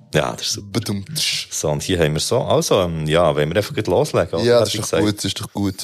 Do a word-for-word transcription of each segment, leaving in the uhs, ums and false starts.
Ja, das ist super. Badumtsch. So, und hier haben wir so. Also, ähm, ja, wollen wir einfach gleich loslegen? Oder? Ja, Hat das sie ist doch gesagt? gut, das ist doch gut.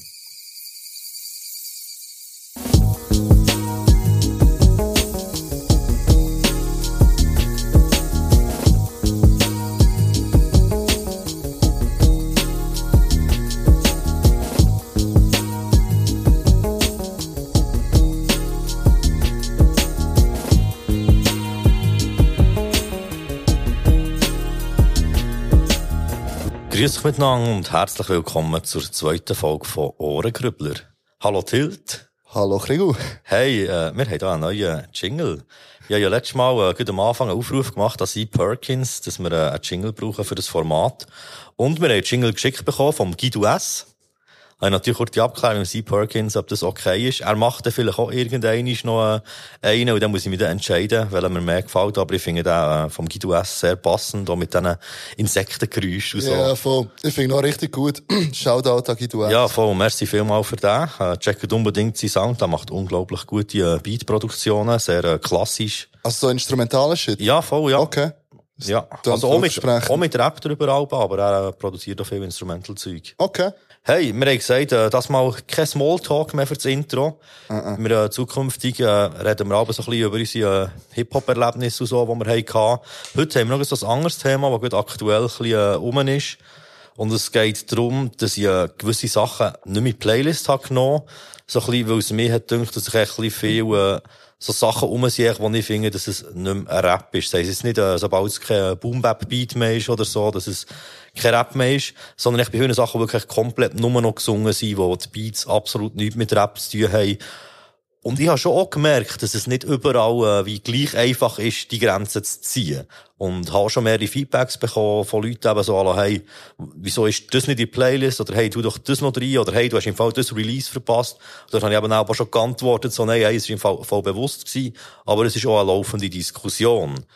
Grüß euch miteinander und herzlich willkommen zur zweiten Folge von Ohrengrübler. Hallo Tilt. Hallo Krigu. Hey, äh, wir haben hier einen neuen Jingle. Ich habe ja letztes Mal äh, gerade am Anfang einen Aufruf gemacht an C. Perkins, dass wir äh, einen Jingle brauchen für das Format. Und wir haben einen Jingle geschickt bekommen vom Guido S. Ich habe natürlich kurz die Abklärung mit C. Perkins, ob das okay ist. Er macht dann vielleicht auch irgendeinen noch äh, einen und dann muss ich mich dann entscheiden, welcher mir mehr gefällt. Aber ich finde den äh, vom Guido S. sehr passend, auch mit diesen Insektengeräuschen und so. Ja, voll. Ich finde ihn auch richtig gut. Shoutout an Guido S. Ja, voll. Merci vielmals für den. Äh, checkt unbedingt seinen Sound. Der macht unglaublich gute äh, Beatproduktionen, sehr äh, klassisch. Also so instrumentaler Shit? Ja, voll, ja. Okay. Ja, Dann also auch mit, zurücksprechen. auch mit Rap drüber, aber er äh, produziert auch viel Instrumental-Zeug. Okay. Hey, wir haben gesagt, äh, das mal kein Smalltalk mehr für das Intro. Uh-uh. Wir, äh, zukünftig, äh, reden wir aber so ein bisschen über unsere äh, Hip-Hop-Erlebnisse und so, die wir hatten. Heute haben wir noch so ein anderes Thema, das gerade aktuell ein bisschen äh, rum ist. Und es geht darum, dass ich äh, gewisse Sachen nicht mehr in die Playlist habe genommen. So ein bisschen, weil es mir hat gedacht, dass ich echt ein bisschen viel, äh, so Sachen rumsehe, wo ich finde, dass es nicht mehr ein Rap ist. Das heisst jetzt nicht, äh, sobald es kein Boom-Bap-Beat mehr ist oder so, dass es kein Rap mehr ist, sondern ich bei vielen Sachen wirklich komplett nur noch gesungen sind, wo die Beats absolut nichts mit Rap zu tun haben. Und ich habe schon auch gemerkt, dass es nicht überall äh, wie gleich einfach ist, die Grenzen zu ziehen. Und habe schon mehrere Feedbacks bekommen von Leuten, eben so, alle, hey, wieso ist das nicht in die Playlist? Oder hey, tu doch das noch rein? Oder hey, du hast im Fall das Release verpasst. Oder habe ich eben auch schon geantwortet, so, nein, hey, es war im Fall voll bewusst gewesen. Aber es ist auch eine laufende Diskussion.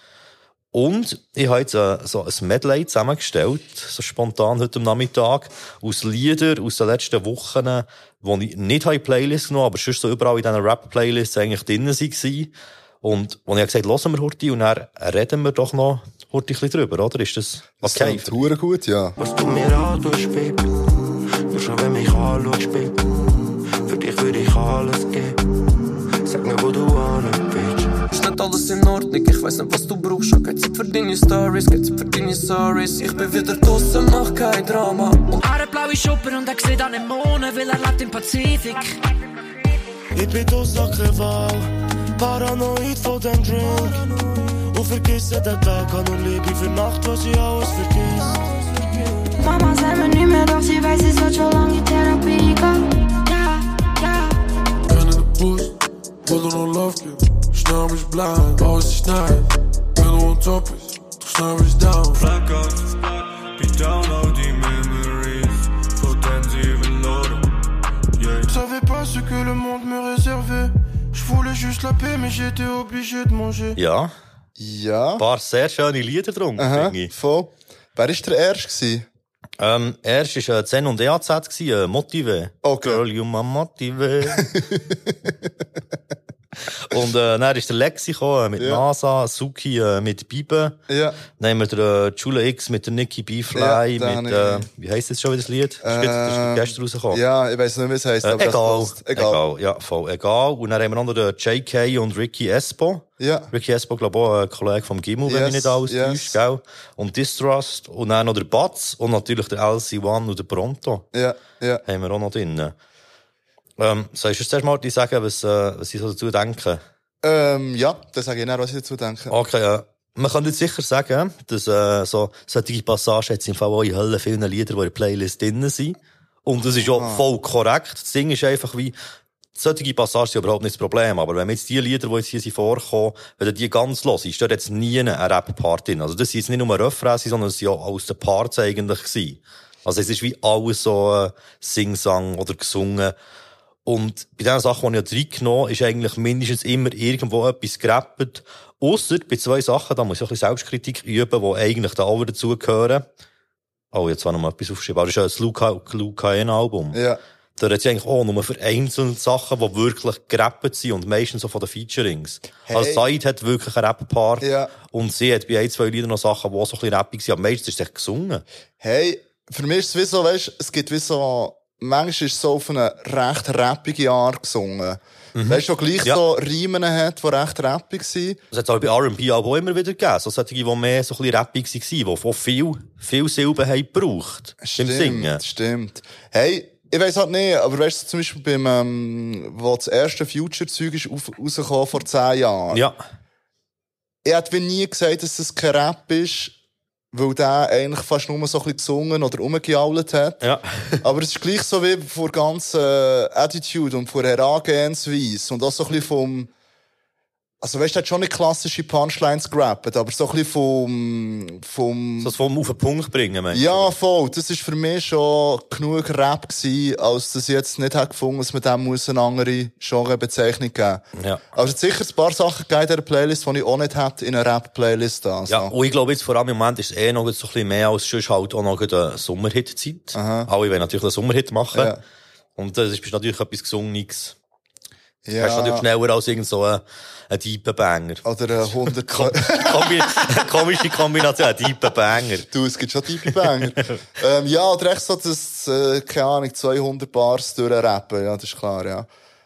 Und ich habe jetzt äh, so ein Medley zusammengestellt, so spontan heute am Nachmittag, aus Liedern aus den letzten Wochen, die ich nicht in die Playlist genommen habe, aber sonst so überall in diesen Rap-Playlists eigentlich drin waren. Und, und ich habe gesagt, hören wir heute und dann reden wir doch noch heute ein bisschen drüber, oder? Ist das okay? Das klingt gut, ja. Was du mir antust, Baby, nur schon wenn mich anschaust, Baby, für dich würde ich alles geben. Sag mir, wo du an bist. Ist nicht alles in Ordnung, ich weiss nicht, was du brauchst. Schon geht Zeit für deine Stories, geht Zeit für deine Stories. Ich bin wieder draussen, mach kein Drama. Und er hat blaue Schuppen und er sieht an den Monden, weil er lebt im Pazifik. Ich bin aus der Krawall, paranoid von dem Drink. Und vergesse den Tag, an und Liebe für Nacht, was ich alles vergisst. Mama sagt mir nicht mehr, doch sie weiß, es wird schon lange in Therapie gehen. Ja, ja. Bin in den Bus, wo du noch Love gibst. Schnell bin ich blind, alles ist nice. Wenn du on top bist, doch schnell bin ich down. Blackout, puis download die memories, potenziven Lore. Yeah. Je savais pas ce que le monde me réservait. Je voulais juste la paix, mais j'étais obligé de manger. Ja, Ja. ein paar sehr schöne Lieder drunter, Aha, finde ich. voll. Wer war der Erste gewesen? Ähm, erst war äh, Zen und E A Z, gewesen, äh, Motive. Okay. Girl, you my Motive. Und äh, dann ist der Lexi gekommen, äh, mit Ja. NASA, Suki äh, mit Bibe. Ja. Dann haben wir den äh, Jula X mit der Nicki B-Fly, Ja, den mit, habe äh, ich- wie heisst das schon wieder das Lied? Das ist, Ähm, das ist gestern rausgekommen. Ja, ich weiss nicht, wie es heisst, Äh, aber egal, das passt. Egal. egal, ja, voll, egal. Und dann haben wir noch den J K und Ricky Espo. Ja. Ricky Espo, glaube ich, auch ein Kollege vom Gimmel, wenn Yes, mich nicht alles yes. täuscht, gell? Und Distrust. Und dann noch der Batz und natürlich der L C One und der Pronto. Ja, ja. Haben wir auch noch drin. Ähm, sollst du zuerst mal die sagen, was, äh, was ich so dazu denke? Ähm, ja, das sage ich nicht, was ich dazu denke. Okay, ja. Man kann jetzt sicher sagen, dass, äh, so, solche Passagen jetzt im Fall auch in Hölle vielen Lieder, die in der Playlist drin sind. Und das ist auch Ah. voll korrekt. Das Ding ist einfach wie, solche Passagen sind überhaupt nicht das Problem. Aber wenn man jetzt die Lieder, die jetzt hier sind vorkommen, wenn du die ganz los ist, steht jetzt nie ein Rap-Part drin. Also das sind jetzt nicht nur Refrain, sondern es sind auch aus den Parts eigentlich gewesen. Also es ist wie alles so, äh, Sing-Sang oder gesungen. Und bei den Sachen, die ich reingenommen habe, ist eigentlich mindestens immer irgendwo etwas gerappt. Ausser bei zwei Sachen, da muss ich auch ein bisschen Selbstkritik üben, die eigentlich da auch dazugehören. Oh, jetzt war noch mal etwas aufgeschrieben. Aber das ist ja das Luca, Luca Album. Ja. Da hat sie eigentlich auch nur vereinzelte Sachen, die wirklich gerappt sind und meistens so von den Featurings. Hey. Also Said hat wirklich ein Rap-Part Ja. und sie hat bei ein, zwei Liedern noch Sachen, die auch so ein bisschen rappig sind, aber meistens ist es echt gesungen. Hey, für mich ist es wie so, weißt, es gibt wie so, manchmal ist es so auf eine recht rappige Art gesungen. Mhm. Weißt du, gleich Ja. so Riemen hat, die recht rappig sind. Das hat es auch bei R and B auch immer wieder gegeben. So solche, die mehr so ein bisschen rappig waren, die viel, viel Silben haben gebraucht. Beim Singen. Stimmt. Hey, ich weiss halt nicht, aber weißt du, zum Beispiel beim, ähm, wo das erste Future-Zeug ist auf- rausgekommen vor zehn Jahren. Ja. Ich hätte wie nie gesagt, dass das kein Rap ist, weil der eigentlich fast nur so ein bisschen gesungen oder rumgejault hat. Ja. Aber es ist gleich so wie vor ganzen äh, Attitude und vor Herangehensweise und auch so ein bisschen vom, also weißt du, er hat schon nicht klassische Punchlines gerappt, aber so ein bisschen vom, vom, So vom auf den Punkt bringen, meinst du? ja, voll. Das ist für mich schon genug Rap gewesen, als dass ich jetzt nicht habe gefunden, dass man dem muss eine andere Genrebezeichnung geben. Ja. Also es hat sicher ein paar Sachen gegeben in dieser Playlist, die ich auch nicht hätte in einer Rap-Playlist. Also. Ja, und ich glaube jetzt vor allem im Moment ist es eh noch so ein bisschen mehr als sonst halt auch noch eine Sommerhit-Zeit. Aha. Alle wollen natürlich einen Sommerhit machen. Ja. Und das ist natürlich etwas Gesungenes. Ja. Hast du natürlich schneller als irgend so ein, ein deeper Banger. Oder ein hundert... Kombi komische Kombination, ein deeper Banger. Du, es gibt schon Typen Banger. ähm, ja, oder echt so, dass, äh, keine Ahnung, zweihundert Bars durchrappen, ja, das ist klar, ja.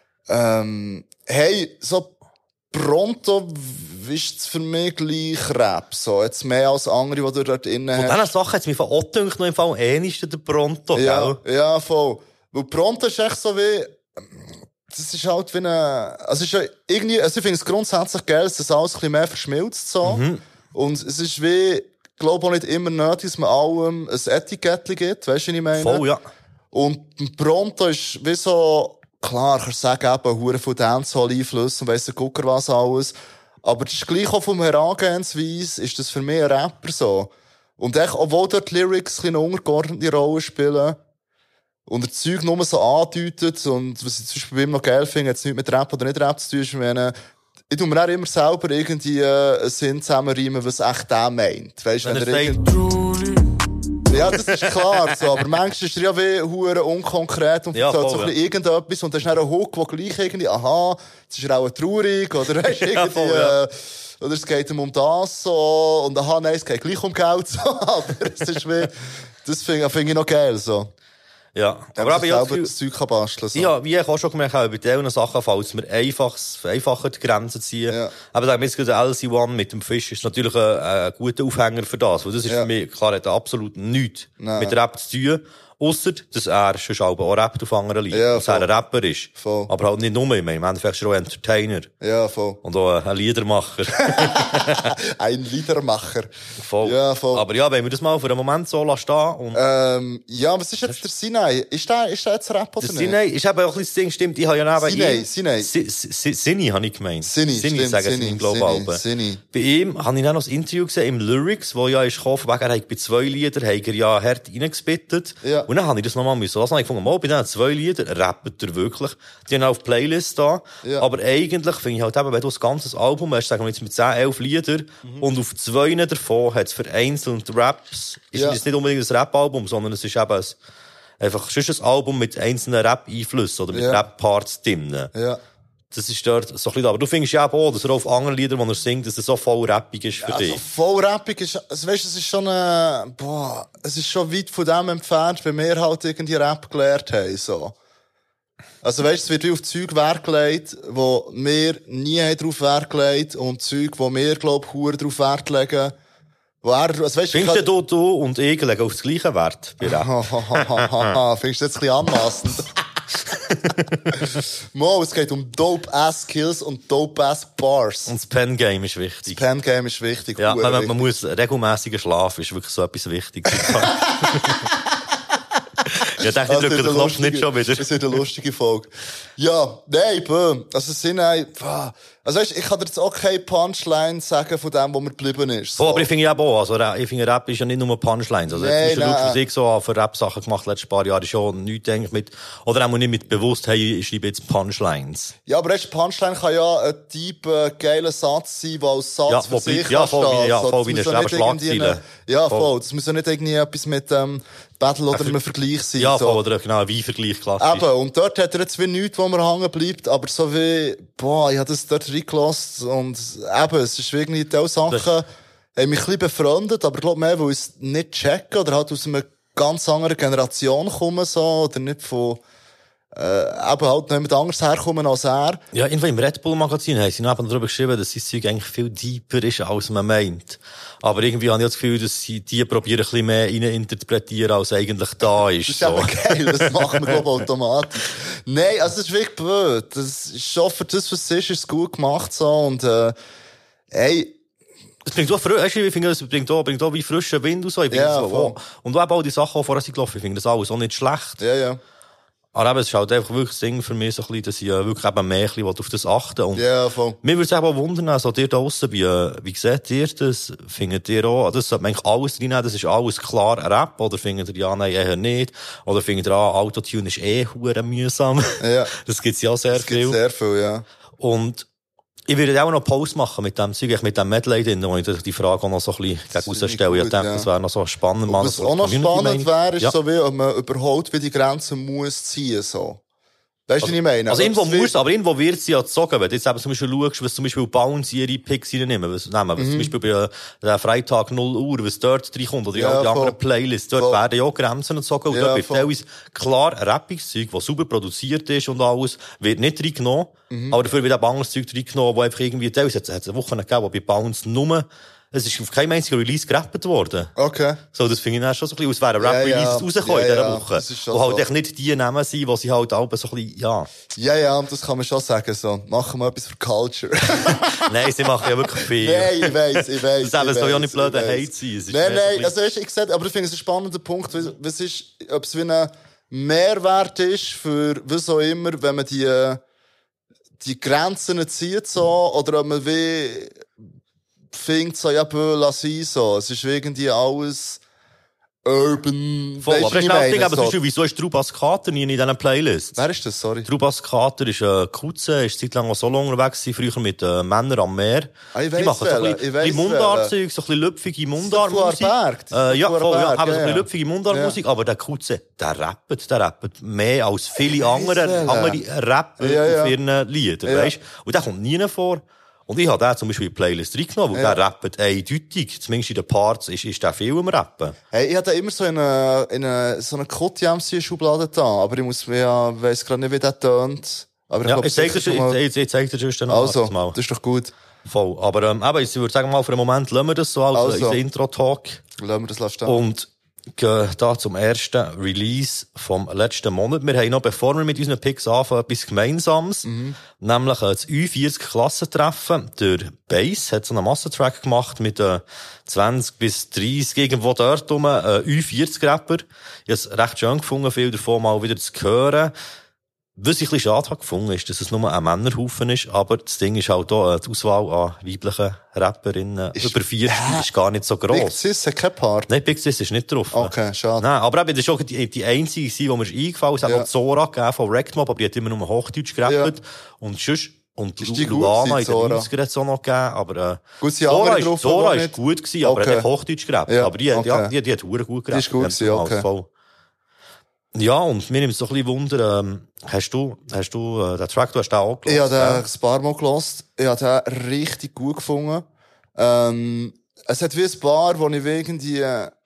Ähm, hey, so pronto ist es für mich gleich Rap, so. Jetzt mehr als andere, die du dort innen Von hast. diesen Sachen hat es mir von auch gedacht, noch im Fall ähnlichsten der Pronto, Ja, gell? ja, voll. Weil pronto ist echt so wie, das ist halt wie eine, also es ist ja irgendwie, also ich finde es grundsätzlich geil, dass das alles ein bisschen mehr verschmilzt, so. Mhm. Und es ist wie, ich glaube auch nicht immer nötig, dass man allem ein Etikett gibt, weißt du, was ich meine? Voll, ja. Und ein Pronto ist wie so, klar, kannst du sagen, eben, hure von Dancehall-Einflüssen und weiss der Gucker was alles. Aber das ist gleich auch vom Herangehensweise, ist das für mich ein Rapper so. Und echt, obwohl dort die Lyrics eine untergeordnete Rolle spielen, und das Zeug nur so andeutet, und was ich zum Beispiel bei ihm noch geil finde, hat es nichts mit Rap oder nicht Rap zu tun, ich meine, ich tu mir auch immer selber irgendwie äh, einen Sinn zusammenreimen, was echt der meint. Weißt, Wenn wenn, er er sagt, irgend... Ja, das ist klar, so, aber manchmal ist er ja wie hure unkonkret und Ja, erzählt voll, so ein ja. bisschen irgendetwas und dann ist dann ein Hook, der gleich irgendwie, aha, jetzt ist er auch traurig, oder weißt, irgendwie, voll, ja. äh, oder es geht ihm um das, so, und aha, nein, es geht gleich um Geld, so, aber es ist wie, das finde find ich noch geil, so. ja. Aber Aber ich ich habe selber ja das Zeug kann basteln, so. Ja, wie ich auch schon gemerkt habe, bei diesen Sachen fällt es mir einfach, einfacher die Grenzen zu ziehen. Ja. Aber sagen wir jetzt gerade der L C One mit dem Fisch ist natürlich ein, ein guter Aufhänger für das. Weil das ist Ja. für mich, klar, hat absolut nichts Nein. mit Rap zu tun. Ausser, dass er schon auch rappt auf anderen Liedern. Ja, dass er voll. ein Rapper ist. Voll. Aber halt nicht nur, ich meine, im Endeffekt ist er auch Entertainer. Ja, voll. Und auch ein Liedermacher. Ein Liedermacher. Voll. Ja, voll. Aber ja, wenn wir das mal für einen Moment so lassen stehen und Ähm, ja, was ist jetzt der Sinai? Ist der, ist der jetzt Rap oder das nicht? Sinai ist eben auch ein bisschen das Ding, stimmt, ich habe ja neben Sinai, ihm... Sinai. Si- Si- Sinai habe ich gemeint. Sinai, stimmt, sagen sie Sinai, ihm, glaube Sinai, ich, auch. Sinai. Bei ihm habe ich dann noch ein Interview gesehen im Lyrics, wo ja ist gekommen, von wegen, er hat bei zwei Liedern, hat er ja hart reingespittet. Ja. Und dann habe ich das nochmal müssen. Das habe ich gefunden, mal, bei diesen zwei Liedern rappt er wirklich. Die haben auch auf Playlist da. Ja. Aber eigentlich finde ich halt eben, wenn du ein ganzes Album hast, sagen wir jetzt mit zehn, elf Liedern, Mhm. und auf zwei davon hat es vereinzelt Raps, ist Ja. es nicht unbedingt ein Rap-Album, sondern es ist eben ein, einfach sonst ein Album mit einzelnen Rap-Einflüssen oder mit Ja. Rap-Parts drin. Ja. Das ist dort so ein bisschen da. Aber du findest ja auch, dass er auf anderen Liedern, die er singt, dass er so voll rappig ist für Also dich. voll rappig ist, also weißt, es ist schon äh, boah, es ist schon weit von dem entfernt, wenn wir halt irgendwie Rap gelernt haben, so. Also weißt, es wird wie auf Zeug Wert gelegt, wo wir nie haben drauf Wert gelegt und Zeug, wo wir, glaub, hure drauf Wert legen. Wo er, also weißt, Findest du, du, du und ich legen auf das gleiche Wert bei Rap? Findest du jetzt ein bisschen anmassend? Mo, es geht um Dope-Ass-Kills und Dope-Ass-Bars. Und das Pen-Game ist wichtig. Das Pen-Game ist wichtig. Ja, hure man, man, wichtig. man muss regelmäßiger schlafen, ist wirklich so etwas Wichtiges. Ja, ich denke, ich Also, drücke das den wird Knopf eine nicht schon wieder. lustige- Das wird eine lustige Folge. Ja, nein, böhm. Also, es sind ein, also weißt, ich kann dir jetzt auch keine Punchline sagen von dem, wo mir geblieben ist. So. Oh, aber ich finde ja auch, also Ra- ich finde Rap ist ja nicht nur Punchlines. Also Nein, jetzt zum Beispiel, nein. was ich so für Rap-Sachen gemacht letztes paar Jahre, ist schon nichts eigentlich mit, oder auch nicht mit bewusst, hey, ich schreibe jetzt Punchlines. Ja, aber weißt, Punchline kann ja ein deep, äh, geiler Satz sein, der als Satz Ja, für wo sich bleibt- ja, voll wie- ansteht. ja, So, voll das wie muss eine ja nicht irgendwie Schlagzeile. eine- Ja, voll. voll. Das muss ja nicht irgendwie etwas mit ähm, Battle oder einem Vergleich sein. Ja, so. voll, oder genau, wie Vergleich klassisch. Eben, und dort hat er jetzt wie nichts, wo man hängen bleibt, aber so wie, boah, ich habe das dort reingelassen und eben, es ist irgendwie diese Sachen, das haben mich ein bisschen befreundet, aber ich glaube mehr, weil ich es nicht checken oder halt aus einer ganz anderen Generation kommen, so, oder nicht von, Äh, eben halt nicht mit anders herkommen als er. Ja, irgendwo im Red Bull Magazin haben sie noch darüber geschrieben, dass sein Zeug eigentlich viel deeper ist, als man meint. Aber irgendwie habe ich das Gefühl, dass sie die probieren ein bisschen mehr rein interpretieren, als eigentlich da ist. Das ist so. eben geil, das macht man, glaube ich, automatisch. Nein, also das ist wirklich blöd. Das ist schon für das, was es ist, ist es gut gemacht, so, und, äh, ey, es bringt auch, weißt du, ich finde, es bringt auch, bringt auch wie frischen Wind und so. Ich finde ja, das auch. Und auch die Sachen, die vorher sind gelaufen, ich finde das alles auch nicht schlecht. Ja, ja. Aber eben, es ist halt einfach wirklich das Ding für mich so ein bisschen, dass ich wirklich eben mehr ein bisschen auf das achten will. Und ja, voll. Mir würde es auch wundern, also dir da draussen, wie, wie seht ihr das? Findet ihr auch, das sollte man eigentlich alles reinnehmen, das ist alles klar Rap? Oder findet ihr, ja, nein, eher nicht? Oder findet ihr, ah, Autotune ist eh hure mühsam? Ja. Das gibt's ja sehr das viel. Das gibt's sehr viel, ja. Und ich würde auch noch Pause machen mit dem Zeug, mit dem Medley drin, wo ich die Frage auch noch so ein bisschen gegen rausstelle. Ich denke, ja. Das wäre noch so spannend. Und was auch noch spannend wäre, ist ja. so wie, ob man überhaupt wie die Grenzen muss ziehen, so. Weißt du, also, was ich meine? Also irgendwo wird... muss, aber irgendwo wird sie ja gezogen. Wenn du jetzt eben zum Beispiel schaust, was zum Beispiel Bounce ihre Picks reinnehmen, was nehmen, was mhm. zum Beispiel bei der Freitag null Uhr, was dort reinkommt, oder ja, die anderen Playlists, dort voll. Werden ja auch Grenzen gezogen, und ja, dort wird teilweise klar Rapping-Zeug, das super produziert ist und alles, wird nicht reingenommen, mhm. aber dafür wird auch anderes Zeug reingenommen, wo einfach irgendwie, teilweise hat es eine Woche gegeben, wo bei Bounce nur, es ist auf keinem einzigen Release gerappt worden. Okay. So, das finde ich dann schon so ein bisschen, als wären Rap-Releases ja, ja. rausgekommen ja, in dieser Woche. Ja, wo halt so. Echt nicht die Namen sind, die sie halt alle so ein bisschen, ja. Ja, ja, das kann man schon sagen, so. Machen wir etwas für Culture. Nein, sie machen ja wirklich viel. Nein, ich weiss, ich weiss. Das soll ja nicht blöder Hate sein. Nein, nein, also weißt, ich sehe, aber ich finde es ein spannender Punkt, was ist, ob es wie ein Mehrwert ist für, was auch immer, wenn man die, die Grenzen zieht, so, oder ob man wie, findet so, ja, bö, lass sein, so. Es ist irgendwie alles urban. Voll, aber das ist das Ding, aber so. Wieso ist Trubas Kater nie in diesen Playlists? Wer ist das, sorry? Trubas Kater ist ein Kutze, ist zeitlang auch so lange unterwegs gewesen, früher mit äh, Männern am Meer. Ah, ich weiss, die machen so ein bisschen, bisschen Mundartzeug, so ein bisschen lüpfige Mundartmusik. Äh, ja, voll, ja, haben so ein bisschen lüpfige Mundartmusik, ja. Aber der Kutze, der rappt, der rappt mehr als viele andere, andere Rapper ja, ja. auf ihren Liedern, ja. Weisst? Und der kommt nie vor. Und ich habe den zum Beispiel in die Playlist reingenommen, weil ja. der rappt eindeutig, zumindest in den Parts, ist, ist der viel im Rappen. Hey, ich hatte immer so eine, in eine, so eine Cut-M C-Schublade da, aber ich muss, ja, weiss gerade nicht, wie der tönt. Aber ich ja, glaub, ich zeig dir, mal... ich, ich zeig dir sonst noch also, mal. Das ist doch gut. Voll. Aber, ähm, eben, ich würde sagen mal, für einen Moment lassen wir das so als also, unser Intro-Talk. Lassen wir das lassen. Und gehen da zum ersten Release vom letzten Monat. Wir haben noch, bevor wir mit unseren Picks anfangen, etwas Gemeinsames. Mhm. Nämlich das Ü vierzig Klassentreffen. Der Bass hat so einen Massentrack gemacht mit äh, zwanzig bis dreissig irgendwo dort rum, äh, Ü vierzig Rapper. Ich habe es recht schön gefunden, viel davon mal wieder zu hören. Was ich ein bisschen schade habe gefunden, ist, dass es nur ein Männerhaufen ist, aber das Ding ist halt auch, die Auswahl an weiblichen Rapperinnen ist, über vierzig äh, ist gar nicht so gross. Big Sis hat kein Part? Nein, Big Sis ist nicht drauf. Okay, schade. Nein, aber eben, das ist auch die, die einzige, die mir eingefallen ist. Es hat ja. noch Zora gegeben von Rectmob, aber die hat immer nur Hochdeutsch gerappt. Ja. Und sonst, und Lu- Luana in den neunzigern hat es auch noch gegeben, aber, äh, gut, Zora ist, Zora ist gut gewesen, aber okay. er hat Hochdeutsch gerappt. Ja. Aber die, okay. ja, die, die hat verdammt gut gerappt. Die ist gut gewesen, okay. Voll. Ja, und mir nimmt es so ein bisschen Wunder, ähm, hast du, hast du, äh, den Track, du hast den auch gehört? Ich habe den ein paar Mal gehört. Ich habe den richtig gut gefunden. Ähm, es hat wie ein paar, wo ich wegen die,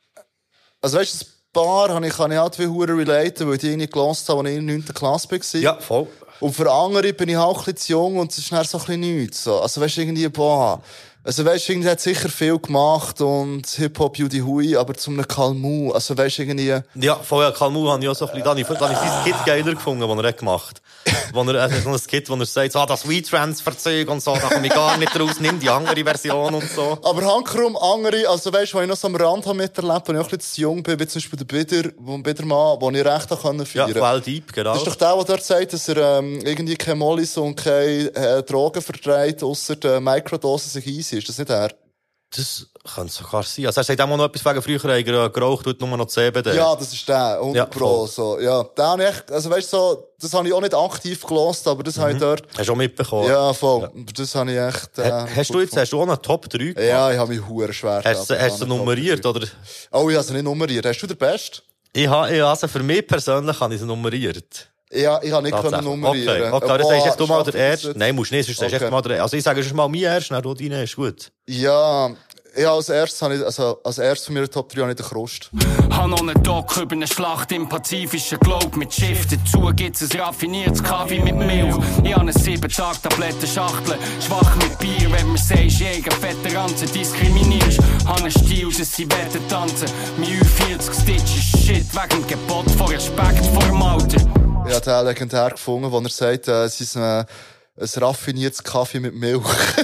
also weißt du, ein paar habe ich, kann ich halt wie hure relaten, weil ich die irgendwie gehört habe, als ich in der neunten Klasse war. Ja, voll. Und für andere bin ich auch ein bisschen zu jung und es ist dann so ein bisschen nichts. So. Also weißt du, irgendwie, boah. Also weisst, irgendwie hat sicher viel gemacht und Hip-Hop, Judy Hui, aber zum einem Kalmu, also weisst, irgendwie... Ja, vorher Kalmu habe ich auch so ein bisschen, da habe ich, da habe ich sein Skit geiler gefunden, den er hat gemacht hat. Wo er, äh, so ein Skit, wo er sagt, so, ah, das Weed-Transfer-Zeug und so, da komme ich gar nicht raus, nimm die andere Version und so. Aber hankerum andere, also weisst, wo ich noch so am Rand habe miterlebt, wo ich auch ein bisschen zu jung bin, wie zum Beispiel der Bieder, wo Biedermann, wo ich recht feiern konnte. Ja, Quell Deep, genau. Das ist doch der, der dort sagt, dass er ähm, irgendwie keine Mollis und keine äh, Drogen vertreibt, ausser der Mikrodosen sich easy. Ist das nicht er? Das Könnte sogar sein. Also, er sagt auch mal noch etwas wegen früher, er geraucht, tut nur noch C B D. Ja, das ist der, hundert Ja, Pro, voll. so. Ja, den habe ich echt, also weißt du, so, das habe ich auch nicht aktiv gelost, aber das mhm. habe ich dort. Hast du auch mitbekommen? Ja, voll. Ja. Das habe ich echt, äh, ha, Hast du jetzt, hast du auch einen Top drei gemacht? Ja, ich habe mich hure schwer. Hast du, hast du nummeriert, oder? Oh, ich habe sie nicht nummeriert. Hast du den Best? Ich habe, ich, also für mich persönlich habe ich sie nummeriert. Ja, ich habe nicht können nummerieren. Okay, okay, das sagst jetzt du mal der Erste. Jetzt? Nein, musst nicht, sonst sagst du Okay. jetzt mal der, also ich sage schon mal mein Erst, dann du deine, ist gut. Ja, ja, als erstes habe ich, also, als erstes von mir Top drei habe ich den Krust. Hab noch einen Doc über eine Schlacht im Pazifischen Globe mit Schiff. Dazu gibt's ein raffiniertes Kaffee mit Milch. Ich habe eine sieben Tage Tablettenschachtel. Schwach mit Bier, wenn man sagst, jäger Veteranzen diskriminierst. Hab einen Stil, dass sie wetten tanzen. Mein Ü vierzig Stitch ist Shit wegen dem Gebot von Respekt vor dem Alter. Ich habe den legendär gefunden, wo er sagt, äh, es ist ein, ein raffiniertes Kaffee mit Milch.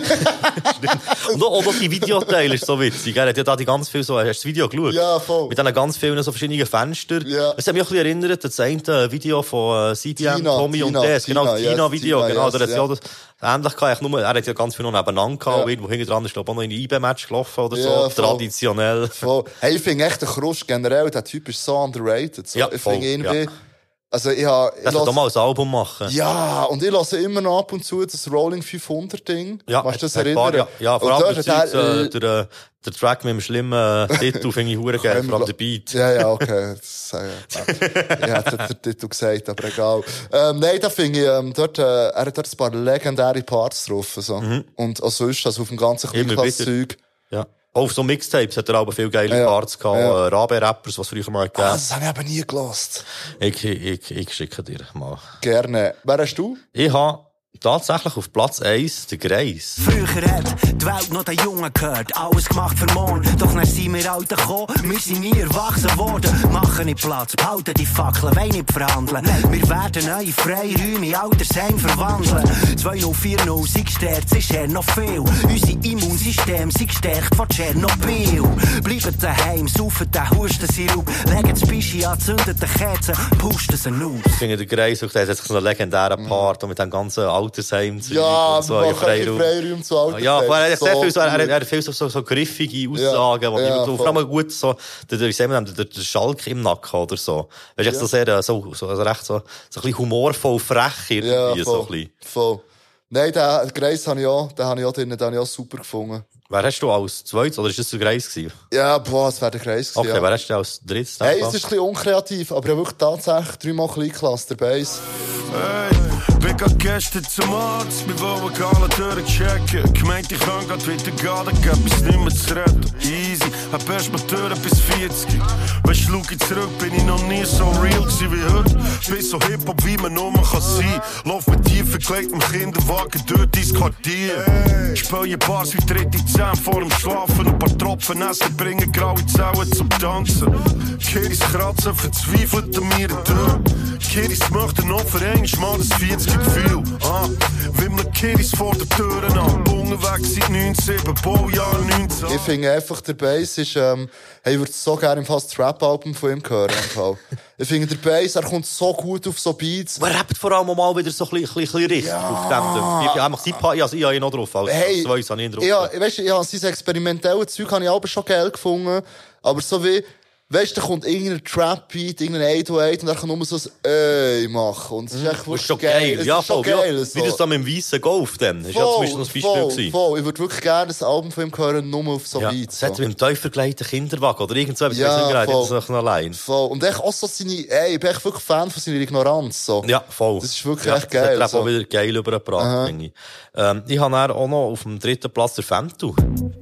Und auch, auch die Videoteile ist so witzig. Er hat ja da die ganz viel so, hast du das Video geschaut? Ja, voll. Mit diesen ganz vielen so verschiedenen Fenstern. Ja. Es hat mich auch ein bisschen erinnert, das eine Video von äh, C B M, Tina, Tommy Tina, und das. Genau, das Tina, Tina-Video, yes, genau. Tina, Da hat yes, ja ja. das ähnlich gehabt. Nur, er hat ja ganz viel noch nebeneinander gehabt. Ja. Ja. Irgendwo hinten dran ist, glaube ich, auch noch in ein I B-Match gelaufen oder so. Ja, voll. Traditionell. Voll. Hey, ich finde echt den Krust generell, der Typ ist so underrated. So. Ja, ich voll, finde irgendwie, ja. also ich habe, ich Das wird lass- doch mal ein Album machen. ja, und ich lasse immer noch ab und zu das Rolling fünfhundert Ding. Ja, Weißt du das hat ein paar- erinnern? Ja, ja, vor Und allem dort der, hat Zeug, er, äh, der, äh, der Track mit dem schlimmen Titel finde ich hure geil, vor allem der Beat. Ja, ja, okay. Das, äh, ich hätte den Titel gesagt, aber egal. Ähm, nein, da finde ich, ähm, dort, äh, er hat dort ein paar legendäre Parts drauf, so. Mhm. Und auch sonst, also auf dem ganzen Immer Kleinklass-Zeug. Ja. Auch auf so Mixtapes hat er aber viele geile Ja. Parts gehabt. Ja. Äh, Rabe-Rappers, was früher mal Ah, gegeben. das habe ich aber nie gelost. Ich, ich, ich schicke dir mal. Gerne. Wer hast du? Ich habe tatsächlich auf Platz eins den Greis. Früher hat die Welt noch den Jungen gehört, alles gemacht für morgen. Doch dann sind wir Alten gekommen, wir sind nie erwachsen worden. Machen nicht Platz, behalten die Fackeln, wollen nicht verhandeln. Wir werden neue Freiräume in Altersheim verwandeln. zwei null vier null, sie gestärkt, es ist ja noch viel. Unser Immunsystem, sie gestärkt von Tschernobyl. Bleiben daheim, saufen den Hustensirup, legen das Bischi an, zünden die Kerzen, pusten sie aus. Ich finde, der Greis, der hat so einen legendären Part, und mit dem ganzen Altersheim zu Ja, und so, wir in machen Freiraum, Freiraum. Freiraum zu Alter. Ja, aber er hat so sehr viel so, er, cool. hat- er hat viel so, so, so griffige Aussagen, Ja, die ja, ja, voll. vor allem gut so, der, der, wie sagen wir denn, der, der Schalk im Nacken oder so. Weißt du, echt so sehr, äh, so, so, also recht so, so ein bisschen humorvoll frech irgendwie, Ja, so ein voll. bisschen. voll. Nein, den Greis habe ich auch, den habe ich auch drin, den habe ich auch super gefunden. Wer hast du als zweites, oder ist das der Greis gewesen? Ja, boah, das wäre der Greis gewesen. Okay, ja. wer hast du als drittes? Hey, es ist ein bisschen unkreativ, aber ich habe wirklich tatsächlich dreimal Kleinklasse der Bass. Hey, bin grad gestern zum Arzt, wir wollen alle durchchecken. Gemeint, ich kann grad wieder gehen, dann gibt es nicht mehr zu retten. Easy, hab erst mal durch bis vierzig. Weisst, schau ich zurück, bin ich noch nie so real gewesen wie heute. Bin so Hip-Hop, wie man nur kann sein. Lauf mit tief verkleidet im Kinderwagen durch dein Quartier. Spiele Bars wie dritte Zähne vor dem Schlafen. Ein paar Tropfen Essen bringen graue Zellen zum Tanzen. Kiris kratzen, verzweifelt an mir durch. Kiris möchten noch für einmal mal das vierzig Gefühl. Ah, wimmeln Kiris vor den Türen an. Bungen weg seit neunzehnhundertsieben, Baujahr neunzehn. Ich finde einfach, der Bass ist, ähm, hey, ich würde so gerne im fast Trap-Album von ihm hören. im Fall. Ich finde, der Bass, er kommt so gut auf so Beats. Er rappt vor allem auch mal wieder so ein bisschen, ein bisschen richtig Ja. auf dem. Ich, einfach die paar, also ich habe ihn noch drauf. Als Hey, als zweites habe ich ihn drauf. Ja, weißt du, ich habe sein experimentelles Zeug habe ich aber schon geil gefunden. Aber so wie, weißt du, da kommt irgendein Trap-Beat, irgendein acht null acht und er kann nur so ein Ey machen. Und es ist echt Das ist wirklich schon geil. geil. Es Ja, ist schon voll. geil. Ja, so. wie das da mit dem weißen Golf dann. Das ist ja zum Beispiel noch ein Beispiel voll, gewesen. voll. Ich würde wirklich gerne das Album von ihm hören, nur auf so Ja, Beats. das hat So. mit dem Teufel geleiteten Kinderwagen oder irgend so etwas. Ja, Ich weiß nicht genau, voll. das ist noch allein. Voll. Und echt auch so seine, ey, ich bin echt wirklich Fan von seiner Ignoranz, so. Ja, voll. Das ist wirklich ja, echt geil, Das hat er so. auch wieder geil übergebracht, finde ich. Ähm, ich habe dann auch noch auf dem dritten Platz der Femtu.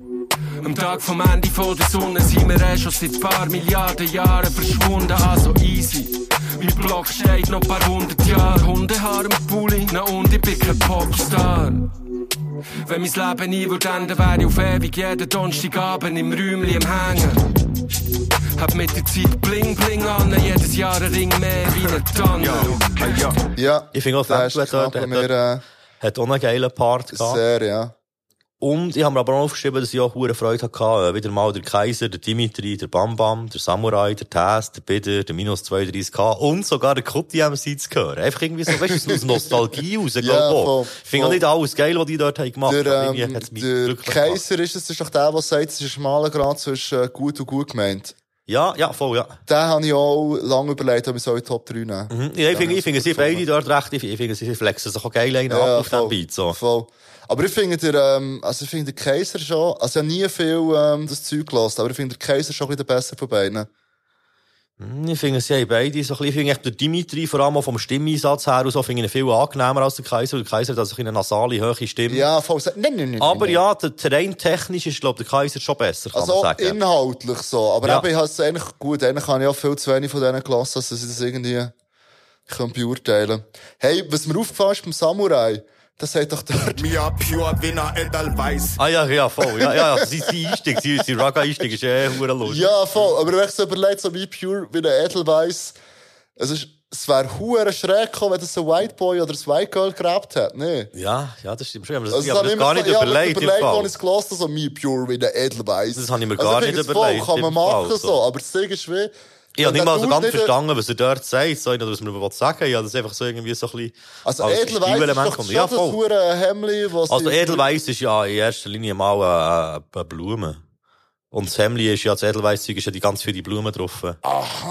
Am Tag vom Ende von der Sonne sind wir eh schon seit paar Milliarden Jahren verschwunden, also easy. Mein Block steht noch paar hundert Jahre, Hundehaar im Pulli, na und ich bin kein Popstar. Wenn mein Leben nie würde enden, wäre ich auf ewig jeden Donnerstagabend im Räumli am Hängen. Hab mit der Zeit Bling Bling an, jedes Jahr ein Ring mehr wie eine Tanne. Ja, ja. Ja. Ich finde auch, Der Femtu ist hat, knapp hat, bei mir, äh, hat auch einen geilen Part gehabt. sehr, ja. Und ich habe mir aber auch aufgeschrieben, dass ich auch hohe Freude hatte, wieder mal der Kaiser, der Dimitri, der Bam Bam, der Samurai, der Taz, der Bitter, der Minus zweiunddreißig K und sogar der Kutti M C zu hören. Einfach irgendwie so, weißt du, aus Nostalgie raus, Ja, glaube voll, ich. Ich finde auch nicht alles geil, was die dort haben gemacht haben. Der, Irgendwie ähm, hat's mich der glücklich Kaiser ist es, ist doch der, der sagt, es ist ein schmaler Grad zwischen äh, gut und gut gemeint. Ja, ja, voll, ja. Den habe ich auch lange überlegt, ob ich so in die Top drei nehmen. Mhm. Ja, ich finde, ich finde, sie beide dort recht, ich finde, sie flexen sich auch geil einen ab auf voll, dem Beat, so. Voll. Aber ich finde der, ähm, also ich finde der Kaiser schon, also ich habe nie viel, ähm, das Zeug gelassen, aber ich finde der Kaiser schon ein bisschen der besser von beiden. Ich finde, sie haben beide so ein bisschen, ich finde echt der Dimitri, vor allem auch vom Stimmeinsatz her und so, finde ich ihn viel angenehmer als der Kaiser. Der Kaiser hat also eine nasale, hohe Stimme. Ja, voll. Nein, nein, nein. Aber nein. ja, der Terrain technisch ist, glaube ich, der Kaiser schon besser, kann Also man sagen. inhaltlich so. Aber Ja. eben, ich habe es eigentlich gut. Eigentlich habe ich auch viel zu wenig von denen gelassen, dass ich das irgendwie kann beurteilen kann. Hey, was mir aufgefallen ist beim Samurai, das sagt doch dort... Mia pure Winner Edelweiss. Ah ja, ja, voll. Ja, ja, sein sein Einstieg, sein, sein Raga-Einstieg ist eh hure lustig. Ja, voll. Aber wenn ich so überlege, so Me Pure wie ein Edelweiss, es ist, es wäre hure schräg gekommen, wenn das ein White Boy oder ein White Girl gerappt hat. Nee. Ja, ja, das stimmt schon. Aber das, Also, ich habe das gar nicht so, überlegt, im überlegt, Fall. als ich es gelassen habe, so Me Pure wie ein Edelweiss. Das habe ich mir Also, gar ich nicht finde es überlegt, voll, kann man im Fall, machen, so. so. Aber das Ding ist wie... Ich habe nicht mal so ganz nicht- verstanden, was er dort sagt, so, oder was man überhaupt sagen. Ich habe das einfach so irgendwie so ein bisschen... Also als Edelweiss ist Spielelement doch kommt. schon Ja, das voll. hure Hemli, was Also sie- Edelweiss ist ja in erster Linie mal eine, eine Blume. Und das Hemli ist ja, das Edelweiss-Zeug ist ja die ganz viele Blumen drauf. Aha,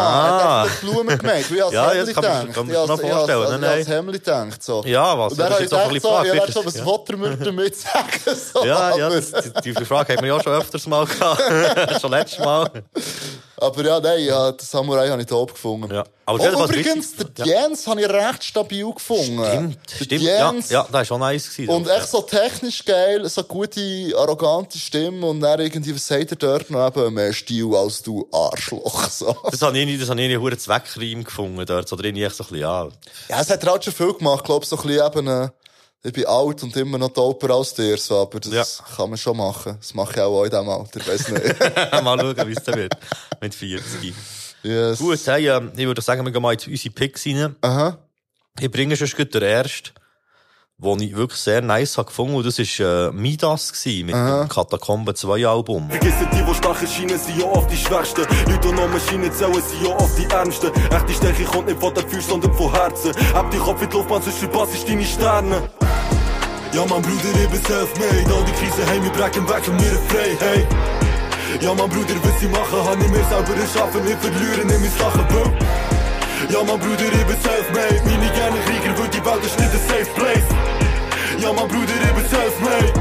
Ah. hat er Blumen gemeint? Wie als Ja, Hemli das kann man- denkt. kann man Ich sich als- noch ich als- vorstellen, also nein, ich als nein. Hemli denkt, so. Ja, was? Und dann Das habe ist ich jetzt auch ein gedacht, bisschen so, ja, gefragt. wär schon, was Ja. wollt ihr mir damit sagen, so. Ja, ja, aber, das, die, die Frage haben wir ja auch schon öfters mal gehabt. Schon letztes Mal. aber ja, nein, ja, den Samurai habe ich top gefunden. Ja. Aber Oh, jedenfalls übrigens, witzig- der Jens habe ich recht stabil gefunden. Stimmt, Der stimmt. Ja, Jens, ja, das war schon nice gewesen. und echt so technisch geil, so gute, arrogante Stimme und dann irgendwie, was sagt er dort noch, eben, mehr Stil als du Arschloch, so. Das habe ich nicht, das habe ich nicht einen Zweckreim gefunden dort. Oder irgendwie echt so ein bisschen, ja. Ja, es hat er halt schon viel gemacht, glaub so ein bisschen eben, äh, ich bin alt und immer noch doper als dir, so, aber das Ja. kann man schon machen. Das mache ich auch in diesem Alter, weiss nicht. Mal schauen, wie es dann wird. Mit vierzig. Yes. Gut, hey, äh, ich würde sagen, wir gehen mal in unsere Picks rein. Aha. Ich bringe schon den ersten, den ich wirklich sehr nice habe gefunden. Und das war äh, Midas gewesen, mit dem Katakomben zwei Album. Vergessen die, die stark erscheinen, sind ja oft die Schwächsten. Leute, die noch Maschinen zählen, sind ja oft die Ärmsten. Echte Stärke kommt nicht von den Füßen, sondern von Herzen. Hab dich Kopf in die Luftbahn, sonst verpasst ich deine Sterne. Ja, mein Bruder, ich bin self-made. All die Krisen haben mich brechen weg und mir frei, hey. Ja, mein Bruder, was ich mache, habe ich mir selber erschaffen. Ich verliere nicht mein Sachen, Bro. Ja, mein Bruder, ich bin self-made. Meine gerne Krieger, weil die Welt ist nicht ein safe place. Ja, mein Bruder, ich bin self-made.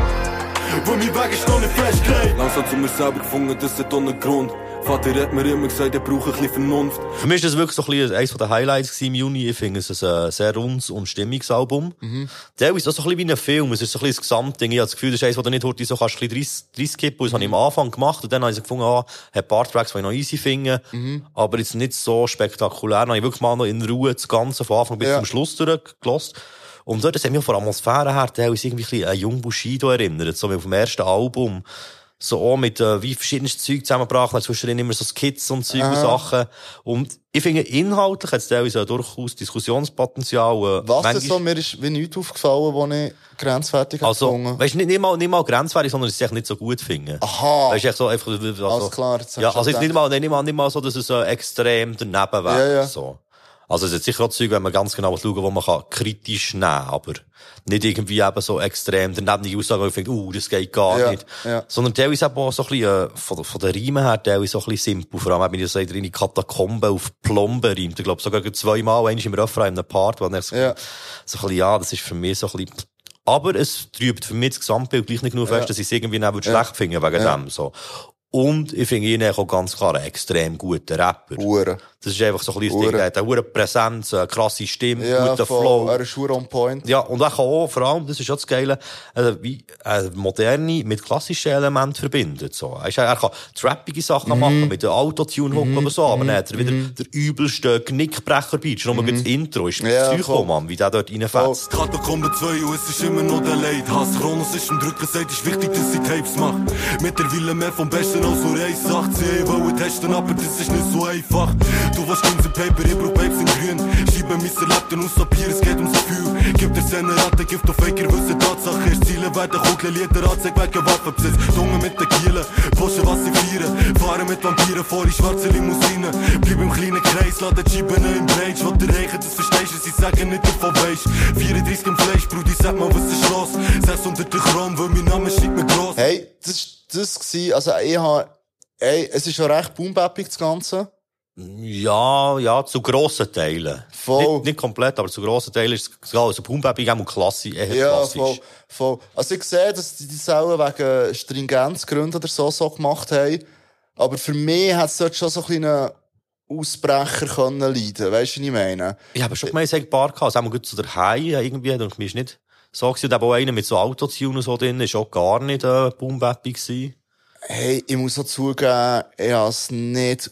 Wo mein Weg ist noch nicht festgelegt. Langsam zu mir selber gefunden, das ist ohne Grund. Vater hat mir immer gesagt, er braucht ein bisschen Vernunft. Für mich ist das wirklich so ein bisschen eines der Highlights im Juni. Ich finde, es ist ein sehr rundes und stimmiges Album. Mhm. Der ist auch so ein bisschen wie ein Film. Es ist so ein bisschen das Gesamtding. Ich habe das Gefühl, das ist eines, wo du nicht heute so kannst, ein bisschen reinskippen. Das habe ich am Anfang gemacht. Und dann habe ich gefunden, ah, hat ein paar Tracks, die ich noch easy finde. Mhm. Aber jetzt nicht so spektakulär. Dann habe ich wirklich mal noch in Ruhe das Ganze von Anfang bis Ja. zum Schluss durchgelassen. Und dort, das hat mich von der Atmosphäre her, der ist irgendwie ein bisschen an Jung Bushido erinnert. So wie auf dem ersten Album. So auch mit, äh, wie verschiedenes Zeug zusammengebracht, dann zwischendrin immer so Skits und Zeug und Sachen. Und ich finde, inhaltlich hat es teilweise durchaus Diskussionspotenzial. Äh, Was manchmal- ist so, mir ist wie nichts aufgefallen, wo ich grenzwertig habe Also, gefunden. weißt du, nicht, nicht mal, nicht mal grenzwertig, sondern dass ich es echt nicht so gut finde. Aha. Weißt du, echt so einfach, also, Alles klar, jetzt hab ja, ich also schon jetzt nicht mal, nicht mal, nicht mal so, dass es so extrem daneben wäre. Ja, ja. So. Also, es ist sicher auch Zeug, wenn man ganz genau schauen, wo man kann kritisch nehmen, aber nicht irgendwie eben so extrem daneben die Aussage, wo ich finde, uh, das geht gar Ja, nicht. ja. Sondern teilweise eben auch so ein bisschen, äh, von, von den Riemen her, teilweise so ein bisschen simpel. Vor allem, wenn ich so in die Katakombe auf Plombe reimt. Ich glaube, sogar zweimal, einmal im Refrain in einem Part, wo er so, Ja. so ein bisschen, ja, das ist für mich so ein bisschen, aber es trübt für mich das Gesamtbild gleich nicht nur fest, Ja. dass ich es irgendwie nicht Ja. schlecht finde wegen Ja. dem, so. Und ich finde ihn auch ganz klar einen extrem guten Rapper. Hure. Das ist einfach so ein bisschen das Hure. Ding. Er hat eine hohe Präsenz, eine krasse Stimme, Ja, guten voll. Flow. Er ist hure on point. Ja, und er kann auch, vor allem, das ist auch das Geile, äh, wie, äh, moderne mit klassischen Elementen verbindet, so. Er, ist, er kann trappige Sachen Mhm. machen, mit dem Autotune-Hook oder so, aber dann hat er wieder der übelste Genickbrecher-Beat. Schon nur das Intro ist Mhm. Ja, Psycho, voll. Mann, wie der dort reinfetzt. Katakombe zwei und es ist immer noch der Late. Hass Chronos ist im Drücken, sagt, ist wichtig, dass ich Tapes mach. Mittlerweile mehr vom Besten als nur eins sagt. Sie wollen testen, aber das ist nicht so einfach. Du willst unser Paper, ich brauch Babes in grün. Schiebe mein Erlebten aus Papier, es geht ums Gefühl. Gib dir Zähne raten, Gift auf Faker, wissen Tatsache ist. Ziele werden Kugeln, Lieder, Anzeige, wegen Waffenbesitz. Dunge mit den Kielen, pushen, was sie feiern. Fahren mit Vampiren vor in schwarze Limousinen. Bleib im kleinen Kreis, laden die Scheiben im Blade. Was dir reichen, das verstehst du, sie sagen nicht davon weisst. vierunddreißig im Fleisch, Brudi, sag mal, was ist los? sechshundert Kram, weil mein Name schreibt mir gross. Hey, das das gsi, also ich ha, ey, es ist schon recht boombappig, das Ganze. Ja, ja, zu grossen Teilen. Voll. Nicht, nicht komplett, aber zu grossen Teilen ist es egal. Also Boombapping und klassisch, eher ja, klassisch. Voll, voll. Also ich sehe, dass die die Zellen wegen Stringenzgründen oder so so gemacht haben. Aber für mich hat es dort schon so ein kleiner Ausbrecher können leiden. Weißt du, was ich meine? Ich habe schon gemeint, es hat ein paar gehabt. Sagen wir gut zu der Haie irgendwie. Und mir ist nicht so gewesen. Und eben auch einer mit so Autotune und so drin ist auch gar nicht äh, Boombapping gewesen. Hey, ich muss auch zugeben, ich habe es nicht,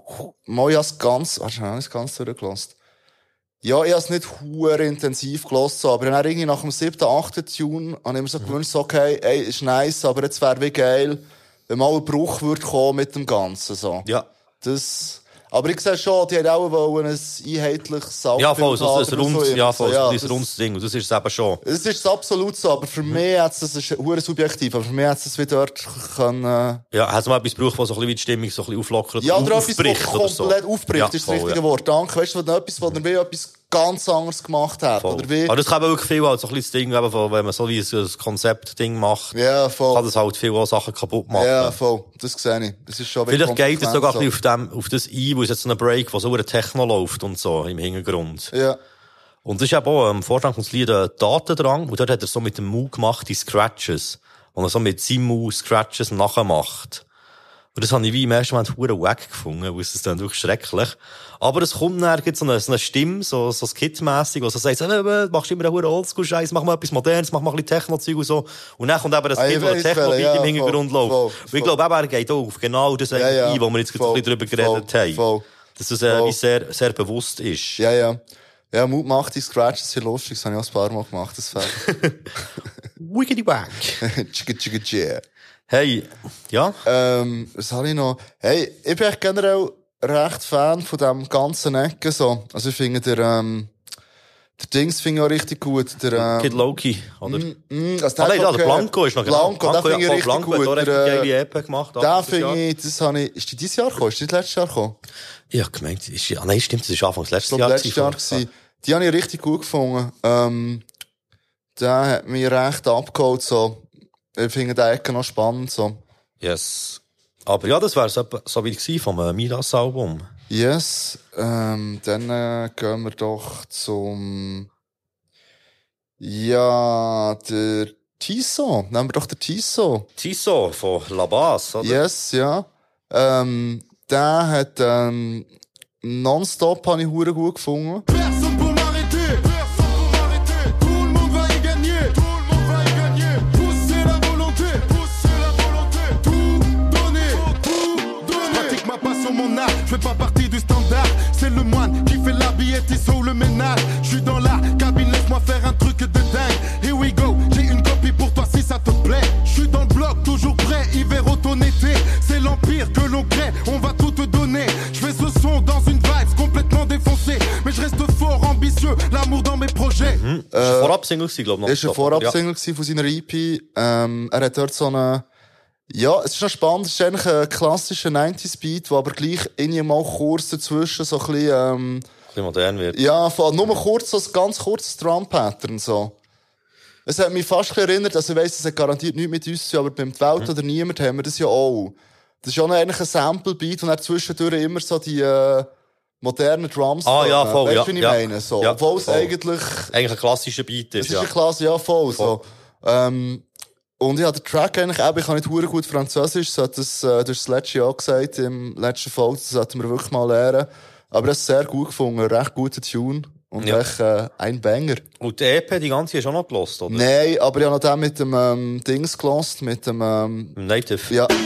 mal ich habe es ganz, hast du noch nicht ganz durchgelassen? Ja, ich habe es nicht hure intensiv gelassen, so, aber dann irgendwie nach dem siebten, achten Tune habe ich mir so mhm. gewünscht, okay, ey, ist nice, aber jetzt wäre wie geil, wenn mal ein Bruch würde kommen mit dem Ganzen, so. Ja. Das, aber ich sehe schon, die hätten auch wollen ein einheitliches Soundbild. Ja, voll, so ein so rundes, ja, voll, ja, so ein rundes Ding. Und das ist es eben schon. Es ist absolut so, aber für mhm. mich hat es, das ist hure subjektiv, aber für mich hat es wie dort können, ja, hat es mal etwas gebraucht, was so ein bisschen wie die Stimmung so ein bisschen auflockert, ja, oder aufbricht etwas, oder so. komplett aufbricht, ja, ist das voll, richtige ja. Wort. Danke. Weißt du, wenn etwas, wo er wie etwas ganz anderes gemacht hat, voll. oder wie? Aber das kann eben wirklich viel, halt so ein bisschen das Ding, eben, von, wenn man so wie ein Konzeptding macht, ja, voll. kann das halt viel auch Sachen kaputt machen. Ja, voll. Das sehe ich. Das ist schon vielleicht geht es sogar so. ein bisschen auf, dem, auf das ein, wo es jetzt so ein Break, wo so eine Techno läuft und so im Hintergrund. Ja. Und das ist eben auch, im Vorstand kommt das Lied äh, Datendrang, und dort hat er so mit dem Mu gemacht, die Scratches. Und er so mit seinem Mu Scratches nachmacht. Und das habe ich wie im ersten Moment verdammt wack gefunden, weil es ist dann wirklich schrecklich. Aber es kommt dann, gibt so eine, so eine Stimme, so, so skitmässig, wo so sagt, äh, äh, machst du immer einen verdammt Oldschool-Scheiß, mach mal etwas Modernes, mach mal ein bisschen Techno-Zeug und so. Und dann kommt eben das Kind, wo der Techno-Beat ja, im Hintergrund voll, läuft. Voll, voll. Ich glaube, eben, er geht auch auf genau das ja, ja, ein, wo wir jetzt voll, ein bisschen drüber geredet voll, haben. Voll, dass das äh, wie sehr, sehr bewusst ist. Ja, ja. Ja, Mut macht die Scratches hier lustig, das habe ich auch ein paar Mal gemacht, das Feld. Wiggity wack. Tschigga, tschigga, tschigga. Hey, ja? Ähm, was habe ich noch? Hey, ich bin echt generell recht Fan von dem ganzen Ecken, so. Also ich finde der, ähm, der Dings finde ich auch richtig gut. Der, ähm, Kid Loki, oder? Mm, mm, also ah, nein, da, der Blanco ist noch genau. Blanco, den finde ich richtig Blanco gut. Blanco hat auch eine geile E P gemacht. Den finde ich, das habe ich, ist die dieses Jahr gekommen? Ist die letztes Jahr gekommen? Ich habe gemeint, ist, ah, nein, stimmt, das ist Anfangs letztes Jahr. Ich glaube, letztes Jahr gewesen. Die habe ich richtig gut gefunden. Ähm, der hat mich recht abgeholt, so. Ich finde den Ecken noch spannend, so. Yes. Aber ja, das wäre so, so wie gewesen vom äh, Midas-Album. Yes. Ähm, dann äh, gehen wir doch zum, ja, der Tiso. Nehmen wir doch den Tiso. Tiso von La Basse, oder? Yes, ja. Ähm, der hat, ähm, Nonstop habe ich hure gut gefunden. Personne pour m'arrêter, personne pour m'arrêter. Tout le monde va y gagner, tout le monde va y gagner. Pousser la volonté, pousser la volonté. Tout donner, tout donner. Je pratique ma passion, mon art. Je fais pas partie du standard. C'est le moine qui fait la billette et sauve le ménage. Je suis dans la cabine, laisse-moi faire un truc de dingue. Here we go, j'ai une copie pour toi si ça te plaît. Je suis dans le bloc, toujours prêt, hiver, automne, été. C'est l'empire que l'on crée, on va tout te donner. Je fais ce son dans une vibe complètement défoncé. Mais je reste fort, ambitieux, l'amour dans mes projets. Mhm. Das war ein Vorab-Single, glaube ich. Das war ein Vorab-Single ja. von seiner E P. Ähm, er hat dort so eine, ja, es ist noch spannend, es ist eigentlich ein klassischer neunziger-Beat, der aber gleich irgendwie mal kurz dazwischen so ein bisschen, ähm, ein bisschen modern wird. Ja, nur mal kurz, so ein ganz kurzes Drum-Pattern, so. Es hat mich fast erinnert, also ich weiss, es hat garantiert nichts mit uns zu tun, aber beim Die Welt mhm. oder Niemand haben wir das ja auch. Das ist ja noch eigentlich ein Sample-Beat, und er zwischendurch immer so die, äh, modernen Drums. Ah, ja, voll, weißt, ja. wie ich ja. meine? So. Ja, obwohl es voll. eigentlich, eigentlich ein klassischer Beat ist, es ja. ist ein Klasse, ja, voll, voll. so. Ähm, und ja, der Track eigentlich, eben, ich kann nicht hure gut Französisch, das hat das, äh, das letzte Jahr gesagt, im letzten Folge, das sollten wir wirklich mal lernen. Aber das ist sehr gut gefunden, recht guter Tune. Und ja. echt, äh, ein Banger. Und die E P, die ganze, hast du auch noch gelost, oder? Nein, aber ich habe noch den mit dem, ähm, Dings gelost, mit dem, ähm, Native. Ja.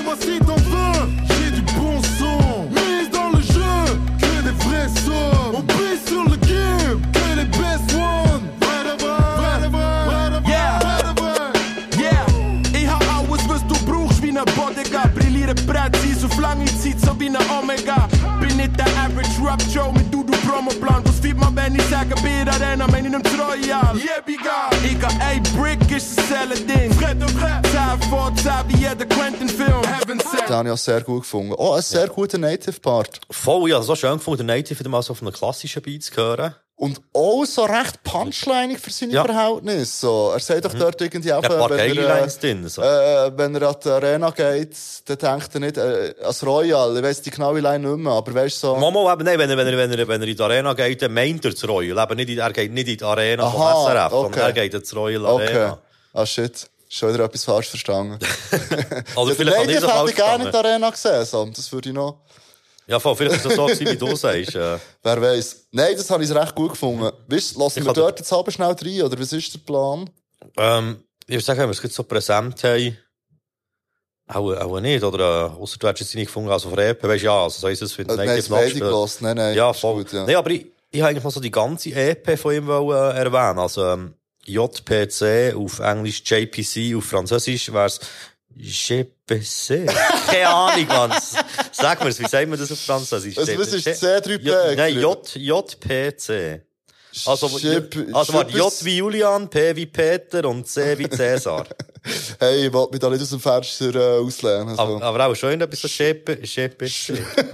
Präzise auf lange Zeit, so wie eine Omega. Bin nicht der Average Rap Joe mit Dudu Promo-Plan. Was fit man, wenn ich sage Bier Arena, meine ich nicht Royal. Jebiga, ich ga ein Brick, ist dasselbe Ding. Fred und Fred, zehn vor zehn wie jeder Quentin-Film. Heaven Set. Den habe ich auch sehr gut gefunden. Oh, ein sehr guter Native-Part. Voll, ja, so schön gefunden, der Native wieder mal so auf einem klassischen Beat zu hören. Und auch so recht punchlinig für seine Ja. Verhältnisse. So, er sagt doch Mhm. dort irgendwie auch, Ja, ein paar wenn, geile er, Lines drin, so. äh, wenn er an die Arena geht, dann denkt er nicht äh, als Royal. Ich weiss die genaue Line nicht mehr, aber weißt du so... Momo, eben, nein, wenn er, wenn, er, wenn, er, wenn er in die Arena geht, dann meint er das Royal. Eben nicht in, er geht nicht in die Arena Aha, vom S R F, okay. sondern er geht ins Royal Okay. Arena. Ah, shit. Schon wieder etwas falsch verstanden. Oder Ja, vielleicht der habe ich Native so hätte falsch ich gerne in verstanden. der Arena gesehen, Sam. Das würde ich noch... Ja, voll, vielleicht ist das so gewesen, wie du sagst. Äh. Wer weiss. Nein, das habe ich recht gut gefunden. Weißt du, lassen Ich wir hatte- dort jetzt aber schnell rein, oder was ist der Plan? Ähm, ich würde sagen, wenn wir es jetzt so präsent haben, auch, auch nicht, oder? Äh, ausser du hättest es nicht gefunden, also für E P, weisst du, ja, also so ist es für Äh, den nein, Native es beide nachgespielt. gelassen. Nein, nein. Ja, ist voll. gut, ja. Nein, aber ich, ich habe eigentlich noch so die ganze E P von ihm wollen, äh, erwähnen. Also, ähm, J P C, auf Englisch J P C, auf Französisch wär's J P C. Keine Ahnung, Mann. Sag mir's, wie sagt man das auf Französisch? Also, was ist C drei P? J- Nein, J, J P C. Also, J- also warte, J- J wie Julian, P wie Peter und C wie Cäsar. Hey, ich wollte mich da nicht aus dem Fenster äh, auslehnen. Also. aber, aber auch schon irgendetwas so J P C.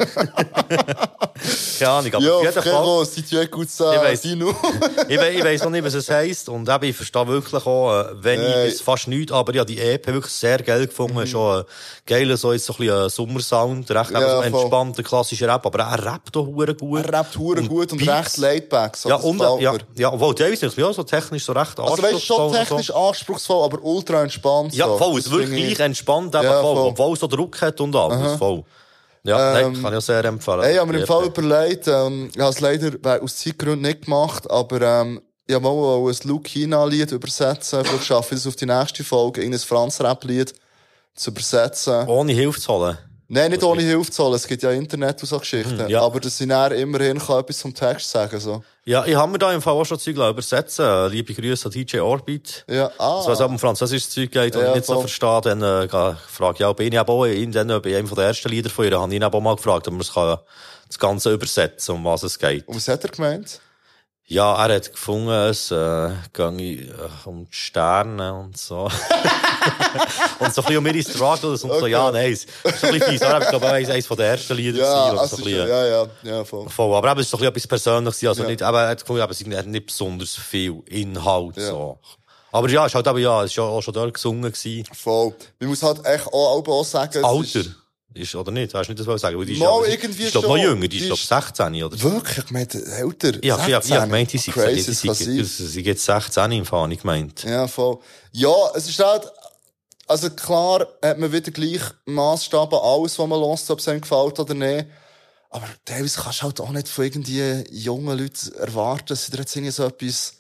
Keine Ahnung, aber Ja, auf jeden Fall. frérot, si tu écoutes ça, Ich weiss. dis-nous. ich, we ich weiss noch nicht, was es heisst. Und eben, ich verstehe wirklich auch, äh, wenig Hey. bis fast nichts. Aber ich habe die E P wirklich sehr geil gefunden. Mhm. Schon ein geiler, so jetzt so ein bisschen Sommersound. Recht Ja, eben so voll. entspannter, klassischer Rap. Aber er rappt auch hure gut. Er rappt hure gut und Beats. recht laidback. So, Ja, das und, gefällt ja, mir. ja, obwohl, teilweise ist es auch so technisch so recht Also, weißt du, schon anspruchsvoll und technisch so. anspruchsvoll, aber ultra entspannt. Ja, so. voll, Das es wirklich finde ich- gleich entspannt, eben Ja, voll. voll. Obwohl es so Druck hat und alles, Aha. voll. Ja, Ähm, nein, kann ich auch sehr empfehlen. Hey, ich habe mir im Die Fall E P. überlegt, ähm, ich habe es leider aus Zeitgründen nicht gemacht, aber ähm, ich habe mal ein Luke China-Lied übersetzen. Vielleicht schaffe ich das auf die nächste Folge, irgendein Franz-Rap-Lied zu übersetzen. Ohne Hilfe zu holen. Nein, nicht ohne Hilfe zu holen. Es gibt ja Internet und so Geschichten. Hm, ja. Aber dass ich dann immerhin kann etwas zum Text sagen so. Ja, ich habe mir da im Fall auch schon Zeug übersetzen. Äh, Liebe Grüße an D J Orbit. Ja, ah. Also, wenn es um französisches Zeug geht und Ja, ich nicht so voll. verstehe, dann äh, ga- frage ich auch, bin ich eben auch in, dann, bei einem der ersten Lieder von ihr, habe ich ihn eben auch mal gefragt, ob man es kann, das Ganze übersetzen, um was es geht. Und was hat er gemeint? Ja, er hat gefunden, es äh, ging äh, um die Sterne und so. und so ein bisschen um ihre Struggles und so, Okay. ja, nein, es ist so ein bisschen fies. Aber ich glaube, eines eines von den ersten Lieder Ja, gewesen, also so ein bisschen, ja, ja, ja, voll. voll. Aber eben, es ist doch ein bisschen etwas Persönliches, also Ja. nicht, aber er hat gefunden, aber es hat nicht besonders viel Inhalt, Ja. so. Aber ja, es ist halt eben, ja, es ist ja auch schon dort gesungen gewesen. Voll. Man muss halt echt auch, auch sagen, es Alter. ist- Ist, oder nicht? Hast du nicht das wollen sagen? Weil die ist, Mal ja, irgendwie die ist glaub, noch schon. jünger, die ist, Die glaub, ist- sechzehn, oder? Wirklich? Ich meinte, älter. Ja, ich, ich, ich sechzehn. gemeint, die sind, Crazy, die das sind, kann sein. sie sind jetzt sechzehn im Fall, ich gemeint. Ja, voll. Ja, es ist halt, also klar hat man wieder gleich Massstab an alles, was man hört, ob es einem gefällt oder nicht. Aber teilweise kannst du halt auch nicht von irgendwie jungen Leuten erwarten, dass sie dir jetzt irgendwie so etwas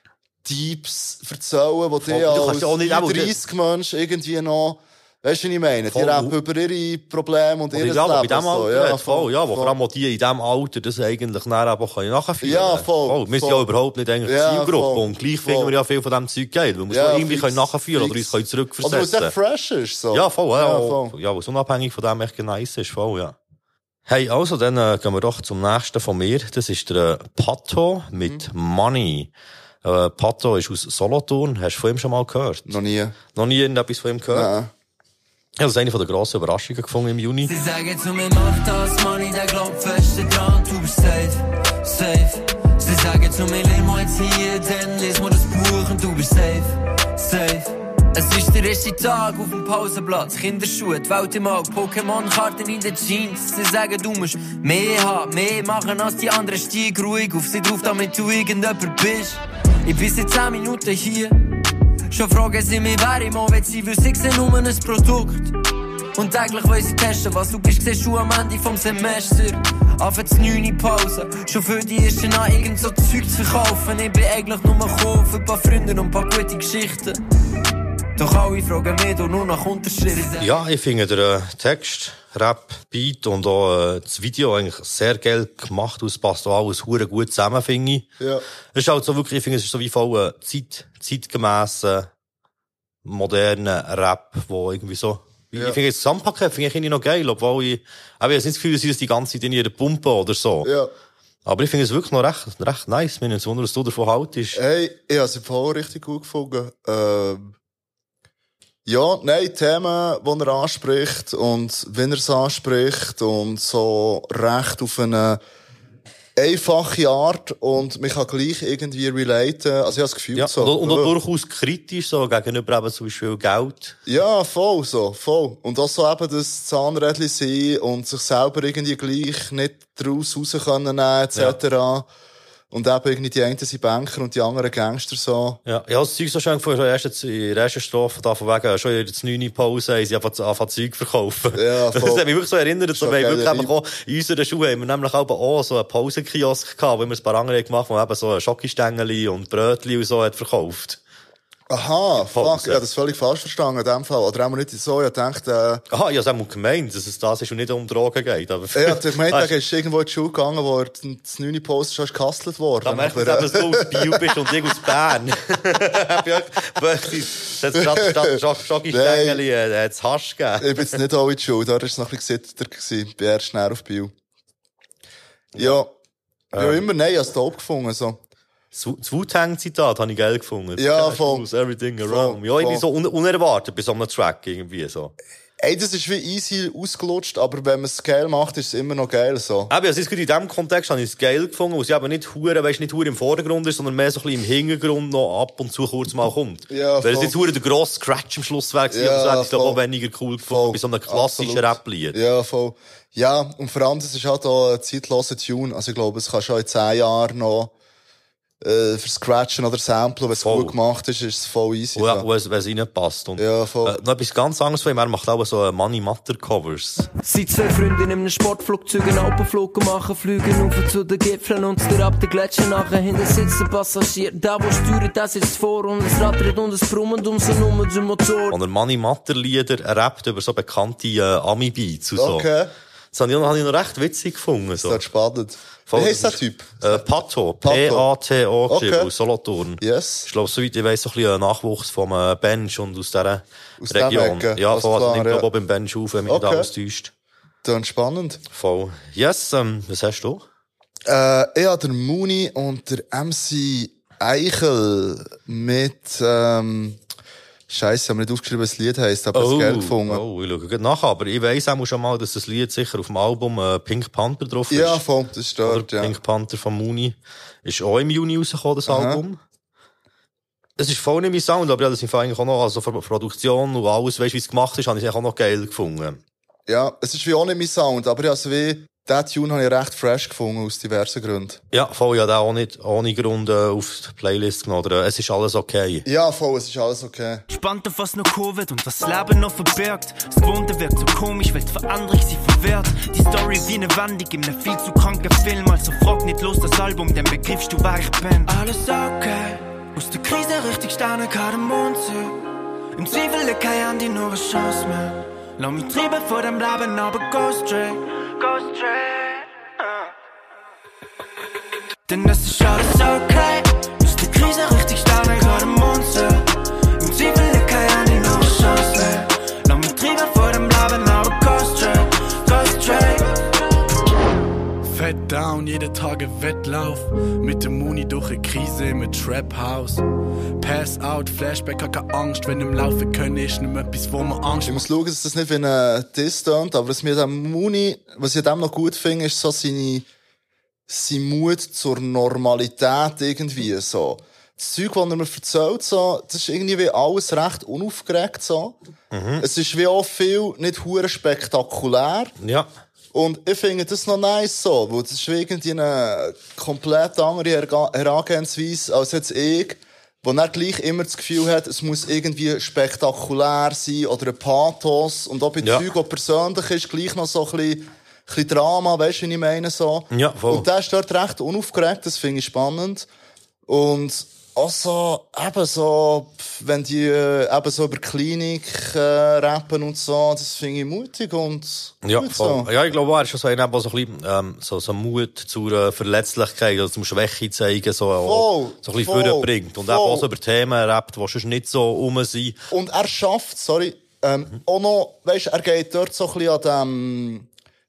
Deeps erzählen, wo Voll. die Du kannst als ja auch nicht- auch- dreißig Menschen irgendwie noch, weißt du, was ich meine? Die Voll. rappen über ihre Probleme und Und ihr ich glaube, bei Leben. dem so. Alter, ja, voll, ja, wo vor allem auch die in diesem Alter das eigentlich nachher aber können nachführen. Ja, voll, Wir sind voll. ja überhaupt nicht eigentlich Ja, Zielgruppe voll, und gleich voll. finden wir ja viel von diesem Zeug geil, weil wir es Ja, noch irgendwie fix, können nachführen oder fix. uns können Oder weil es echt zurückversetzen. fresh ist, so. Ja, voll, ja, Ja, voll. voll. Ja, was unabhängig von dem echt nice ist, voll, ja. Hey, also, dann äh, gehen wir doch zum nächsten von mir. Das ist der äh, Pato mit Mhm. Money. Äh, Pato ist aus Solothurn. Hast du von ihm schon mal gehört? Noch nie. Noch nie irgendetwas von ihm gehört? Nein. Ja, das ist eine von der grossen Überraschungen gefunden im Juni. Sie sagen zu mir, mach das, Money, der glaubt fest dran, du bist safe, safe. Sie sagen zu mir, lehn mal jetzt hier, dann les mal das Buch und du bist safe, safe. Es ist der erste Tag auf dem Pausenplatz, Kinderschuhe, die Welt im Auge, Pokémon-Karten in den Jeans. Sie sagen, du musst mehr haben, mehr machen als die anderen, stieg ruhig auf sie drauf, damit du irgendjemand bist. Ich bin seit zehn Minuten hier. Schon fragen sie mich, wer ich mal will sein, weil sie sehen nur ein Produkt. Und täglich wollen sie testen, was du bist, siehst du am Ende vom Semester. Auf jetzt neune Pause, schon für die ersten an irgend so Zeug zu verkaufen. Ich bin eigentlich nur gekommen für ein paar Freunde und ein paar gute Geschichten. Doch alle fragen mich doch nur nach Unterschriften. Ja, ich finde den äh, Text, Rap, Beat und auch äh, das Video eigentlich sehr geil gemacht. Es passt auch alles hure gut zusammen, finde ich. Ja. Es ist halt so wirklich, ich finde, es ist so wie voll äh, Zeit, zeitgemässen, modernen Rap, wo irgendwie so, Ja. ich finde das Gesamtpaket finde ich irgendwie noch geil, obwohl ich, aber ich habe nicht das Gefühl, dass sie das die ganze Zeit in ihrer Pumpe oder so. Ja. Aber ich finde es wirklich noch recht, recht nice. Mir nimmt es Wunder, was du davon haltest. Hey, ich habe es im Fall richtig gut gefunden. Ähm, ja, nein, Themen, die er anspricht und wenn er es anspricht und so recht auf eine einfache Art und man kann gleich irgendwie relaten. Also ich habe das Gefühl Ja, so. und, und auch äh, durchaus kritisch, so, gegenüber eben zum Beispiel Geld. Ja, voll so, voll. Und auch so eben das Zahnrädchen sein und sich selber irgendwie gleich nicht daraus raus können nehmen, et cetera. Und eben irgendwie die einen sind Banker und die anderen Gangster so. Ja, ich habe das Zeug so schön gefunden, schon erst in der ersten Strophe, da von wegen, schon in der neunten Pause haben sie einfach angefangen Zeug verkaufen. Ja, voll. Das hat mich wirklich so erinnert, so, wir haben wirklich geil, eben auch, in unseren Schulen haben wir nämlich auch so einen Pausenkiosk gehabt, wo wir ein paar andere gemacht haben, wo eben so Schokistängeli und Brötli und so hat verkauft. Aha, fuck, Pause. ich habe das völlig falsch verstanden in dem Fall. Oder auch nicht so, ich dachte, äh, Aha, ich habe es auch gemeint, dass es das ist und nicht um Drogen geht. Aber ja, ich meinte, Weißt da ist irgendwo in die Schule gegangen, wo das neunte Post schon gehustelt worden. da merkt man, Aber, dass du aus Biel bist und ich aus Bern. Das hat statt Schokistängeli äh, das Hasch gegeben. ich bin jetzt nicht auch in die Schule, da war es noch ein bisschen gesitteter gewesen. Ich bin erst schnell auf Biel. Ja. Ja, Ähm. immer, nein, ich habe es top gefunden, so. Das Wu-Tang-Zitat habe ich geil gefunden. Ja, voll. Cash rules everything Voll, around. Ja, irgendwie voll. so un unerwartet bei so einem Track, irgendwie so. Ey, das ist wie easy ausgelutscht, aber wenn man es geil macht, ist es immer noch geil, so. Eben, also jetzt gerade in diesem Kontext habe ich es geil gefunden, wo sie eben nicht hure, weisst, nicht hure im Vordergrund ist, sondern mehr so ein bisschen im Hintergrund noch ab und zu kurz mal kommt. Ja, Weil es voll. jetzt hure der grosse Scratch am Schluss wäre gewesen, Ja, aber das hätte ich glaube voll. auch weniger cool gefunden Voll. bei so einem klassischen Absolut. Rap-Lied. Ja, voll. Ja, und vor allem, das ist halt auch ein zeitloser Tune. Also ich glaube, es kann schon in zehn Jahren noch äh, für Scratchen oder Samplen, wenn es Voll. gut gemacht ist, ist es voll easy. Und ja, so. wo es, wenn es reinpasst. Und, Ja, voll. äh, noch etwas ganz anderes von ihm, er macht auch so Money Matter Covers. Sind zwei Freunde in einem Sportflugzeug einen Alpenflug machen, fliegen auf zu den Gipfeln und der ab den Gletscher nachher. Hinten sitzt der Passagier, da wo steuert, das sitzt vor und es rattert und es brummt um so nur den Motor. Und er Money Matter Lieder, er rappt über so bekannte äh, Ami-Beats und so. Okay. Das habe ich, noch- habe ich noch recht witzig gefunden. So. Das ist spannend. Voll. Wie heisst der Typ? Äh, Pato. Pato. P A T O geschrieben, Okay. aus Solothurn. Yes. Ich glaube, soweit ich weiss, so ein bisschen ein Nachwuchs vom äh, Bench und aus dieser Aus dem Region. Ecke, Ja, alles voll. Also, klar, ich glaube ja. auch beim Bench auf, wenn mich nicht Okay. alles täuscht. Dann spannend. Voll. Yes, ähm, was hast du? Äh, ich habe den Muni und der M C Eichel mit, ähm, Scheiße, ich habe nicht aufgeschrieben, was das Lied heisst, aber es ist geil gefunden. oh, ich schaue gerade nach, aber ich weiss auch schon mal, dass das Lied sicher auf dem Album äh, Pink Panther drauf ist. Ja, voll, das ist dort, Oder ja. Pink Panther von Muni. Ist auch im Juni rausgekommen, das Aha. Album. Es ist voll nicht mein Sound, aber ja, das ist eigentlich auch noch, also für Produktion und alles, weißt, wie es gemacht ist, habe ich es auch noch geil gefunden. Ja, es ist wie auch nicht mein Sound, aber ich also wie, den Tune habe ich recht fresh gefunden, aus diversen Gründen. Ja, voll, ja, den auch nicht ohne Grund äh, auf die Playlist genommen. Oder, äh, es ist alles okay. Ja, voll, es ist alles okay. Spannend, auf was noch Covid und das Leben noch verbirgt. Das Gewohnte wirkt so komisch, weil für andere ich sie verwehrt. Die Story wie eine Wand, ich geb ne viel zu kranke Film. Also frag nicht los das Album, dann begriffst du, wer ich bin. Alles okay, aus der Krise richtig Sterne, gerade im Mond zu. Im Zweifel keine an die nur eine Chance mehr. Lass mich treiben vor dem Leben, aber go straight, go straight. uh. Denn es ist alles okay, aus der Krise richtig Sterne, gerade im Mond zu. Im Zweifel keine an die nur eine Chance mehr. Lass mich treiben vor dem Leben, aber go straight, go straight. Fett down, jeden Tag ein Wettlauf. Mit dem Muni durch eine Krise mit Trap House. Pass out, Flashback, hab keine Angst. Wenn im Laufen können, ist nicht mehr etwas, wo man Angst Ich muss schauen, dass das nicht wie ein Diss tönt, aber was mir am Muni, was ich an dem noch gut finde, ist so seine, sein Mut zur Normalität irgendwie, so. Das Zeug, das er mir erzählt, so, das ist irgendwie wie alles recht unaufgeregt, so. Mhm. Es ist wie auch viel nicht hure spektakulär. Ja. Und ich finde das noch nice so, weil das ist wie irgendwie eine komplett andere Herga- Herangehensweise als jetzt ich, wo er gleich immer das Gefühl hat, es muss irgendwie spektakulär sein oder ein Pathos und auch bei Ja. Zeug, das persönlich ist, gleich noch so ein bisschen, ein bisschen Drama, weißt du, wie ich meine, so. Ja, voll. Und der ist dort recht unaufgeregt, das finde ich spannend. Und auch so, eben so, pf, wenn die äh, eben so über Klinik äh, rappen und so, das finde ich mutig und Ja, gut voll. so. Ja, ich glaube, er ist schon so einer, der so ein bisschen, ähm, so, so Mut zur äh, Verletzlichkeit oder zum Schwäche zeigen, so, Voll, so ein bisschen voll, vorbringt. Und eben voll. auch so über Themen rappt, die sonst nicht so rum sind. Und er schafft, sorry, ähm, auch noch, weisst, er geht dort so ein bisschen an dem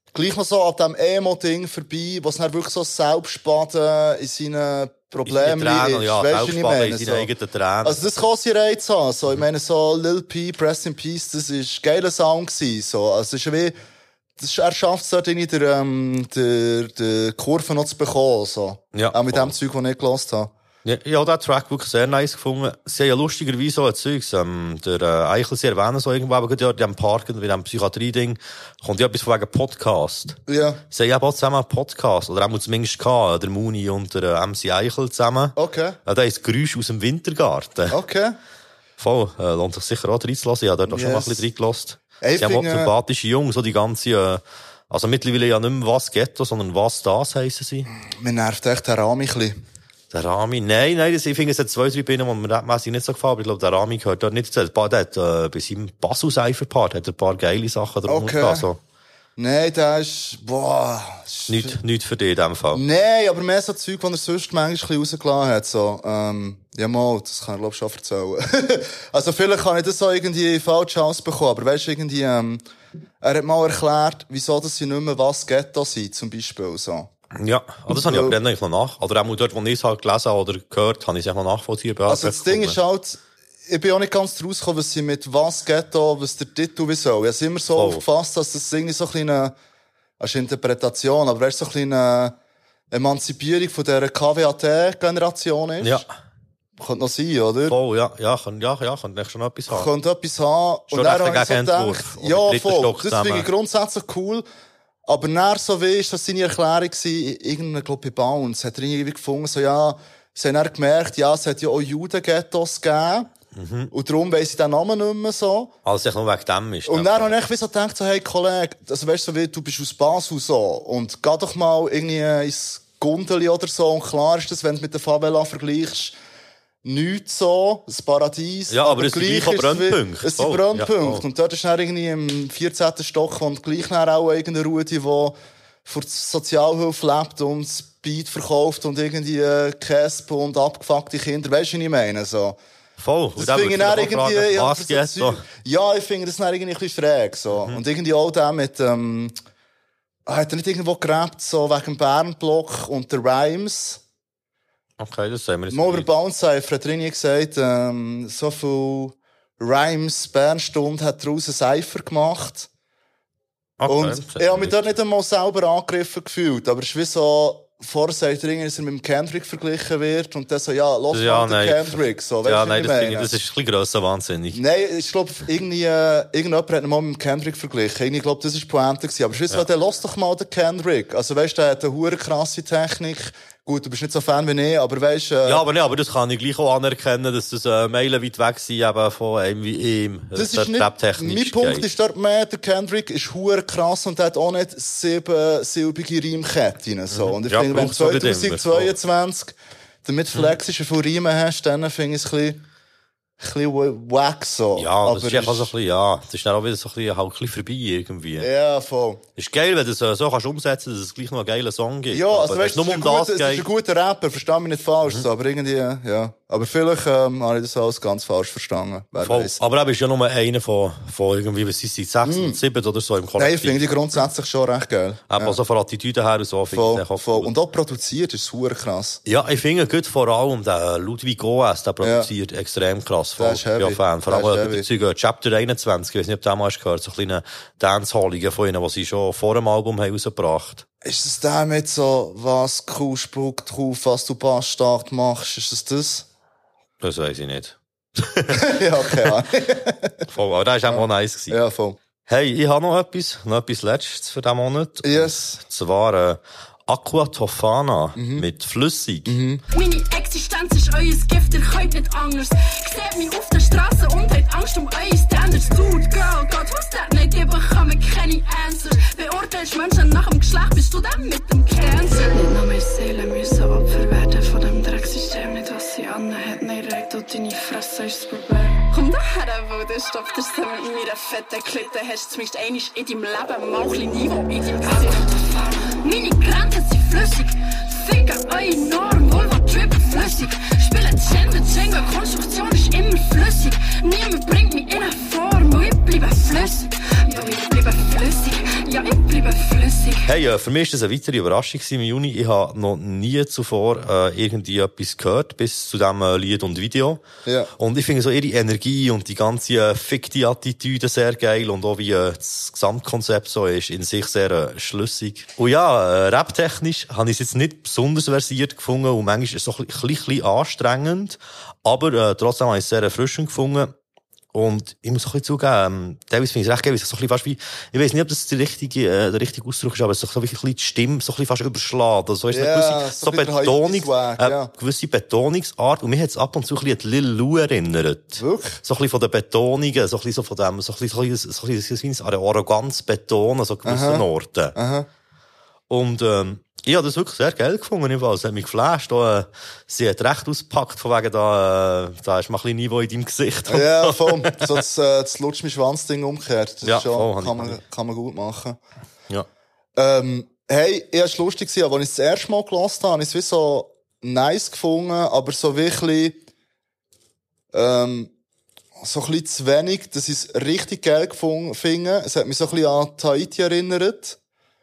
gleich noch so an dem Emo-Ding vorbei, was dann wirklich so Selbstbaden in seinen Problemen ist. Ja, weißt du, was ich meine? in seinen eigenen Tränen. Also das kann sie Reiz haben. So, ich meine, so Lil Peep, Rest in Peace, das war ein geiler Sound gewesen. So, also es ist wie, das ist, er schafft es dort irgendwie, der, ähm, der, der Kurve noch zu bekommen. So. Ja, auch mit voll. dem Zeug, das ich gehört habe. Ja, ich habe den Track wirklich sehr nice gefunden. Sie haben ja lustigerweise so ein Zeugs, ähm, der äh, Eichel, sie erwähnen so irgendwo, aber gerade ja, in diesem Park, in diesem Psychiatrie-Ding, kommt ja etwas von wegen Podcast. Ja. Sie haben ja auch zusammen einen Podcast, oder auch zumindest gehabt, der Muni und der äh, M C Eichel zusammen. Okay. Ja, da ist Geräusch aus dem Wintergarten. Okay. Voll, äh, lohnt sich sicher auch reinzulassen. Ich habe dort auch Yes. schon mal ein bisschen reingelassen. Ey, Sie haben auch finde- sympathische Jungs, so die ganze, äh, also mittlerweile ja nicht mehr was Ghetto, sondern was das heissen sie. Mir nervt echt der Rami ein bisschen. Der Rami, nein, nein, das, ich finde, es hat zwei, drei Binnen, die mir rapmässig nicht so gefallen, aber ich glaube, der Rami gehört dort nicht zu. Der, der hat, äh, bei seinem Bassu-Seifer-Part hat er ein paar geile Sachen drunter Okay. gehabt, so. Nein, der ist, boah. ist- Nicht, nicht für dich in dem Fall. Nein, aber mehr so Zeug, das er sonst manchmal ein bisschen rausgelassen hat, so, ähm, ja mal, das kann ich glaube schon erzählen. Also vielleicht kann ich das so irgendwie falsch ausbekommen, aber weißt du, irgendwie, ähm, er hat mal erklärt, wieso dass sie nicht mehr was Ghetto sind, zum Beispiel, so. Ja, aber das habe ich aber dann eigentlich noch nach. Oder auch dort, wo ich es halt gelesen oder gehört, habe ich es auch noch nachvollziehbar. Also das Ding ist halt, ich bin auch nicht ganz draus gekommen, was sie mit was Ghetto, was der Titel wie soll. Ich habe es immer so Voll. aufgefasst, dass das irgendwie so ein kleine, das ist eine Interpretation, aber weißt du, so eine kleine Emanzipierung von dieser K W A T-Generation ist. Ja. Könnte noch sein, oder? Voll, ja, ja, kann, ja, ja, kann echt schon etwas haben. Könnte etwas haben. Schon Und dann recht habe ich so ein Gegenentwurf. gedacht, Oder ja, dritter voll, Stock das finde ich zusammen. grundsätzlich cool. Aber dann so wie ist das seine Erklärung gewesen, irgendeine, glaube ich, bei Bounce, hat er irgendwie gefunden, so, ja, sie haben dann gemerkt, ja, es hat ja auch Juden-Ghettos gegeben. Mhm. Und darum weiss ich den Namen nicht mehr so. Also, ich nur wegen dem ist. Und dann habe ich wie so gedacht, so, hey, Kollege, also weißt du, so wie, du bist aus Basel so. Und geh doch mal irgendwie ins Gundeli oder so. Und klar ist das, wenn du mit der Favela vergleichst, nichts so, das Paradies. Ja, aber es sind gleich gleich auch ist es wie- Brennpunkte. Es sind Voll. Brennpunkte. Ja, voll. Und dort ist dann irgendwie im vierzehnten Stock und gleich dann auch irgendeine Rudi, die vor der Sozialhilfe lebt und Speed verkauft und irgendwie äh, Käse und abgefuckte Kinder. Weißt du, was ich meine? So. Voll. Das finde ich dann irgendwie, ja, was für so geht so? Zeug- ja, ich finde das dann irgendwie ein bisschen schräg, so. Mhm. Und irgendwie auch der mit, ähm, ah, hat er nicht irgendwo gerappt, so wegen dem Bärenblock und der Rhymes? Okay, das sehen wir jetzt Mal über nicht. Bounce Cypher hat er irgendwie gesagt, ähm, so viel Rhymes, Bärenstunde hat daraus ein Cypher gemacht. Okay, Und das ich sehen wir habe mich nicht. dort nicht einmal selber angegriffen gefühlt, aber es ist wie so, vorher sagt er, dass er mit dem Kendrick verglichen wird und dann so, ja, los Ja, mal den nein. Kendrick, so, weißt Ja, du, nein, was das, ich finde ich, meine? das ist ein bisschen grosser wahnsinnig. Nein, ich glaube, irgendwie, äh, irgendjemand hat ihn mal mit dem Kendrick verglichen. Ich glaube, das war die Pointe gewesen. Aber schliesslich, Ja. dann lass doch mal den Kendrick. Also, weißt du, der hat eine hure krasse Technik. Gut, du bist nicht so Fan wie ich, aber weißt du, äh, Ja, aber nee, aber das kann ich gleich auch anerkennen, dass das äh, meilenweit weg sind eben von einem wie ihm. das ist dort nicht, raptechnisch mein Punkt geht. ist dort mehr, der Kendrick ist hure krass und hat auch nicht sieben silbige Reimketten, so. Und ich Ja, finde, wenn du braucht's auch nicht immer. zweitausendzweiundzwanzig damit Flexisch von Reimen hast, dann finde ich es ein bisschen, ein bisschen wack, so. Ja, das ist aber einfach so ein bisschen, ja, das ist dann auch wieder so ein bisschen, halt ein bisschen vorbei irgendwie. ja, voll. Ist geil, wenn du es äh, so kannst umsetzen, dass es gleich noch einen geilen Song gibt. Ja, also Aber weißt wenn du, es es nur ist um ein das guter- es ist ein geht. guter Rapper, versteh mich nicht falsch, so, aber irgendwie, ja. Aber vielleicht ähm, habe ich das alles ganz falsch verstanden. Wer Voll. weiss. Aber er ist ja nur einer von, von irgendwie, was sind sie, sechs und sieben oder so im Kollektiv. Nein, ich finde die grundsätzlich schon recht geil. Aber ja. so von Attitüde her und so, finde ich Voll, es auch voll. cool. Und auch produziert ist super krass. Ja, ich finde gut vor allem der Ludwig O S, der produziert extrem krass. Voll. Der ist heavy. Ja, Fan. Vor Der allem ist bei heavy. den Zeugen Chapter einundzwanzig, ich weiß nicht, ob du den mal hast gehört, so kleine Dancehallige von ihnen, die sie schon vor dem Album haben rausgebracht. Ist es der mit so, was Kuh spuckt drauf, was du Bastard machst? Ist es das? Das weiss ich nicht. Ja, keine Ahnung. Voll, aber der war auch nice gewesen. Ja, voll. Hey, ich habe noch etwas, noch etwas Letztes für diesen Monat. Yes. Und zwar, äh, Aqua Tofana mit Flüssig. Meine Existenz ist euer Gift, ihr könnt nicht anders. Seht mich auf der Straße und habt Angst um eure Standards. Dude, Girl, Gott, who's that? Nicht, ihr bekommt keine Answers. Beurteilst Menschen nach dem Geschlecht, bist du dann mit dem Cancer? Nicht nur meine Seele müssen Opfer werden von dem Drecksystem. Nicht, was sie anhat, nein, regt und deine Fresse ist das Problem. Komm daher, wo du stoppst, das mit meiner fetten Klitte. Hast du zumindest einmal in deinem Leben mal ein bisschen Niveau in deinem Gesicht. Meine Grenzen sind flüssig. Ficker eure Norm, Vulva drippen flüssig. Spielen Gender, Jenga, Konstruktion ist immer flüssig. Niemand bringt mich in eine Form, wo ich bleibe flüssig. Wo ich bleibe flüssig, ja ich bleibe flüssig. fertig. Hey, äh, für mich ist das eine weitere Überraschung im Juni. Ich habe noch nie zuvor äh, irgendwie etwas gehört, bis zu diesem äh, Lied und Video. Ja. Und ich finde so ihre Energie und die ganze äh, fickte Attitüde sehr geil und auch wie äh, das Gesamtkonzept so ist in sich sehr äh, schlüssig. Und ja, äh, raptechnisch habe ich es jetzt nicht besonders versiert gefunden und manchmal ist es so ein bisschen, ein bisschen anstrengend, aber äh, trotzdem habe ich es sehr erfrischend gefunden. Und ich muss auch ein bisschen zugeben, ähm, teilweise finde ich es recht geil, weil es so ein bisschen fast wie, ich weiss nicht, ob das der richtige, äh, der richtige Ausdruck ist, aber es ist so wirklich ein bisschen die Stimme, so ein bisschen fast überschlägt. Also, so ist Ja, eine gewisse, so so ein bisschen Betonung, Swag, äh, ja. gewisse Betonungsart. Und mir hat es ab und zu ein bisschen an Lil Lou erinnert. Wirklich? So ein bisschen von den Betonungen, so ein bisschen so von dem, so ein bisschen, so ein bisschen, so ein bisschen so eine Arroganz betonen, so gewissen Aha. Orten. Aha. Und, ähm, ich habe das wirklich sehr geil gefunden, im Fall. Es hat mich geflasht. Da, äh, sie hat recht ausgepackt, von wegen da, äh, da ist mal ein bisschen Niveau in deinem Gesicht. Ja, voll. So das, äh, das Lutsch mich Schwanz-Ding umgekehrt. Das Ja, ist schon, voll, kann habe man, kann man gut machen. Ja. Ähm, hey, ich hab's lustig gewesen, als ich das erste Mal gehört habe, habe ich es wie so nice gefunden, aber so wirklich, ähm, so ein bisschen zu wenig, dass ich es richtig geil gefunden finde. Es hat mich so ein bisschen an Tahiti erinnert.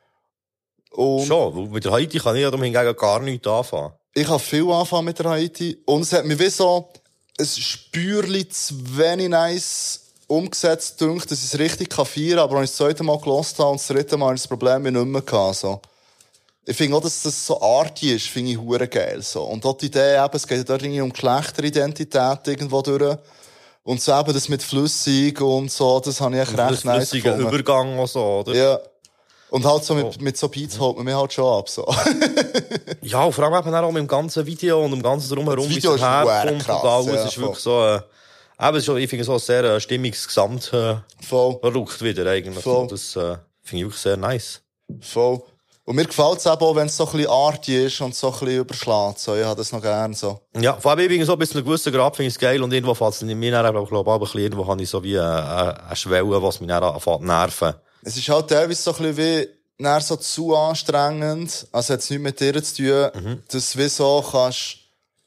Und Schon, weil mit der Haiti kann ich ja hingegen gar nichts anfangen. ich kann viel anfangen mit der Haiti. Und es hat mich wie so ein Spürchen zu wenig nice umgesetzt gedacht, dass ich es richtig feiern kann. Aber als ich das zweite Mal gehört habe und das dritte Mal habe ich das Problem nicht mehr gehabt. So. Ich finde auch, dass das so artig ist, finde ich hure geil. So. Und auch die Idee eben, es geht ja dort irgendwie um Geschlechteridentität irgendwo durch. Und so eben das mit flüssig und so, das habe ich echt recht nice flüssiger gefunden. Übergang und so, oder? Ja. Und halt so mit, Oh. mit so Beats holt man mich halt schon ab, so. Ja, und vor allem eben auch mit dem ganzen Video und dem ganzen Drumherum, Das wie Video es ist herkommt krass, und alles. ja, Es ist voll. wirklich so, äh, eben, es ist schon, ich finde so ein sehr äh, stimmiges Gesamt, äh, Voll. verrückt wieder eigentlich. Voll. Das, äh, finde ich wirklich sehr nice. Voll. Und mir gefällt es eben auch, wenn es so ein bisschen artig ist und so ein bisschen überschlägt. So, ich habe das noch gern, so. Ja, vor allem eben so bis zu einem gewissen Grad finde ich es geil und irgendwo fällt es in mir dann, glaube ich, auch ein bisschen, irgendwo habe ich so wie äh, eine, eine Schwelle, was mich dann anfängt zu nerven. Es ist halt teilweise so ein bisschen wie, dann so zu anstrengend, also hat es nichts mit dir zu tun, Mhm. dass du wie so kannst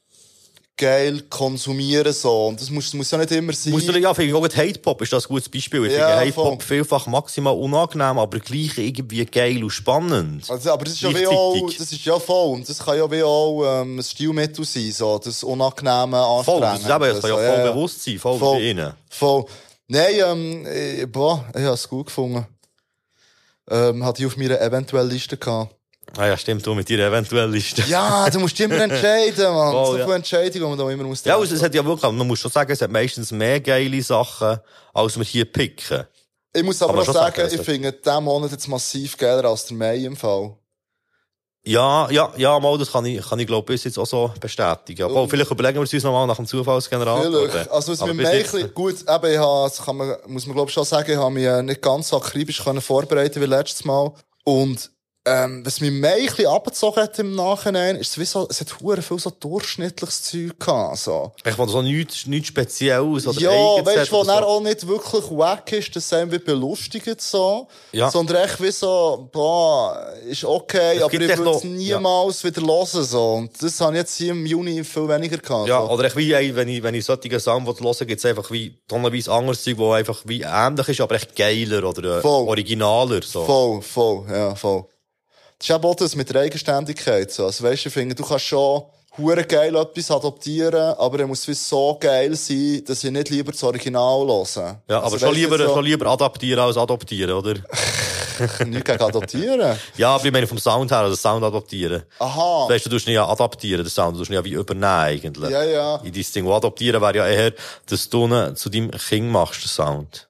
geil konsumieren, so. Und das muss, muss ja nicht immer sein. Muss ja, finde ich auch, Hate-Pop ist das ein gutes Beispiel. Ich Ja, finde Hate-Pop voll. vielfach maximal unangenehm, aber gleich irgendwie geil und spannend. Also, aber das ist ja wie auch, das ist ja voll, und das kann ja wie auch, ähm, ein Stilmittel sein, so, das unangenehme, Voll, anstrengende. das, eben, das kann ja so, voll bewusst sein, voll, Voll. bei ihnen. Voll. Nein, ähm, ich, boah, ich habe es gut gefunden. Ähm, hatte ich auf meiner eventuellen Liste gehabt. Ah ja, stimmt, du mit deiner eventuellen Liste. Ja, du musst immer entscheiden, Mann. Voll, so ja. viele Entscheidungen, die man da immer muss Ja, treffen. also, es hat ja wirklich, man muss schon sagen, es hat meistens mehr geile Sachen, als wir hier picken. Ich muss aber Kann man auch schon sagen, sagen, ich also- finde diesen Monat jetzt massiv geiler als der Mai im Fall. Ja, ja, ja, mal, das kann ich, kann ich, glaube bis jetzt auch so bestätigen. Obwohl, vielleicht überlegen wir es uns nochmal nach dem Zufallsgenerator. Vielleicht. Also, was Aber mir bis Mai jetzt- ein bisschen- gut, eben, ich habe, das kann man, muss man, glaube ich, schon sagen, ich habe mich äh, nicht ganz so akribisch können vorbereiten wie letztes Mal. Und, ähm, was mich Mai ein bisschen abgezogen hat im Nachhinein, ist es wie so, es hat verdammt viel so durchschnittliches Zeug gehabt, so. Ich fand so nichts, nichts Spezielles oder Ja, Eigenes weißt hat du, wo oder dann so. auch nicht wirklich wack ist, dass es einem wie belustigt, so. Ja. Sondern echt wie so, boah, ist okay, Es aber gibt ich echt würde es noch- niemals wieder hören, so. Und das habe ich jetzt hier im Juni viel weniger gehabt. Ja, so. oder ich wie, ey, wenn ich, wenn ich solche Sound höre, gibt's einfach wie tonnenweise anderes Zeug, wo einfach wie ähnlich ist, aber echt geiler oder äh, Voll. originaler, so. Voll, voll, ja, voll. Das ist eben auch das mit der Eigenständigkeit, so. Also, weisst du, ich finde, du kannst schon hure geil etwas adoptieren, aber er muss wie so geil sein, dass ich nicht lieber das Original höre. Ja, aber also, schon weisst du, lieber, so, schon lieber adaptieren als adoptieren, oder? Nicht gegen adoptieren. Ja, aber ich meine vom Sound her, also Sound adaptieren. Aha. Weißt du, du tust nicht ja adaptieren, den Sound, du tust nicht ja wie übernehmen, eigentlich. Ja, ja. In dein Ding. Und adaptieren wäre ja eher, dass du ihn zu deinem Kind machst, den Sound.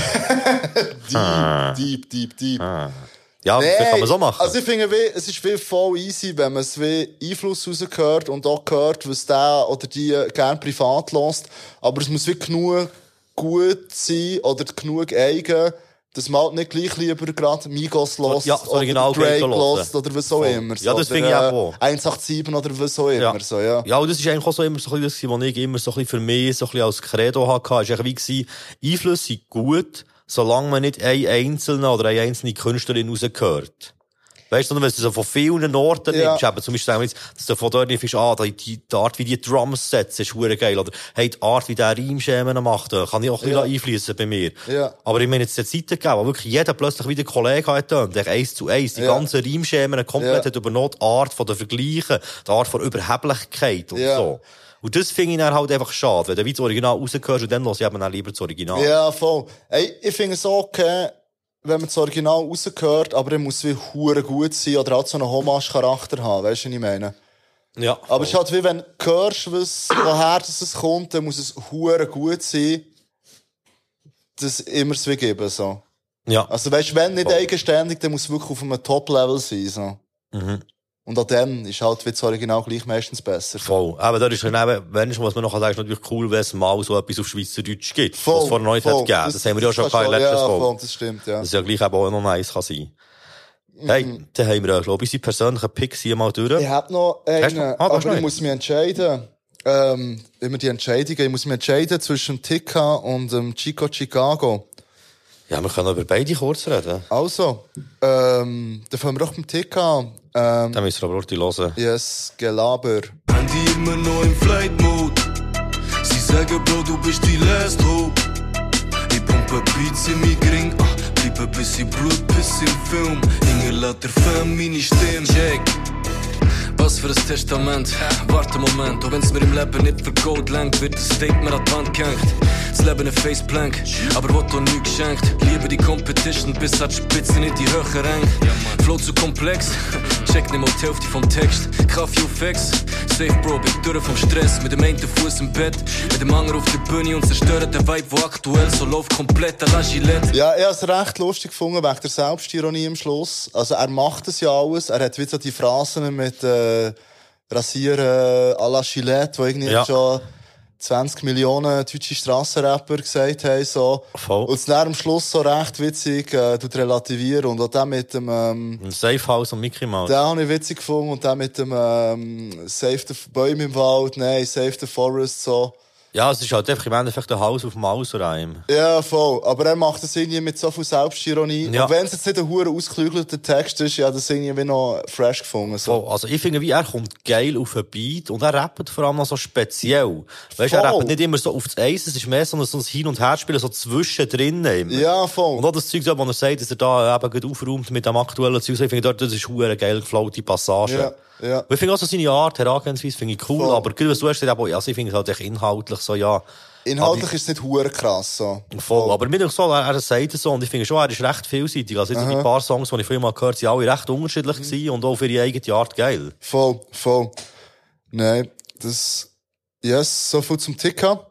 Deep, deep, deep, deep. Ah. Ja, das kann man so machen. Also ich finde, wie, es ist wie voll easy, wenn man es wie Einfluss rausgehört und auch hört, was der oder die gern privat lässt. Aber es muss wie genug gut sein oder genug eigen, dass man halt nicht gleich lieber gerade Migos lässt Ja, das oder Original Drake geht hören. lässt oder was auch Voll. immer. Ja, das Oder, finde ich äh, auch. eins acht sieben oder was auch immer. Ja. So, ja. Ja, und das ist eigentlich auch so immer so ein bisschen das, was ich immer so ein bisschen für mich so ein bisschen als Credo hatte. Es war eigentlich wie gewesen, Einflüsse sind gut, solange man nicht eine einzelne oder eine einzelne Künstlerin rausgehört. Weißt du, wenn du so von vielen Orten Ja. nimmst, eben zum Beispiel, dass du von dort nicht findest, ah, die, die Art, wie die Drums setzen, ist verdammt geil. Oder, hey, die Art, wie der Reimschemen macht, da kann ich auch ein Ja. bisschen einfließen bei mir. Ja. Aber ich meine, jetzt hat es Zeiten gegeben, wo wirklich jeder plötzlich wieder Kollege hat, der eins zu eins, die Ja. ganzen Reimschemen komplett Ja. hat übernommen, die Art von der Vergleichen, die Art von Überheblichkeit und Ja. so. Und das finde ich dann halt einfach schade, wenn du wie das Original rausgehörst und dann höre ich eben dann lieber das Original. Ja, voll. Ey, ich finde es okay, wenn man das Original rausgehört, aber er muss wie hure gut sein oder halt so einen Hommage-Charakter haben, weißt du, was ich meine? Ja. Aber es ist halt wie, wenn du hörst, was, woher das es kommt, dann muss es hure gut sein, dass immer es wie geben, so. Ja. Also weißt du, wenn nicht Voll. eigenständig, dann muss es wirklich auf einem Top-Level sein, so. Mhm. Und an dem ist halt wie das Original gleich meistens besser. Voll. Aber da ist dann eben, wenn schon, was man noch sagen, ist natürlich cool, wenn es mal so etwas auf Schweizerdeutsch gibt. Voll, was es vorher noch nicht voll. hat gegeben. Das, Das- haben wir ja das schon kann gehabt in schon- letzter ja, Folge. voll, das stimmt, ja. Das ist ja gleich eben auch noch nice kann sein. Hey, dann haben wir, glaube ich, unsere persönlichen Picks hier mal durch. Ich hab noch Hast du einen, noch? Ah, aber hast du noch ich einen? muss mich entscheiden. Ähm, immer die Entscheidungen. Ich muss mich entscheiden zwischen Tika und ähm, Chico Chicago. Ja, wir können über beide kurz reden. Also, ähm, dann fangen wir doch mit Tika an. Ähm, Dann müssen wir aber auch die hören. yes, Gelaber. Handy immer noch im Flight-Mode. Sie sagen, Bro, du bist die Last Hope. Ich pumpe Beats in mein Gring, ah, bleibe bis ich Blut, bis im Film. Hinterlässt der Fan meine Stimme. Check. Was für ein Testament. Warte einen Moment, auch wenn's mir im Leben nicht für Gold lenkt, wird das Statement an die Wand gehängt. Das Leben ein Faceplank, aber wird auch nichts geschenkt. Liebe die Competition, bis an die Spitze nicht die Höhe renkt. Flow zu komplex, check nicht mal die Hälfte vom Text. Kaffee auf Ex, safe Bro, bin durch vom Stress. Mit dem einen Fuß im Bett, mit dem anderen auf der Bühne und zerstören den Vibe, wo aktuell so läuft, komplett à la Gillette. Ja, ich habe es recht lustig gefunden, wegen der Selbstironie am Schluss. Also, er macht es ja alles. Er hat wieder so die Phrasen mit, äh, Rasieren à la Gillette, wo irgendwie Ja. schon zwanzig Millionen deutsche Strassenrapper gesagt haben, so. Voll. Und dann am Schluss so recht witzig, äh, tut relativieren. Und auch der mit dem, ähm, Ein Safe House und Mickey Mouse. den habe ich witzig gefunden. Und der mit dem, ähm, Save the Bäume im Wald, nein, Save the Forest, so. Ja, es ist halt einfach im Endeffekt ein Haus auf Mausreim. Ja, voll. Aber er macht das irgendwie mit so viel Selbstironie. Ja. Und wenn es jetzt nicht ein hure ausgeklügelter Text ist, ja, das irgendwie noch fresh gefunden, so. Voll. Also ich finde, wie er kommt geil auf ein Beat und er rappt vor allem noch so speziell. Weißt du, er Voll. rappt nicht immer so auf das Eis, es ist mehr so ein, so ein Hin- und Herspielen, so zwischendrin immer. Ja, voll. Und auch das Zeug, wo er sagt, dass er da eben gut aufräumt mit dem aktuellen Zeug, ich finde, dort, das ist eine geil geflaute Passage. Ja, ja. Und ich finde auch so seine Art, Herangehensweise, finde ich cool, Voll. aber gut, was du hast, also ich finde es halt echt inhaltlich so, ja. Inhaltlich ist es nicht hure krass, so. Voll. Aber mir so, er, er sagt es so, und ich finde schon, er ist recht vielseitig. Also jetzt so die paar Songs, die ich früher mal gehört habe, sind alle recht unterschiedlich gewesen und auch für ihre eigene Art geil. Voll, voll. Nein, das, yes, so viel zum Ticker.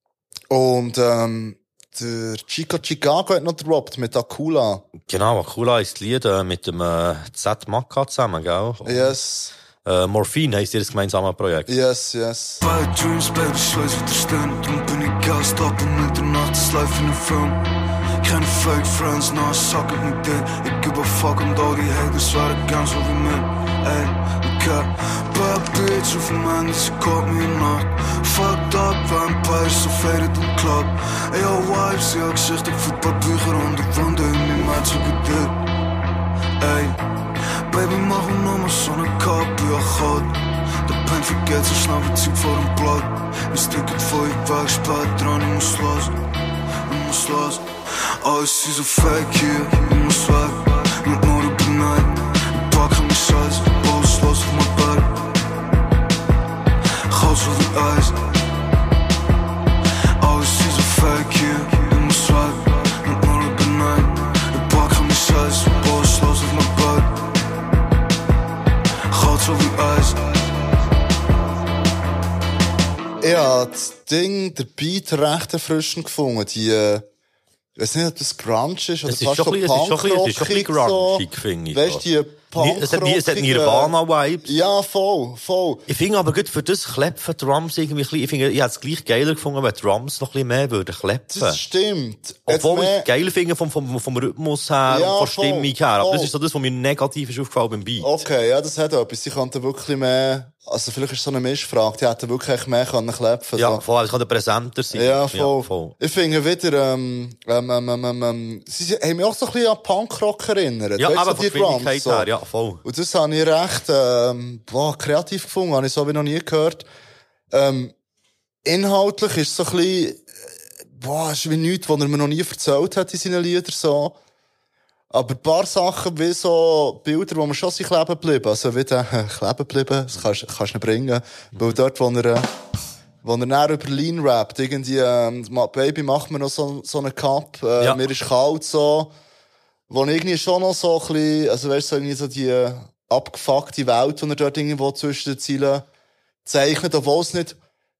Und, ähm, der Chico Chicago hat noch gedroppt mit Akula. Genau, Akula ist das Lied äh, mit dem äh, Z Maka zusammen, gell? Yes, Äh, Morphine heisst ihr das gemeinsame Projekt. yes, yes. Bad Dreams, Baby, ich weiß, was da stand. Drum bin ich Gast, ab um Mitternacht, das Life in einem Film. Keine Fake Friends, no, ich suck it mit dir. Ich gebe Fuck und all die Haters werden ganz so wie mir. Ey, okay. Bad Bitch auf dem Handy, sie caught me in Nacht. Fucked up, Vampires, so faded im Club. Ey, yo, Vibes, ja, Geschichte für ein paar Bücher und die Wände in meinem Herz so wie dir. Ey, Baby, mach mir noch mal so ne Kappe, ja, Gott. Der Pen vergeht so schnell wie Zeug vor dem Blatt. Ein Ticket vor ich weg, spät dran, ich muss los. Ich muss los. Alles ist so fake hier, ich muss weg. Mit nur über Night. Ich packe mich Scheiß, alles los auf mein Bett. Raus auf die Eis. Alles ist so fake hier, ich muss weg. Mit nur über Night. Ich packe mich Scheiß, alles los auf mein Bett. Raus auf die Eis. Ja, das Ding, der Beat recht erfrischend gefunden. Die, äh, ich weiß nicht, ob das Grunge ist oder Es ist fast schon so ein bisschen- es ist schon ein bisschen- es ist schon ein bisschen Punkrockig grungig, finde ich. Weißt du, die Nie- es hat nie- es hat Nirvana-Vibes. Ja, voll, voll. Ich finde aber gut für das Klepfen Drums irgendwie ein bisschen, ich finde, ich hätte es gleich geiler gefunden, wenn Drums noch ein bisschen mehr würden klepfen. Das stimmt. Obwohl Jetzt ich mehr- es geil finde vom, vom, vom Rhythmus her Ja, und von voll, Stimmung her. Aber das voll. ist so das, was mir negativ ist aufgefallen beim Beat. Okay, ja, das hat etwas. Sie könnten wirklich mehr, also vielleicht ist es so eine Mischfrage, die hätten wirklich echt mehr können klepfen. Ja, so. vor allem, es kann präsenter sein. Ja, voll. voll. Ich finde wieder, ähm, ähm, ähm, ähm, ähm, sie haben mich auch so ein bisschen an Punkrock erinnert. Ja, Weißt du, aber von die der Geschwindigkeit Drums, so. her, ja, voll. Und das habe ich recht, ähm, boah, kreativ gefunden, habe ich so wie noch nie gehört. Ähm, inhaltlich ist es so ein bisschen, boah, ist wie nichts, was er mir noch nie erzählt hat in seinen Liedern, so. Aber ein paar Sachen, wie so Bilder, die mir schon sind kleben geblieben. Also wie der, äh, kleben geblieben, das kannst, kannst du nicht bringen. Weil dort, wo er, äh, wo er näher über Lean rappt, irgendwie, ähm, Baby, macht mir noch so, so einen Cup, äh, ja. Mir ist kalt, so. Wo irgendwie schon noch so ein bisschen, also weißt du, so irgendwie so die äh, abgefuckte Welt, die er dort irgendwo zwischen den Zielen zeichnet, obwohl es nicht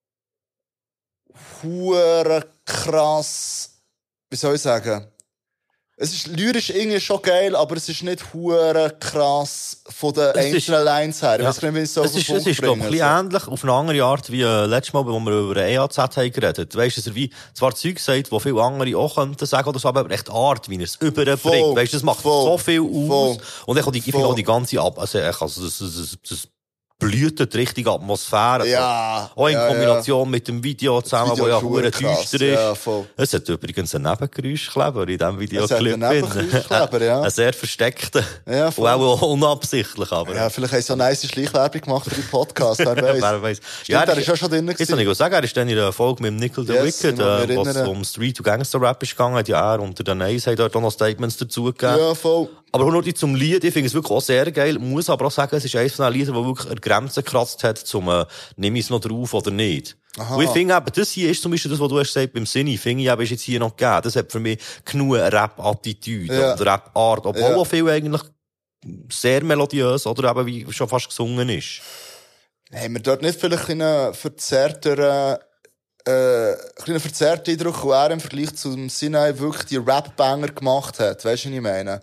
hure krass, wie soll ich sagen, es ist lyrisch irgendwie schon geil, aber es ist nicht hure krass von den es einzelnen ist, Lines her. Ich ja. weiß nicht, wie ich es so es ist, es ist glaube ich, ein bisschen ähnlich, auf eine andere Art, wie äh, letztes Mal, wo wir über E A Z haben geredet. Weißt du, dass er wie zwar Zeug sagt, wo viele andere auch könnten sagen oder so, aber echt Art, wie er es überbringt. Weißt du, das macht voll, so viel aus. Voll, und ich, ich finde auch die ganze Ab, also, also das, das, das, das blühtet die richtige Atmosphäre. Ja. Auch in ja, Kombination ja. mit dem Video zusammen, das ja hure düster ist. Ja, voll. Es hat übrigens einen Nebengeräuschkleber in diesem Videoclip. Ein ja. Ein sehr versteckter. Ja, voll. Und auch unabsichtlich, aber. Ja, vielleicht haben sie so eine nice Schleichwerbung gemacht für den Podcast, wer weiß. Wer weiß. Stimmt, ja, er ist ja schon drin gewesen. Jetzt kann ich sagen, er ist dann in einer Folge mit Nickel the yes, Wicked, äh, wo es um Street- und Gangster-Rap ist gegangen. Ja, er unter den Ace hat dort auch noch Statements dazugegeben. Ja, voll. Aber auch noch die zum Lied, ich finde es wirklich auch sehr geil. Muss aber auch sagen, es ist eines von den Liedern, das wirklich an Grenzen gekratzt hat, zum, äh, nehme ich es noch drauf oder nicht. Aha. Und ich finde eben, das hier ist zum Beispiel das, was du hast gesagt beim Sinne, finde ich eben, ist jetzt hier noch gegeben. Das hat für mich genug Rap-Attitüde ja. und Rap-Art, obwohl ja. auch viel eigentlich sehr melodiös oder eben wie schon fast gesungen ist. Haben wir dort nicht vielleicht einen verzerrteren, äh, einen verzerrten Eindruck, wo er im Vergleich zum Sinne wirklich die Rap-Banger gemacht hat? Weißt du, was ich meine?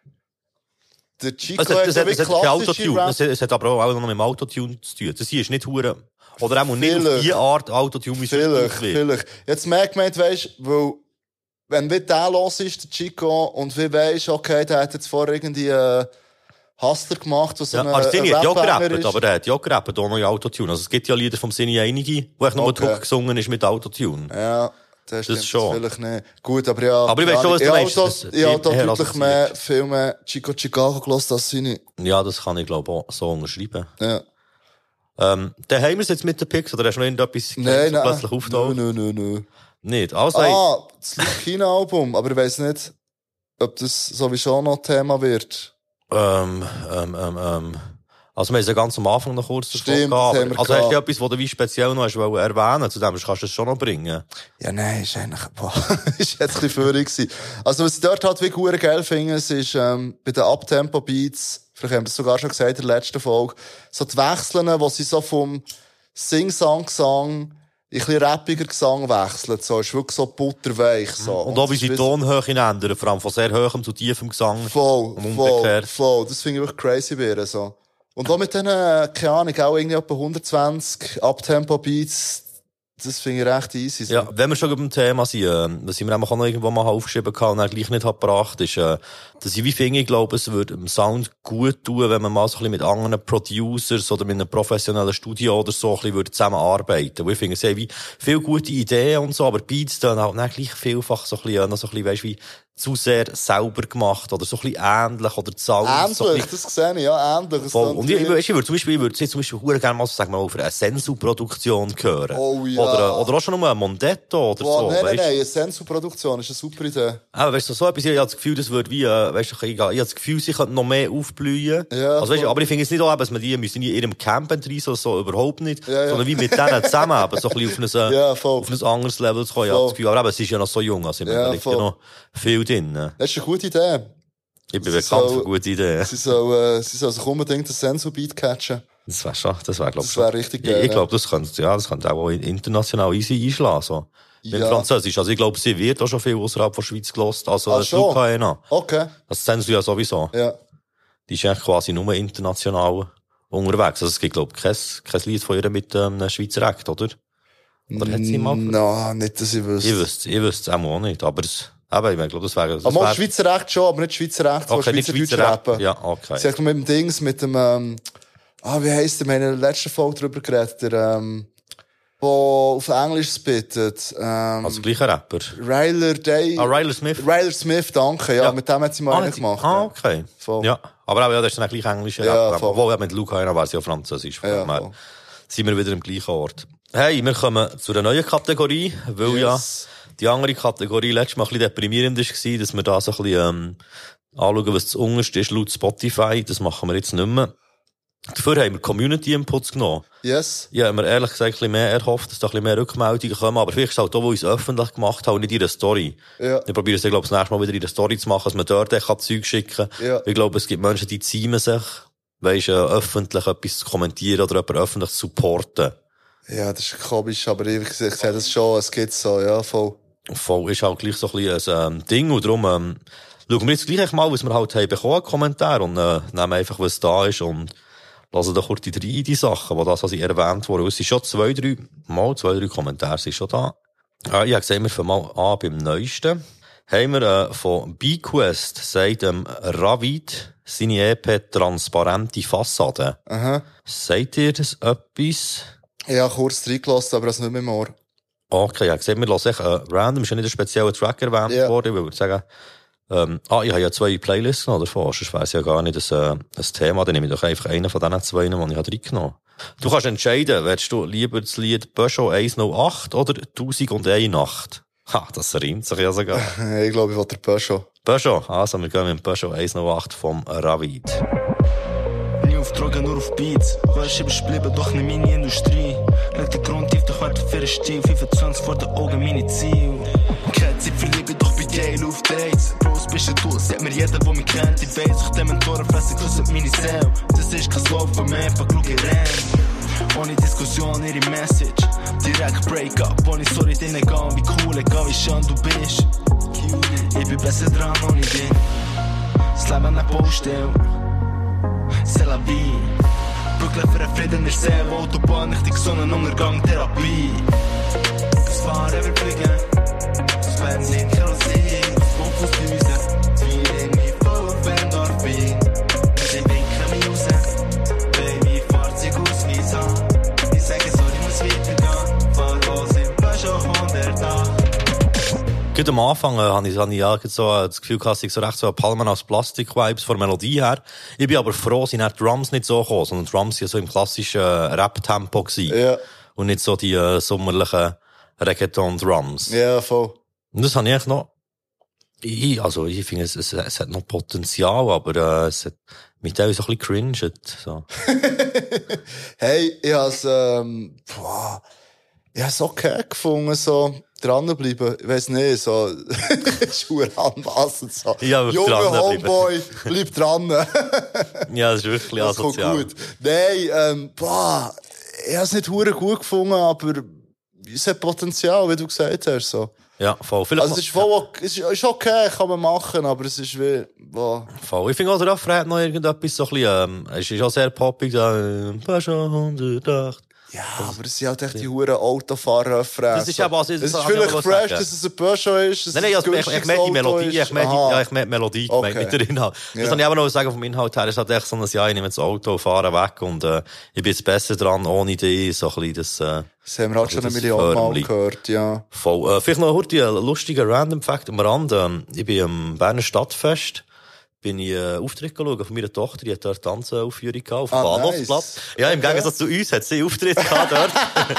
Der Chico also, das hat, hat, so das hat Autotune. Es, es hat aber auch noch mit dem Autotune zu tun. Das hier ist nicht hure oder auch nicht auf die Art Autotune, wie es Vielleicht, vielleicht. Jetzt merkt man, weißt du, weil, wenn wie der los ist, der Chico, und wie weisst, okay, der hat jetzt vorher irgendwie, äh, Hustler gemacht, was so ja, eine, Arsini hat ja gerappt, ist. aber der hat ja gerappt, auch noch in Autotune. Also es gibt ja Lieder vom Sini einige, wo echt nur okay. Druck gesungen ist mit Autotune. Ja. Das, das ist schon. Vielleicht nicht. Gut, aber ja. Aber ich weiß schon, was du meinst. Ich habe da deutlich mehr Filme Chico Chicago gehört als Sini. Ja, das kann ich, glaube ich, auch so unterschreiben. Ja. Ähm, dann haben wir es jetzt mit den Picks, oder hast du noch irgendetwas nein, nein. plötzlich auftaucht? Nein, nein, nein, nein. Nicht? Also, ah, das Kino-Album, aber ich weiss nicht, ob das sowieso noch Thema wird. Ähm, ähm, ähm, ähm. Also, wir haben es ja ganz am Anfang noch kurz Stimmt, davon gehabt. Also, hast du etwas, was du wie speziell noch hast erwähnen? Zu dem kannst du es schon noch bringen. Ja, nein, ist eigentlich, boah, ist jetzt ein bisschen führig gewesen. Also, was ich dort halt wie gut geil finde, ist, ähm, bei den Uptempo-Beats, vielleicht haben wir das sogar schon gesagt in der letzten Folge, so die Wechseln, wo sie so vom Sing-Sang-Gesang in ein bisschen rappiger Gesang wechseln, so, ist wirklich so butterweich, so. Und, und auch wie sie die Tonhöhe ändern, vor allem von sehr hohem zu tiefem Gesang. Voll, voll, voll. Das finde ich wirklich crazy bei ihr, so. Und auch mit denen, keine Ahnung, auch irgendwie etwa hundertzwanzig Uptempo-Beats, das finde ich recht easy. So. Ja, wenn wir schon beim Thema sind, äh, das sind wir auch noch irgendwo mal aufgeschrieben gehabt und dann gleich nicht gebracht, ist, äh, dass ich wie finde, ich glaube, es würde dem Sound gut tun, wenn man mal so ein bisschen mit anderen Producers oder mit einem professionellen Studio oder so ein bisschen würde zusammenarbeiten. Weil ich finde, es haben wie viele gute Ideen und so, aber Beats dann halt nicht gleich vielfach so ein bisschen, noch so ein bisschen, weisst, wie zu sehr selber gemacht oder so ein bisschen ähnlich oder Sound. Ähnlich, so bisschen, das sehe ich, ja, ähnlich. Voll. Und ich, ich, ich würde zum Beispiel, ich würde jetzt zum Beispiel gerne mal, sagen wir mal, auf eine Sensu-Produktion hören. Oh ja. Oder, oder auch schon nur ein Mondetto oder Boah, so. Nein, nein, nein, eine Sensu-Produktion ist eine super Idee. Aber weißt du, so etwas, ich habe das Gefühl, das würde wie, weißt du, ich, ich habe das Gefühl, sie könnten noch mehr aufblühen. Ja, also, weißt du, aber ich finde es nicht auch, dass man die müssen in ihrem Camp entreissen oder so, überhaupt nicht. Ja, ja. Sondern wie mit denen zusammen, aber so ein bisschen auf ein, ja, auf ein anderes Level zu kommen. Ich habe das Gefühl, aber eben, es ist ja noch so jung, also ja, da liegt ja noch viel drin. Das ist eine gute Idee. Ich bin bekannt für gute Ideen. Sie soll, äh, sie soll sich unbedingt ein Sensu-Beat catchen. Das wäre schon, das wäre, glaube ich. Das wäre richtig geil. Ich, ich glaube, das könnte, ja, das könnte auch international easy einschlagen, so. Ja. Mit Französisch. Also, ich glaube, sie wird auch schon viel außerhalb von Schweiz gelost. Also, ah, schon? Okay. Das Sensu ja sowieso. Ja. Die ist eigentlich quasi nur international unterwegs. Also, es gibt, glaube ich, kein, kein Lied von ihr mit, ähm, einem Schweizer Act, oder? Oder hat sie mal? No, nicht, dass ich wüsste. Ich wüsste, ich wüsste es auch nicht, aber es, aber ich glaube, das wäre, das aber wär... Schweizer Recht schon, aber nicht Schweizer Recht, okay, Schweizer nicht Deutsch rappen. Ja, okay. Sie hat mit dem Dings, mit dem, ähm, ah, wie heisst der? Wir haben in der letzten Folge drüber geredet, der, ähm, der auf Englisch spittet. Ähm, also gleicher Rapper? Ryler Day. Ah, Ryler Smith? Ryler Smith, danke, ja. ja. Mit dem hat sie mal ah, einen gemacht. Ah, okay. Voll. Ja, aber auch, ja, das ist dann gleich englischer ja, Rapper. Obwohl, mit Luca Heiner war sie ja französisch. Ja, mal sind wir wieder im gleichen Ort. Hey, wir kommen zu einer neuen Kategorie, weil yes. ja die andere Kategorie letztes Mal ein bisschen deprimierend war, dass wir da so ein bisschen ähm, anschauen, was das unterste ist laut Spotify. Das machen wir jetzt nicht mehr. Dafür haben wir Community-Inputs genommen. Yes. Ja, haben wir ehrlich gesagt ein bisschen mehr erhofft, dass da ein bisschen mehr Rückmeldungen kommen. Aber vielleicht ist es auch da, wo ich es öffentlich gemacht habe, nicht in der Story. Ja. Ich probiere es, glaube ich, das nächste Mal wieder in der Story zu machen, dass man dort auch Zeug schicken kann. Ja. Ich glaube, es gibt Menschen, die ziehen sich, weisst, äh, öffentlich etwas zu kommentieren oder jemanden öffentlich zu supporten. Ja, das ist komisch, aber ich, ich sehe das schon, es geht so, ja, voll. Voll ist halt gleich so ein bisschen ein ähm, Ding und darum, ähm, schauen wir jetzt gleich mal, was wir halt haben bekommen, Kommentar und äh, nehmen einfach, was da ist und lassen doch kurz die drei die Sachen, die das also erwähnt wurden. Es sind schon zwei, drei, mal zwei, drei Kommentare sind schon da. Äh, ja, sehen wir mal an beim neuesten. Haben wir äh, von B-Quest, sagt ähm, Ravid, seine E P Transparente Fassade. Aha. Sagt ihr das etwas? Ja, kurz reingelassen, aber das nicht mehr mehr. Okay, ja, gesehen, wir lassen sich, äh, random, ist ja nicht ein spezieller Track erwähnt yeah. worden, weil wir sagen, ähm, ah, ich habe ja zwei Playlists genommen davon, sonst weiss ich ja gar nicht, dass, äh, das Thema, dann nehme ich doch einfach einen von diesen zwei, die ich habe reingenommen. Du kannst entscheiden, willst du lieber das Lied Peugeot hundertacht oder tausendundeine Nacht? Ha, das reimt sich ja sogar. Ich glaube, ich will der Peugeot. Peugeot, also wir gehen mit dem Peugeot hundertacht vom Ravid. Nie auf Drogen, nur auf Beats. Weißt, ich bin geblieben, doch nicht meine Industrie. Leg den Grund tief, doch warte für den Stil. fünfundzwanzig vor den Augen, meine Ziele. Keine Zeit für Liebe, doch bei Jail auf Dates. Bros, bist du, sieht mir jeder, der mich kennt. Ich weiss, ich den Mentoren fressen, küssen meine Seele. Das ist kein Laufen mehr, einfach schau, ich renn. Ohne Diskussion, ihre Message. Direkt Break-up, ohne Sorry, drinnen gehen. Wie cool, egal wie schön du bist. Ich bin besser dran, ohne dich. Das Leben eine Baustelle. C'est la vie. Brooklyn für einen Frieden in der Seele. Autobahn, richtig Sonnenuntergang, Therapie. Das Fahren überfliegen. Das Benzin, Kerosin. Das Fokusdüse. Feeling wie voll auf Endorphin. Sie winken mich raus. Baby, Fahrzeug aus wie Sand. Ich sage, sorry, muss weitergehen. Fahr los im Peugeot hundertacht. Gerade am Anfang äh, habe ich, hab ich ja so, äh, das Gefühl, dass ich so recht so Palmen als Plastik-Vibes von der Melodie her. Ich bin aber froh, sind die Drums nicht so gekommen, sondern die Drums waren so im klassischen äh, Rap-Tempo gewesen. Ja. Und nicht so die äh, sommerlichen Reggaeton-Drums. Ja, voll. Und das habe ich eigentlich noch, ich, also ich finde, es, es, es hat noch Potenzial, aber äh, es hat mit dem so ein bisschen cringed. So. Hey, ich has, ähm, boah, ich has okay gefunden, so dranbleiben. Ich weiss nicht, so, Schuhe anpassen, so. Ja, Junge Homeboy, bleib dran. Ja, das ist wirklich das asozial. Kommt gut. Nein, ähm, boah, ich has nicht hure gut gefunden, aber es hat Potenzial, wie du gesagt hast, so. Ja, voll. Vielleicht also, es ist voll, es ist okay, kann man machen, aber es ist wie, boah. Voll. Ich finde auch, der Refrain hat noch irgendetwas so ein bisschen, ähm, es ist auch sehr poppig, da, ähm, Peugeot hundertacht. Ja, aber es sind halt echt die huren Autofahrer-Refrains. Das ist ja was, es ist vielleicht fresh, dass es ein Peugeot ist. Nein, nein, also, ich, ich meine die Melodie, ich meine ja, ich meine die Melodie, okay. Ich meine mit der Inhalt. Das ja. kann ich aber noch sagen vom Inhalt her, es ist halt echt so ein Jahr, ich nehme das Auto, fahre weg und, äh, ich bin jetzt besser dran, ohne die, so ein bisschen das, äh, das haben wir halt schon eine Million Mal gehört, ja. Voll. Äh, vielleicht noch kurz ein lustiger Random Fact am Rand. Ähm, ich bin am Berner Stadtfest, bin ich äh, Auftritt geschaut von meiner Tochter, die hat dort Tanzaufführung gehabt, auf dem ah, Bahnhofsplatz. Nice. Ja, im Gegensatz zu uns hat sie Auftritt gehabt dort.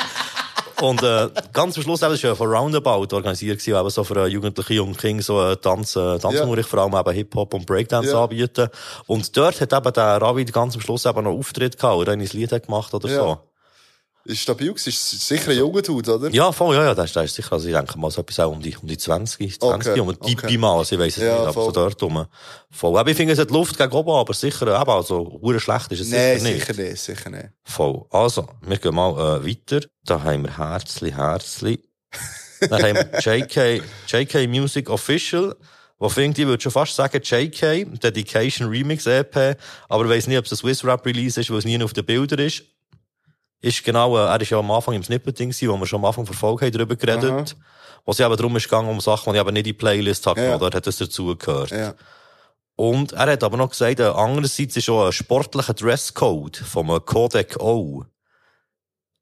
Und äh, ganz am Schluss, das war ja von Roundabout organisiert, gewesen, eben so für jugendliche Jungen Kinder so äh, Tanz, äh, Tanzunterricht, yeah. vor allem eben Hip-Hop und Breakdance yeah. anbieten. Und dort hat eben der Ravid ganz am Schluss eben noch Auftritt gehabt, oder ein Lied hat gemacht oder yeah. so. Ist stabil, ist sicher ein junger Dude, oder? Ja, voll, ja, ja, das ist, das ist sicher, also ich denke mal so etwas auch um die, um die zwanzig, zwanzig, okay. um die okay. Mal, also ich weiss es ja, nicht, aber voll. So dort rum. Voll. Aber ich finde, es hat Luft gegen oben, aber sicher, eben, also, hure schlecht ist es nee, sicher nicht. sicher nicht, sicher nicht. Voll. Also, wir gehen mal, äh, weiter. Da haben wir Herzli, Herzli. Dann haben wir J K, J K Music Official. Wo finde ich, ich würde schon fast sagen J K, Dedication Remix E P, aber ich weiss nicht, ob es ein Swiss Rap Release ist, weil es nie auf den Bildern ist. Ist genau, äh, er ist ja am Anfang im Snippeting gewesen, wo wir schon am Anfang verfolgt haben, darüber geredet. Aha. Wo es eben darum ist gegangen, um Sachen, die ich aber nicht in die Playlist habe, ja. Dort hat es dazugehört. Ja. Und er hat aber noch gesagt, äh, andererseits ist auch ein sportlicher Dresscode vom Codec O.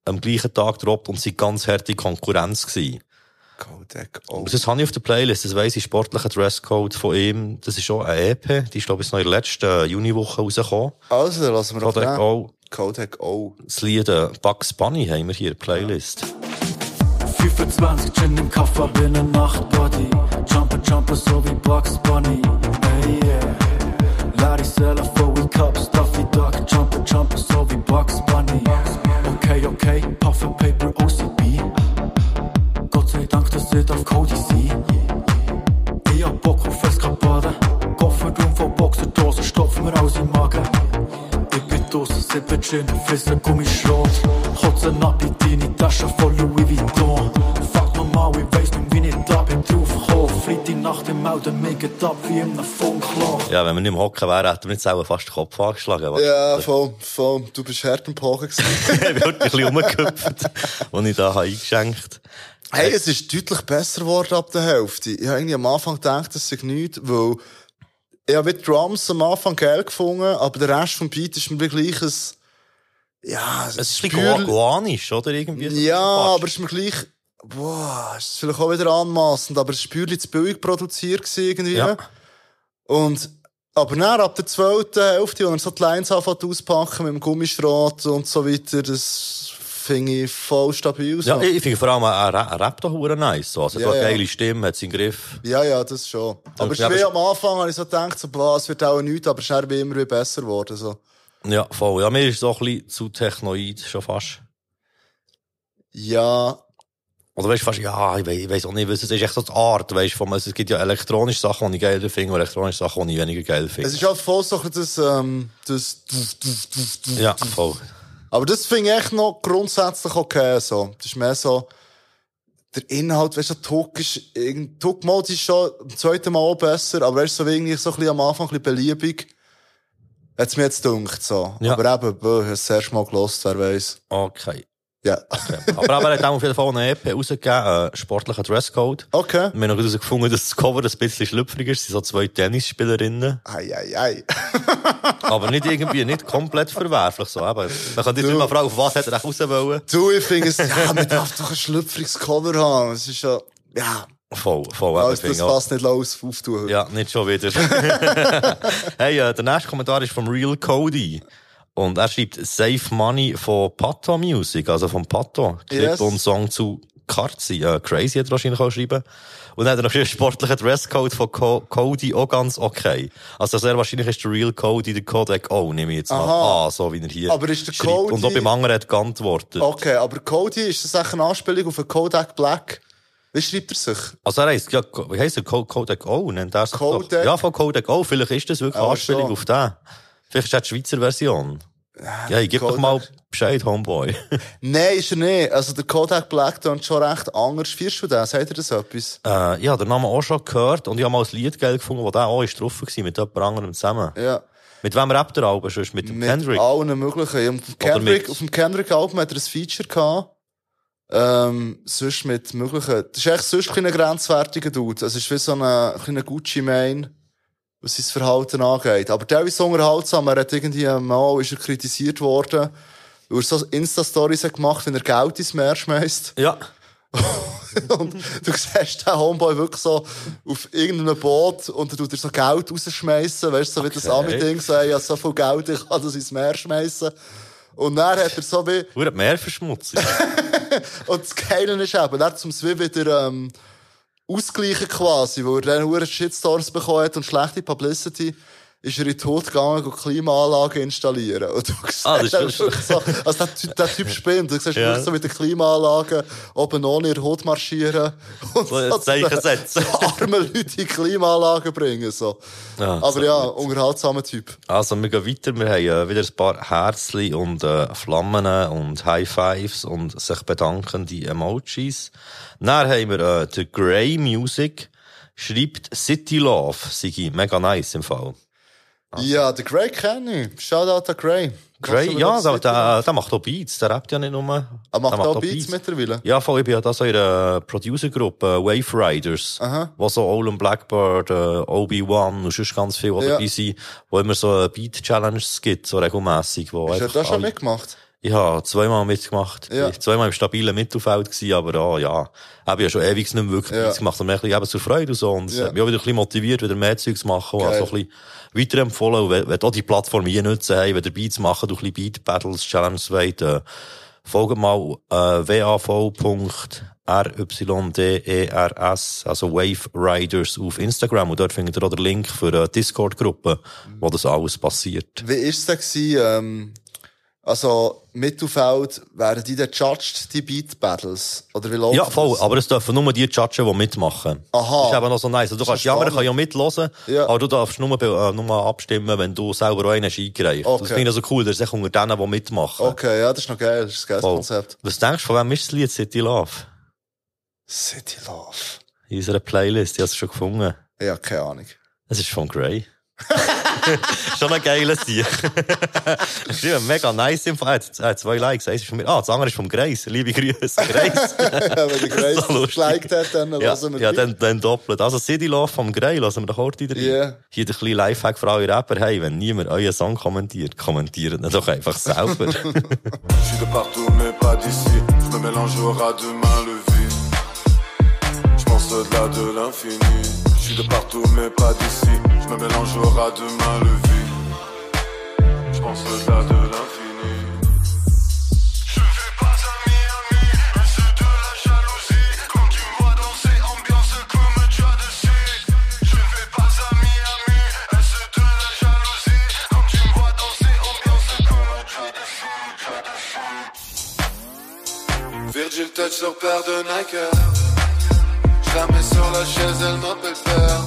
am gleichen Tag gedroppt und sie ganz harte Konkurrenz gewesen. Kodak O. Das habe ich auf der Playlist, das weiss ich, sportlicher Dresscode von ihm. Das ist auch eine E P, die ist, glaube ich, noch in der letzten Juniwoche rausgekommen. Also, dann lassen wir auf Kodak O. Kodak O. Das Lied äh, Bugs Bunny haben wir hier, Playlist. fünfundzwanzig Gin im Koffer, bin ein Nachtbody. Jumper, Jumper, so wie Bugs Bunny. Hey, yeah. Lad ich selber vor wie Cups, Duffy Duck. Jumper, Jumper, so wie Bugs Bunny. Okay, okay, Puff and Paper, O C B. Gott sei Dank, das wird auf Cody sie. Ich hab Bock auf Escapade. Kofferraum von Boxerdosen, stopfen wir aus im Magen. Ich bin draussen, sippe Gin, frisse Gummischrot. Kotzen ab in deine Tasche voll Louis Vuitton. Fuck normal, ich weiss nicht, wie ich da bin draufgekommen. Freitag Nacht im Auto, mir geht ab wie in einem Funkloch. Ja, wenn wir nicht im Hocken wären, hätten wir jetzt auch fast den Kopf angeschlagen. Ja, voll, voll. Du bist hart im Pogen gewesen. Ich bin wirklich ein bisschen rumgehüpft, als ich da eingeschenkt habe. Hey, es ist deutlich besser geworden ab der Hälfte. Ich habe irgendwie am Anfang gedacht, das sei nichts, weil ich habe die Drums am Anfang geil gefunden, aber der Rest vom Beat ist mir gleich ein, ja, es ist ein bisschen guanisch, oder? Irgendwie ja, aber es ist mir gleich, boah, ist vielleicht auch wieder anmassend, aber es war purely zu billig produziert irgendwie. Ja. Und, aber dann, ab der zweiten Hälfte, wo er so die Lines anfängt auspacken mit dem Gummischrot und so weiter, das finde ich voll stabil. So. Ja, ich finde vor allem, er, er rappt doch verdammt nice. So. Also, er ja, hat eine ja. geile Stimme, hat seinen Griff. Ja, ja, das schon. Aber ja, schwer am Anfang habe ich so gedacht, so, boah, es wird auch nichts, aber es ist wie immer wie besser geworden. So. Ja, voll. Ja, mir ist es auch ein bisschen zu technoid, schon fast. Ja. Oder weißt du, fast, ja, ich weiss, ich weiss auch nicht, was es ist echt so die Art, weißt du, es gibt ja elektronische Sachen, die ich geil finde, und elektronische Sachen, die ich weniger geil finde. Es ist halt voll so das, ähm, das, ja, voll. Aber das finde ich echt noch grundsätzlich okay, so. Das ist mehr so, der Inhalt, weißt du, der Hook ist, der Hook-Mode ist schon im zweiten Mal auch besser, aber er ist so irgendwie so ein bisschen am Anfang ein bisschen beliebig. Hat's mir jetzt gedacht, so. Ja. Aber eben, boah, ich habe das erste Mal gelost, wer weiss. Okay. Ja. Okay. Aber er hat auch auf jeden Fall eine E P rausgegeben, äh, sportlicher Dresscode. Okay. Wir haben noch herausgefunden, dass das Cover ein bisschen schlüpfrig ist. Es sind so zwei Tennisspielerinnen. Ei, ei, ei. Aber nicht irgendwie, nicht komplett verwerflich, so, eben. Man kann dich nicht mal fragen, auf was hat er raus wollen. Du, ich finde es, ja, man darf doch ein schlüpfriges Cover haben. Es ist ja, ja. Voll, voll. Also, das passt nicht los auftun. Ja, nicht schon wieder. Hey, äh, der nächste Kommentar ist vom Real Cody. Und er schreibt Save Money von Pato Music, also vom Pato. Clip yes. Und Song zu Karzi. Äh, Crazy hat er wahrscheinlich auch geschrieben. Und dann hat er noch einen sportlichen Dresscode von Co- Cody auch ganz okay. Also sehr wahrscheinlich ist der Real Cody der Kodak O, nehme ich jetzt mal Aha. an, so wie er hier aber ist der schreibt. Cody... Und auch beim anderen hat geantwortet. Okay, aber Cody, ist das echt eine Anspielung auf einen Kodak Black? Wie schreibt er sich? Also er heisst, ja, wie heisst er? Kodak O, nennt er sich Kodak? doch. Ja, von Kodak O. Vielleicht ist das wirklich eine Ah, Anspielung schon. auf den. Vielleicht ist das die Schweizer Version. Ja, ich geb doch mal Bescheid, Homeboy. Nein, ist er nicht. Also der Kodak Black klingt schon recht anders. Feierst du den? Sagt er das etwas? Äh, ja, den Namen auch schon gehört. Und ich habe mal ein Lied geil gefunden, wo der auch ist drauf war, mit jemand anderem zusammen. Ja. Mit wem rappt er Alben schon? Mit dem mit Kendrick? Mit allen möglichen. Auf dem Kendrick, auf dem Kendrick-Album hat er ein Feature gehabt. Ähm, sonst mit möglichen. Das ist echt sonst ein grenzwertiger Dude. Es ist wie so ein kleiner Gucci-Mane, was sein Verhalten angeht. Aber der ist unterhaltsam. Er hat irgendwie mal, ist er kritisiert worden, weil er so Insta-Stories hat gemacht, wenn er Geld ins Meer schmeißt. Ja. Und du siehst den Homeboy wirklich so auf irgendeinem Boot und er tut dir so Geld rausschmeissen. Weißt du, so wie das Ami-Ding so, ich habe so viel Geld, ich kann das ins Meer schmeissen. Und dann hat er so wie... Wo hat Meer verschmutzt? Und das Geile ist eben, er hat zum Zwie wieder, ähm, ausgleichen quasi, weil er dann hure Shitstorms bekommen hat und schlechte Publicity, ist er in den Tod gegangen und Klimaanlagen installieren. Und du siehst ah, das ist wirklich so, also der Typ, der Typ spinnt. Du siehst ja. wirklich so mit den Klimaanlagen oben ohne in den Hut marschieren und so, so Zeichen setzen. So arme Leute in Klimaanlagen bringen, so. Ja, aber so ja, gut. Unterhaltsamer Typ. Also, wir gehen weiter. Wir haben äh, wieder ein paar Herzli und äh, Flammen und High Fives und sich bedankende Emojis. Dann haben wir äh, The Grey Music, schreibt City Love, sei mega nice im Fall. Also. Ja, der Grey kenne ich. Shoutout an Grey. Grey, ja, der, der, der macht auch Beats, der rappt ja nicht nur. Er macht, macht auch Beats, Beats mittlerweile? Ja, voll, ich bin ja da so in einer Producer-Gruppe, Wave Riders, Aha. wo so Olin Blackbird, Obi-Wan und sonst ganz viel ja. dabei sind, wo immer so Beat-Challenges gibt, so regelmässig. Wo Hast du das schon mitgemacht? Ich habe zweimal mitgemacht. Ja. Ich war zweimal im stabilen Mittelfeld gewesen, aber oh, ja, ich habe ja schon ewig nicht mehr wirklich Ja. Beats gemacht, aber ein bisschen eben zur Freude und so. Und es Ja. hat mich auch wieder ein bisschen motiviert, wieder mehr Zeug zu machen. Und Geil. also ein bisschen weiterempfohlen. Und wenn, wenn auch die Plattform hier nutzen haben, wenn ihr Beats machen, du ein bisschen Beat Battles, Challenge wollt, äh, folgt mal, äh, w a v punkt r y d e r s, also Wave Riders auf Instagram. Und dort findet ihr auch den Link für eine Discord-Gruppe, wo das alles passiert. Wie ist es denn gewesen, ähm, also, Mittelfeld, werden die dann judged, die Beat Battles? Oder wie läuft Ja, das? voll. Aber es dürfen nur die judgen, die mitmachen. Aha. Das ist eben noch so nice. Also, du Das kannst, ist die anderen spannend. können ja mithören, Ja. aber du darfst nur, äh, nur abstimmen, wenn du selber auch einen hast eingereicht. Okay. Das finde ich so cool. Das ist echt unter denen, die mitmachen. Okay, ja, das ist noch geil. Das ist ein geiles Voll. Konzept. Was denkst du, von wem ist das Lied City Love? City Love. In unserer Playlist. Ich habe es schon gefunden. Ja, keine Ahnung. Es ist von Grey. Schon ein geiles Sieg. Geschrieben, mega nice im Fall. Er hat zwei Likes. Eins ist von mir. Ah, das andere ist vom Grace. Liebe Grüße, Grace. Wenn der Grace So das geliked hat, dann Ja, hören wir ja die. dann, dann doppelt. Also City Love vom Grey, lassen wir doch heute rein. Yeah. Hier der kleine Lifehack für alle Rapper. Hey, wenn niemand euren Song kommentiert, kommentiert ihn doch einfach selber. Je suis de partout mais pas d'ici. Je me mélange au ras de main levée. Je pense au-delà de l'infini. Je suis de partout mais pas d'ici. Je me mélange au ras de main levée. Je pense au-delà de l'infini. Je vais pas à Miami, c'est de la jalousie. Quand tu me vois danser, ambiance comme Dieu de C. Je vais pas à Miami, c'est de la jalousie. Quand tu me vois danser, ambiance comme Dieu de C. Virgil touch sur paire de Nike. Je la mets sur la chaise, elle m'appelle père.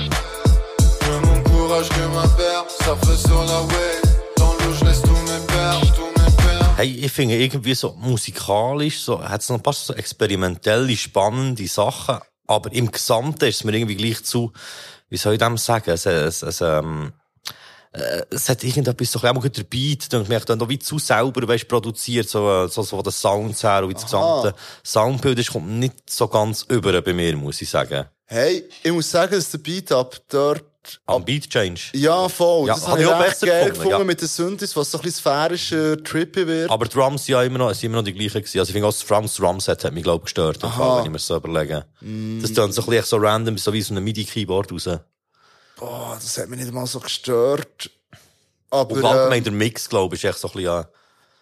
Que mon courage que ma paire, ça fait sur la way. Dans l'eau, je laisse tous mes pères, tous mes pères. Hey, ich finde irgendwie so musikalisch, so, hat es noch ein paar so experimentelle, spannende Sachen, aber im Gesamten ist es mir irgendwie gleich zu, wie soll ich dem sagen, es, es, es, ähm, äh, es hat irgendetwas so, auch der Beat, denke ich, dann noch wie zu selber, weißt, produziert, so, so, so von den Sounds her und wie das gesamte Soundbild ist, kommt nicht so ganz über bei mir, muss ich sagen. Hey, ich muss sagen, dass der Beat ab dort... Am Beat Change? Ja, voll. Ja, das hab habe ich ich auch recht besser geil gefunden, gefunden ja. mit den Synthes, was so ein bisschen sphärischer, trippy wird. Aber die Drums ja immer noch, sind immer noch die gleichen gewesen. Also ich finde auch das Drums Drumset hat mich, glaube ich, gestört, im Fall, wenn ich mir so überlege. Mm. Das tönt so ein bisschen so random, so wie so ein MIDI-Keyboard raus. Boah, das hat mich nicht mal so gestört. Aber, Und allgemein äh, der Mix, glaube ich, ist echt so ein bisschen, ja.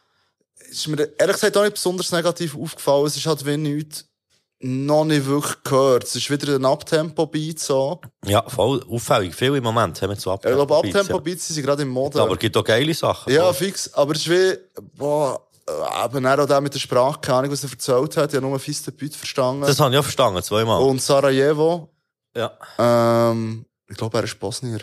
ist mir ehrlich gesagt auch nicht besonders negativ aufgefallen. Es ist halt wie nichts noch nicht wirklich gehört. Es ist wieder ein Uptempo-Beat so. Ja, voll auffällig. Viel im Moment haben wir zu Ich glaube, Uptempo-Beats. Uptempo-Beats sind gerade im Mode. Aber es gibt auch geile Sachen. Ja, voll. fix. Aber es ist wie, boah, aber dann auch der mit der Sprache, keine Ahnung, was er erzählt hat. Ich habe nur fies den Beat verstanden. Das habe ich auch verstanden, zweimal. Und Sarajevo. Ja. Ähm, ich glaube, er ist Bosnier.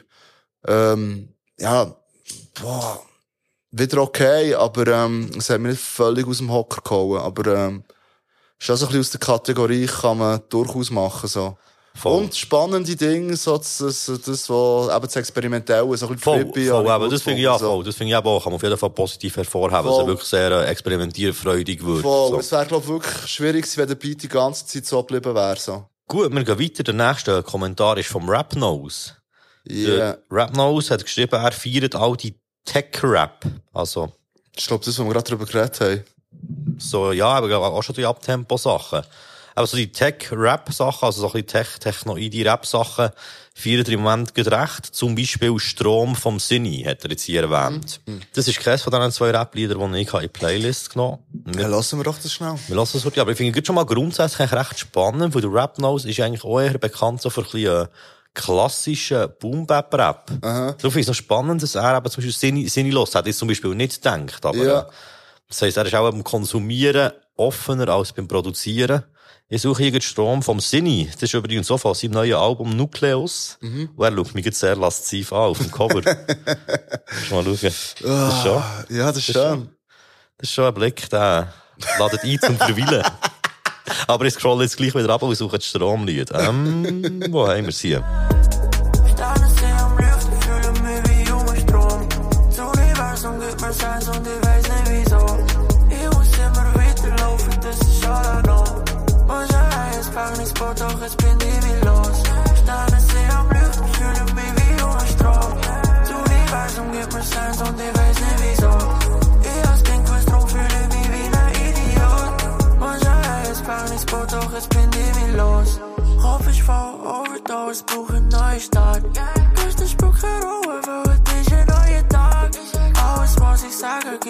Ähm, ja, boah, wieder okay, aber ähm, es hat mich nicht völlig aus dem Hocker gehauen. Aber ähm, ist auch so ein bisschen aus der Kategorie, kann man durchaus machen. So. Voll. Und spannende Dinge, so das, das, das was eben das Experimentelle, so ein bisschen Voll, trippy. voll, habe ich aber gut das finde ich ja gefunden, voll. Das finde ich aber auch, kann man auf jeden Fall positiv hervorheben, dass Voll. er wirklich sehr äh, experimentierfreudig wird. Voll. So. Es wäre, glaube ich, wirklich schwierig gewesen, wenn der Beat die ganze Zeit so geblieben wäre. So. Gut, wir gehen weiter. Der nächste Kommentar ist vom Rap Nose. Yeah. Der Rap Nose hat geschrieben, er feiert all die Tech-Rap. Also. Ich glaube, das, was wir gerade darüber geredet haben. So, ja, aber auch schon die Abtempo-Sachen. Aber so die Tech-Rap-Sachen, also so ein bisschen Tech, Techno-I D-Rap-Sachen, feiert er im Moment gerade recht. Zum Beispiel Strom vom Sinni, hat er jetzt hier erwähnt. Mhm. Das ist keines von diesen zwei Rap-Liedern, die ich in die Playlist genommen habe. Ja, lassen wir doch das schnell. Wir lassen es heute, aber ich finde es schon mal grundsätzlich recht spannend, weil der Rap Nose ist eigentlich auch eher bekannt so für ein bisschen klassischen Boom-Bap-Rap. Darum finde ich es noch spannend, dass er eben zum Beispiel Sinni, Sinni los hat, jetzt zum Beispiel nicht gedacht, aber Ja. äh, das heisst, er ist auch beim Konsumieren offener als beim Produzieren. Ich suche hier den Strom vom Sinni. Das ist übrigens so von seinem neuen Album Nucleus. Mhm. Und er schaut mich jetzt sehr lasziv an auf dem Cover. Kannst du mal schauen. Das ist schon, Ja, das ist das schön. Ist, das ist schon ein Blick, der ladet ein zum Verweilen. Aber ich scrolle jetzt gleich wieder ab und suche das Stromlied. Ähm, wo haben wir es hier? Sterne sehen am Luft, ich fühle mich wie junger Strom. Das Universum gibt mir Seins und ich weiß nicht wieso. Ich muss immer weiterlaufen, das ist all noch. Manchmal ist Gefängnisspot, doch jetzt bin ich wie los. Sterne sehen am Luft, ich fühle mich wie junger Strom. Das Universum gibt mir Seins und ich weiß nicht wieso. Ich als Kind, was drum fühle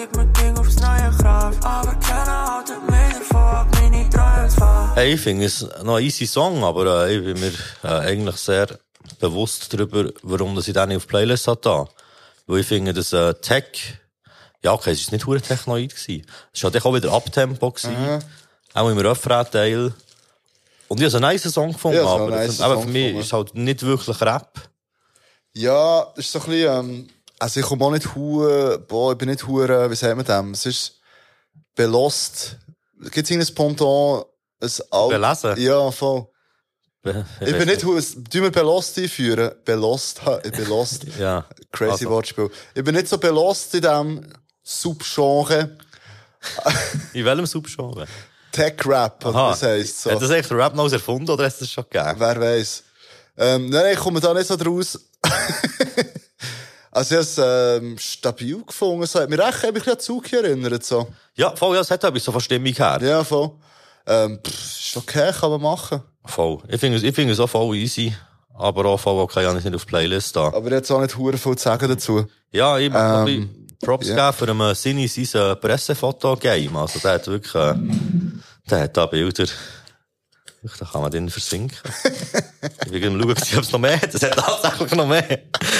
gibt mir Ding aufs neue Kraft. Aber keiner haltet mich davon ab, meine Treue zu fahren. Hey, ich finde es noch ein easy Song, aber äh, ich bin mir äh, eigentlich sehr bewusst darüber, warum das ich den nicht auf Playlist hat da. Weil ich finde, dass äh, Tech, ja okay, es war nicht hure technoid gewesen. Es war halt auch wieder Abtempo gewesen. Mhm. Auch im Refrain-Teil. Und ich habe einen nice Song gefunden, ja, aber, nice aber Song für mich gefunden. Ist halt nicht wirklich Rap. Ja, das ist so ein bisschen, ähm, also ich komme auch nicht hure, boah, ich bin nicht hure, wie sagt man dem? Es ist belost. Gibt es irgendein Pendant? Al- Belesen? Ja, voll. Be- ich bin nicht hure, du mir belost einführen. Belost, ich bin lost. Ja. Crazy also. Wortspiel. Ich bin nicht so belost in diesem Subgenre. In welchem Subgenre? Tech-Rap, oder das heisst so. Hat das echt Rap noch erfunden, oder hast du das schon gegeben? Wer weiss. Ähm, nein, ich komme da nicht so draus. Also, ich habe es ähm, stabil gefunden. Es hat mich recht ein bisschen an Zug erinnert. So. Ja, voll, ja, es hat etwas so von Stimmung her. Ja, voll. Ähm, pff, ist okay, kann man machen. Voll. Ich finde es, ich finde es auch voll easy. Aber auch voll okay, ich nicht auf Playlist da. Aber jetzt auch nicht hure viel zu sagen dazu. Ja, ich muss ähm, ein bisschen Props yeah. geben für einen Sinni sein Pressefoto-Game. Also, der hat wirklich, äh, der hat da Bilder. Da kann man den versinken. Ich will schauen, ob es noch mehr hat. Es hat tatsächlich noch mehr.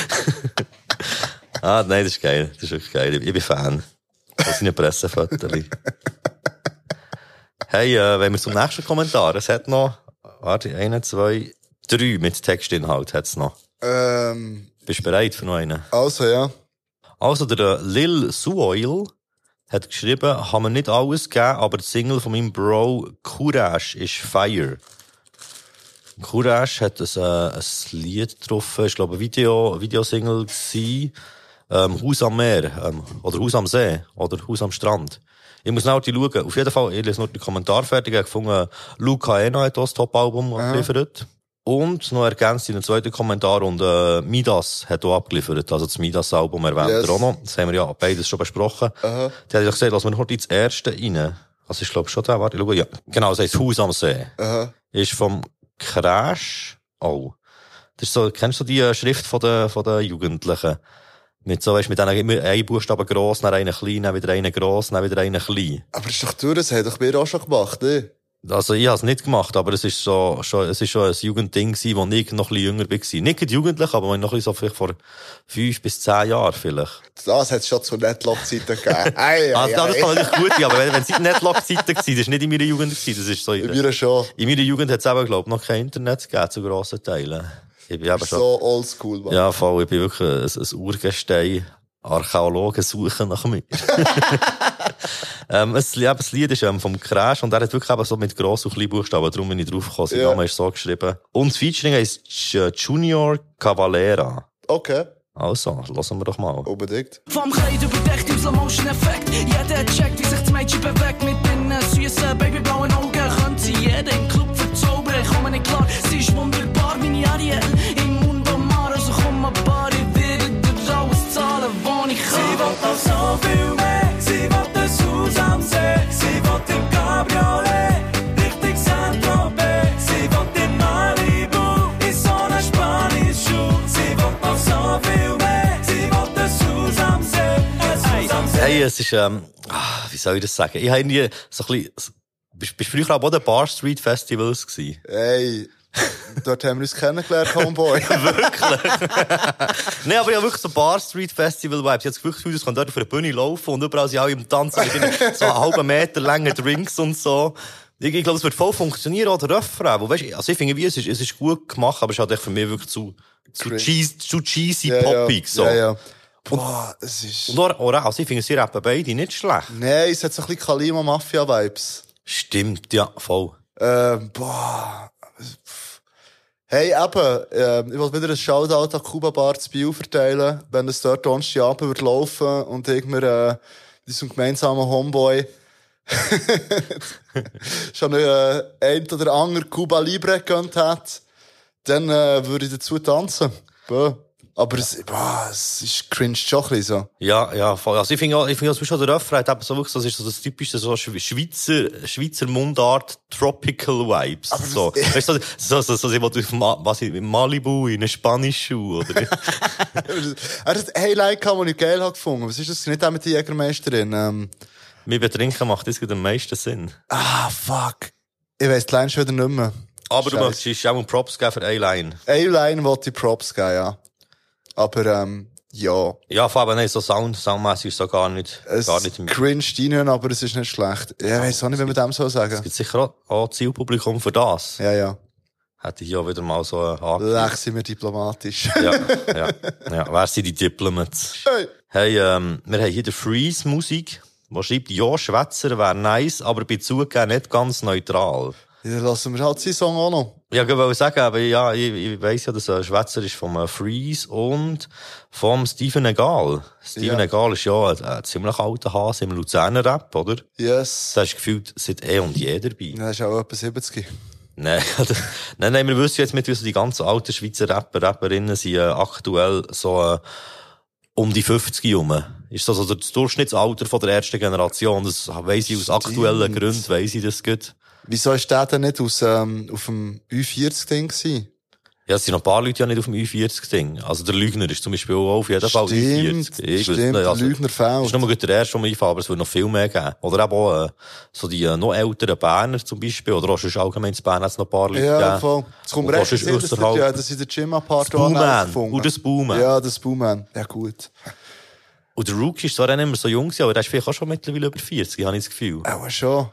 Ah, nein, das ist geil. Das ist wirklich geil. Ich bin Fan. Das sind Pressefotos. Hey, äh, wenn wir zum nächsten Kommentar. Es hat noch, warte, eins, zwei, drei mit Textinhalt hat's noch. Ähm. Bist du bereit für noch einen? Also, ja. Also, der Lil Suoil hat geschrieben, haben wir nicht alles gegeben, aber die Single von meinem Bro Courage ist Fire. Courage hat ein, äh, ein Lied drauf, ich glaube, ein Video, Videosingle gewesen, ähm, Haus am Meer, ähm, oder Haus am See, oder Haus am Strand. Ich muss noch schauen. Auf jeden Fall, ich lese nur den Kommentar fertig. Ich habe gefunden, Luca Ena hat das Top-Album abgeliefert. Und noch ergänzt in den zweiten Kommentar, und äh, Midas hat auch abgeliefert. Also das Midas-Album erwähnt yes. er auch noch. Das haben wir ja beides schon besprochen. Uh-huh. Die hat ja gesagt, lass wir noch ins erste rein. Also ich glaube schon da, warte, ich schaue, ja. Genau, das heisst Haus am See. Uh-huh. Ist vom Crash. Oh. Das ist so, kennst du die Schrift von den, von den Jugendlichen? Mit so, weißt, mit einem, immer einen Buchstaben gross, dann einen klein, dann wieder einen gross, dann wieder einen klein. Aber das ist doch durch, das hat doch wir auch schon gemacht, eh? Also, ich habe es nicht gemacht, aber es ist so, schon, es ist schon ein Jugendding gewesen, wo ich noch ein bisschen jünger war. Nicht jugendlich, aber noch ein bisschen so vielleicht vor fünf bis zehn Jahren vielleicht. Das hat es schon zu Netlock-Zeiten gegeben. ei, ei, also, das ei. kann natürlich gut sein, aber wenn, wenn es in Netlock-Zeiten war, das ist nicht in meiner Jugend gewesen, das ist so in, in meiner schon. In meiner Jugend hat es eben, glaube ich, noch kein Internet gegeben, zu grossen Teilen. Ich bin eben schon. So oldschool, Mann. Ja, voll, ich bin wirklich ein, ein Urgestein. Archäologen suchen nach mir. ähm, das, ja, das Lied ist ähm, vom Crash und er hat wirklich eben so mit gross und kleinen Buchstaben, darum bin ich draufgekommen. Sein ja. Name ist so geschrieben. Und das Featuring heisst Junior Cavalera. Okay. Also, lassen wir doch mal. Unbedingt. Vom Kleid überdeckt im Slow-Motion-Effekt. Jeder checkt, wie sich das Mädchen bewegt. Mit den süßen, babyblauen Augen könnte sie jeden Club verzaubern. Ich komme nicht klar, sie ist wunderbar, meine Ariel. Im Mundo Mar, also komm ein paar, ich werde dir alles zahlen, wo ich kann. Sie will noch so viel mehr, sie will das Haus am See. Sie will im Cabriolet, richtig Saint-Tropez. Sie will in Malibu, in so einer Spanisch-Schuh. Sie will noch so viel mehr, sie will das Haus am See. Ein Haus am See. Hey, es ist, ähm, ah, wie soll ich das sagen? Ich habe irgendwie so ein bisschen, bist du früher auch bei den Bar Street Festivals gewesen? Hey. Dort haben wir uns kennengelernt, Homeboy. Wirklich? Nein, aber ich habe wirklich so Bar Street Festival Vibes. Ich habe das Gefühl, ich kann dort auf der Bühne laufen und überall sind alle im Tanzen mit so einen halben Meter langen Drinks und so. Ich, ich glaube, es wird voll funktionieren, oder Refrain. Wo, weißt, also ich finde, wie, es ist, es ist gut gemacht, aber es ist halt für mich wirklich zu, zu, cheesy, zu cheesy, ja, poppig, ja. so. Ja, ja. Boah, es ist... Und auch, auch, also ich finde, sie rappen beide nicht schlecht. Nein, es hat so ein bisschen Kalima-Mafia-Vibes. Stimmt, ja, voll. Ähm, boah... Hey, eben, äh, ich wollte wieder ein Shoutout an Kuba Bar zu Biel verteilen, wenn es dort Donnerstagabend wird laufen und irgendwann äh, diesem gemeinsamen Homeboy schon äh, ein oder andere Cuba Libre gegönnt hat, dann äh, würde ich dazu tanzen. Bö. Aber es, boah, es ist cringe schon ein bisschen so. Ja, ja, voll. Also ich finde auch, ich finde auch, zum Beispiel der Refrain hat eben so wirklich, das ist so das typische, so Schweizer, Schweizer Mundart, Tropical Vibes. Aber so. Weißt du, so, so, so, so, so, was ich, in Malibu, in einem Spanisch-Schuh, oder? Er hat ein Highlight gehabt, das ich geil habe gefunden. Was ist das? Nicht auch mit der Jägermeisterin, ähm. Mir betrinken macht das am meisten Sinn. Ah, fuck. Ich weiss die Line schon wieder nicht mehr. Aber Scheiße. Du möchtest auch mal Props geben für eine Line. Eine Line wollte ich Props geben, ja. Aber, ähm, ja. Ja, vor allem nicht so Sound, soundmässig ist so gar nicht, es gar nicht. Cringe rein, aber es ist nicht schlecht. Ja, ich weiss auch nicht, wie man dem so sagen. Es gibt sicher auch, auch Zielpublikum für das. Ja, ja. Hätte ich hier auch wieder mal so einen Haken. Lech sind wir diplomatisch. ja, ja, ja. Wer sind die Diplomats? Hey, hey ähm, wir haben hier die Freeze-Musik. Der schreibt, ja, Schwätzer wäre nice, aber bei zugegeben nicht ganz neutral. Ja, dann lassen wir halt seinen Song auch noch. Ja, ich wollte sagen, aber ja, ich, ich weiss ja, dass ein Schwätzer ist vom Freeze und vom Steven Egal. Steven ja. Egal ist ja ein, ein ziemlich alter Hase im Luzerner Rap, oder? Yes. Das ist gefühlt seit eh und je dabei. Ja, das ist auch etwa siebzig. Nein, nein, nein, wir wissen jetzt mit, also die ganzen alten Schweizer Rapper, Rapperinnen sind äh, aktuell so äh, um die fünfzig herum. Ist das also das Durchschnittsalter von der ersten Generation? Das weiss ich aus aktuellen Gründen, weiss ich das gut. Wieso ist der denn nicht aus, ähm, auf dem Ü vierzig-Ding gewesen? Ja, es sind noch ein paar Leute ja nicht auf dem Ü vierzig-Ding. Also der Lügner ist zum Beispiel auch auf jeden Fall stimmt, Ü vierzig. Ich stimmt, nicht, also, der Lügner fehlt. Das ist nur der erste, der mir einfällt, aber es würde noch viel mehr geben. Oder eben auch, äh, so die äh, noch älteren Berner zum Beispiel, oder auch schon allgemein in Bern hat es noch ein paar Leute ja, gegeben. Voll. Es kommt recht Sinn, dass der, ja, das in der Gym-Apart auch gefunden. Und das Booman. Ja, das Booman. Ja, gut. Und der Rookie ist zwar auch nicht mehr so jung gewesen, aber der ist vielleicht auch schon mittlerweile über vierzig, habe ich das Gefühl. Ja, schon.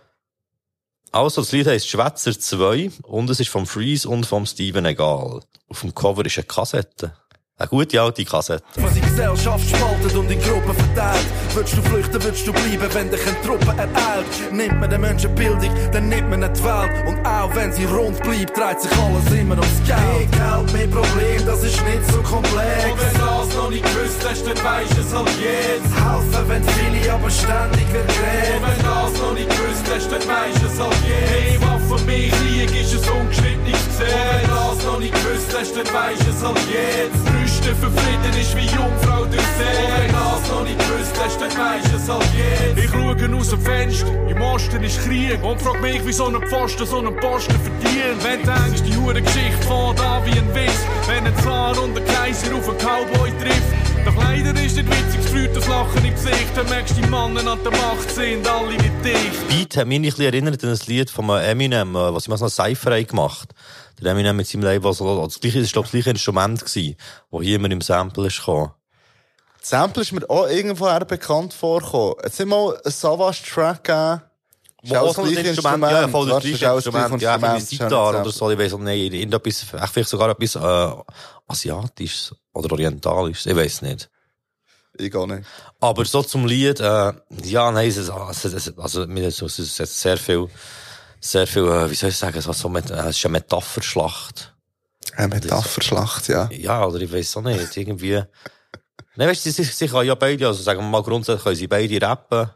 Also, das Lied heisst Schwätzer zwei und es ist vom Freeze und vom Steven Egal. Auf dem Cover ist eine Kassette. Eine gute alte Kassette. Was die Gesellschaft spaltet und in Gruppen verteilt. Würdest du flüchten, würdest du bleiben, wenn dich eine Truppe ereilt. Nimmt man den Menschen Bildung, dann nimmt man nicht die Welt. Und auch wenn sie rund bleibt, dreht sich alles immer ums Geld. Mehr Geld, mehr Problem, das ist nicht so komplex. Und wenn du das noch nicht gewusst hast, dann weisst es halt jetzt. Helfen, wenn viele aber ständig wird geredet. Und wenn du das noch nicht gewusst hast, dann weisst es halt jetzt. Hey, Waffen, mehr Krieg ist ein ungeschriebenes Gesetz. Und wenn du das noch nicht gewusst hast, dann weisst es halt jetzt. Für Frieden ist wie Jungfrau durch See. Und wenn du das noch nicht gewusst hast, dann weisst es halt jetzt. Ich schaue aus dem Fenster, im Osten ist Krieg. Und frag mich, wie so ein Pfosten so einen Posten verdient. Wenn du denkst, die Hurengeschichte fährt an wie ein Witz. Wenn ein Zar und ein Kaiser auf einen Cowboy trifft. Doch leider ist nicht witzig, es führt das Lachen im Gesicht. Dann merkst du, die Mannen an der Macht sind alle nicht dicht. Beat hat mich ein bisschen erinnert an ein Lied von Eminem, was ich mal so ein Cypher gemacht. Der Eminem mit seinem Label, also das gleiche, das war das gleiche Instrument gewesen, wo hier immer im Sample ist gekommen. Das Sample ist mir auch irgendwoher bekannt vorgekommen. Jetzt nicht mal ein Savage-Track gegeben. Wo auch das gleiche Instrument, ja, voll das gleiche Instrument, ja, wie Sitar oder so, ich weiss auch nicht, irgendetwas, vielleicht sogar etwas, äh, Asiatisches oder Orientalisches, ich weiss nicht. Ich gar nicht. Aber so zum Lied, äh, ja, nein, es ist, also, mir ist es sehr viel, sehr viel, äh, wie soll ich sagen, so, so mit, äh, es ist eine Metapherschlacht. Eine Metapherschlacht, ja. Ja, oder ich weiss auch nicht, irgendwie. Nein, weißt du, sie, sie können ja beide, also sagen wir mal grundsätzlich können sie beide rappen.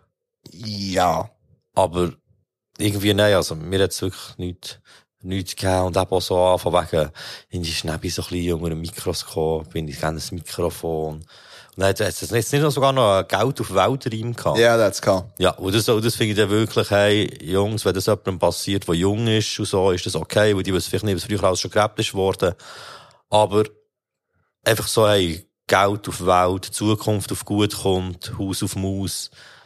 Ja. Aber irgendwie, nein, also mir hat's wirklich nichts, nichts gegeben und eben auch so an, von wegen, in die Schnäbi so ein bisschen unter einem Mikroskop, bin ich gerne ein Mikrofon. Und dann hat es jetzt nicht noch sogar noch ein Geld auf Weltreim gehabt. Ja, das gehabt. Ja, und das, und das finde ich dann wirklich, hey, Jungs, wenn das jemandem passiert, der jung ist und so, ist das okay, weil die wissen vielleicht nicht, was früher alles schon gerebt ist worden. Aber einfach so, hey, Geld auf Welt, Zukunft auf gut kommt, Haus auf Maus.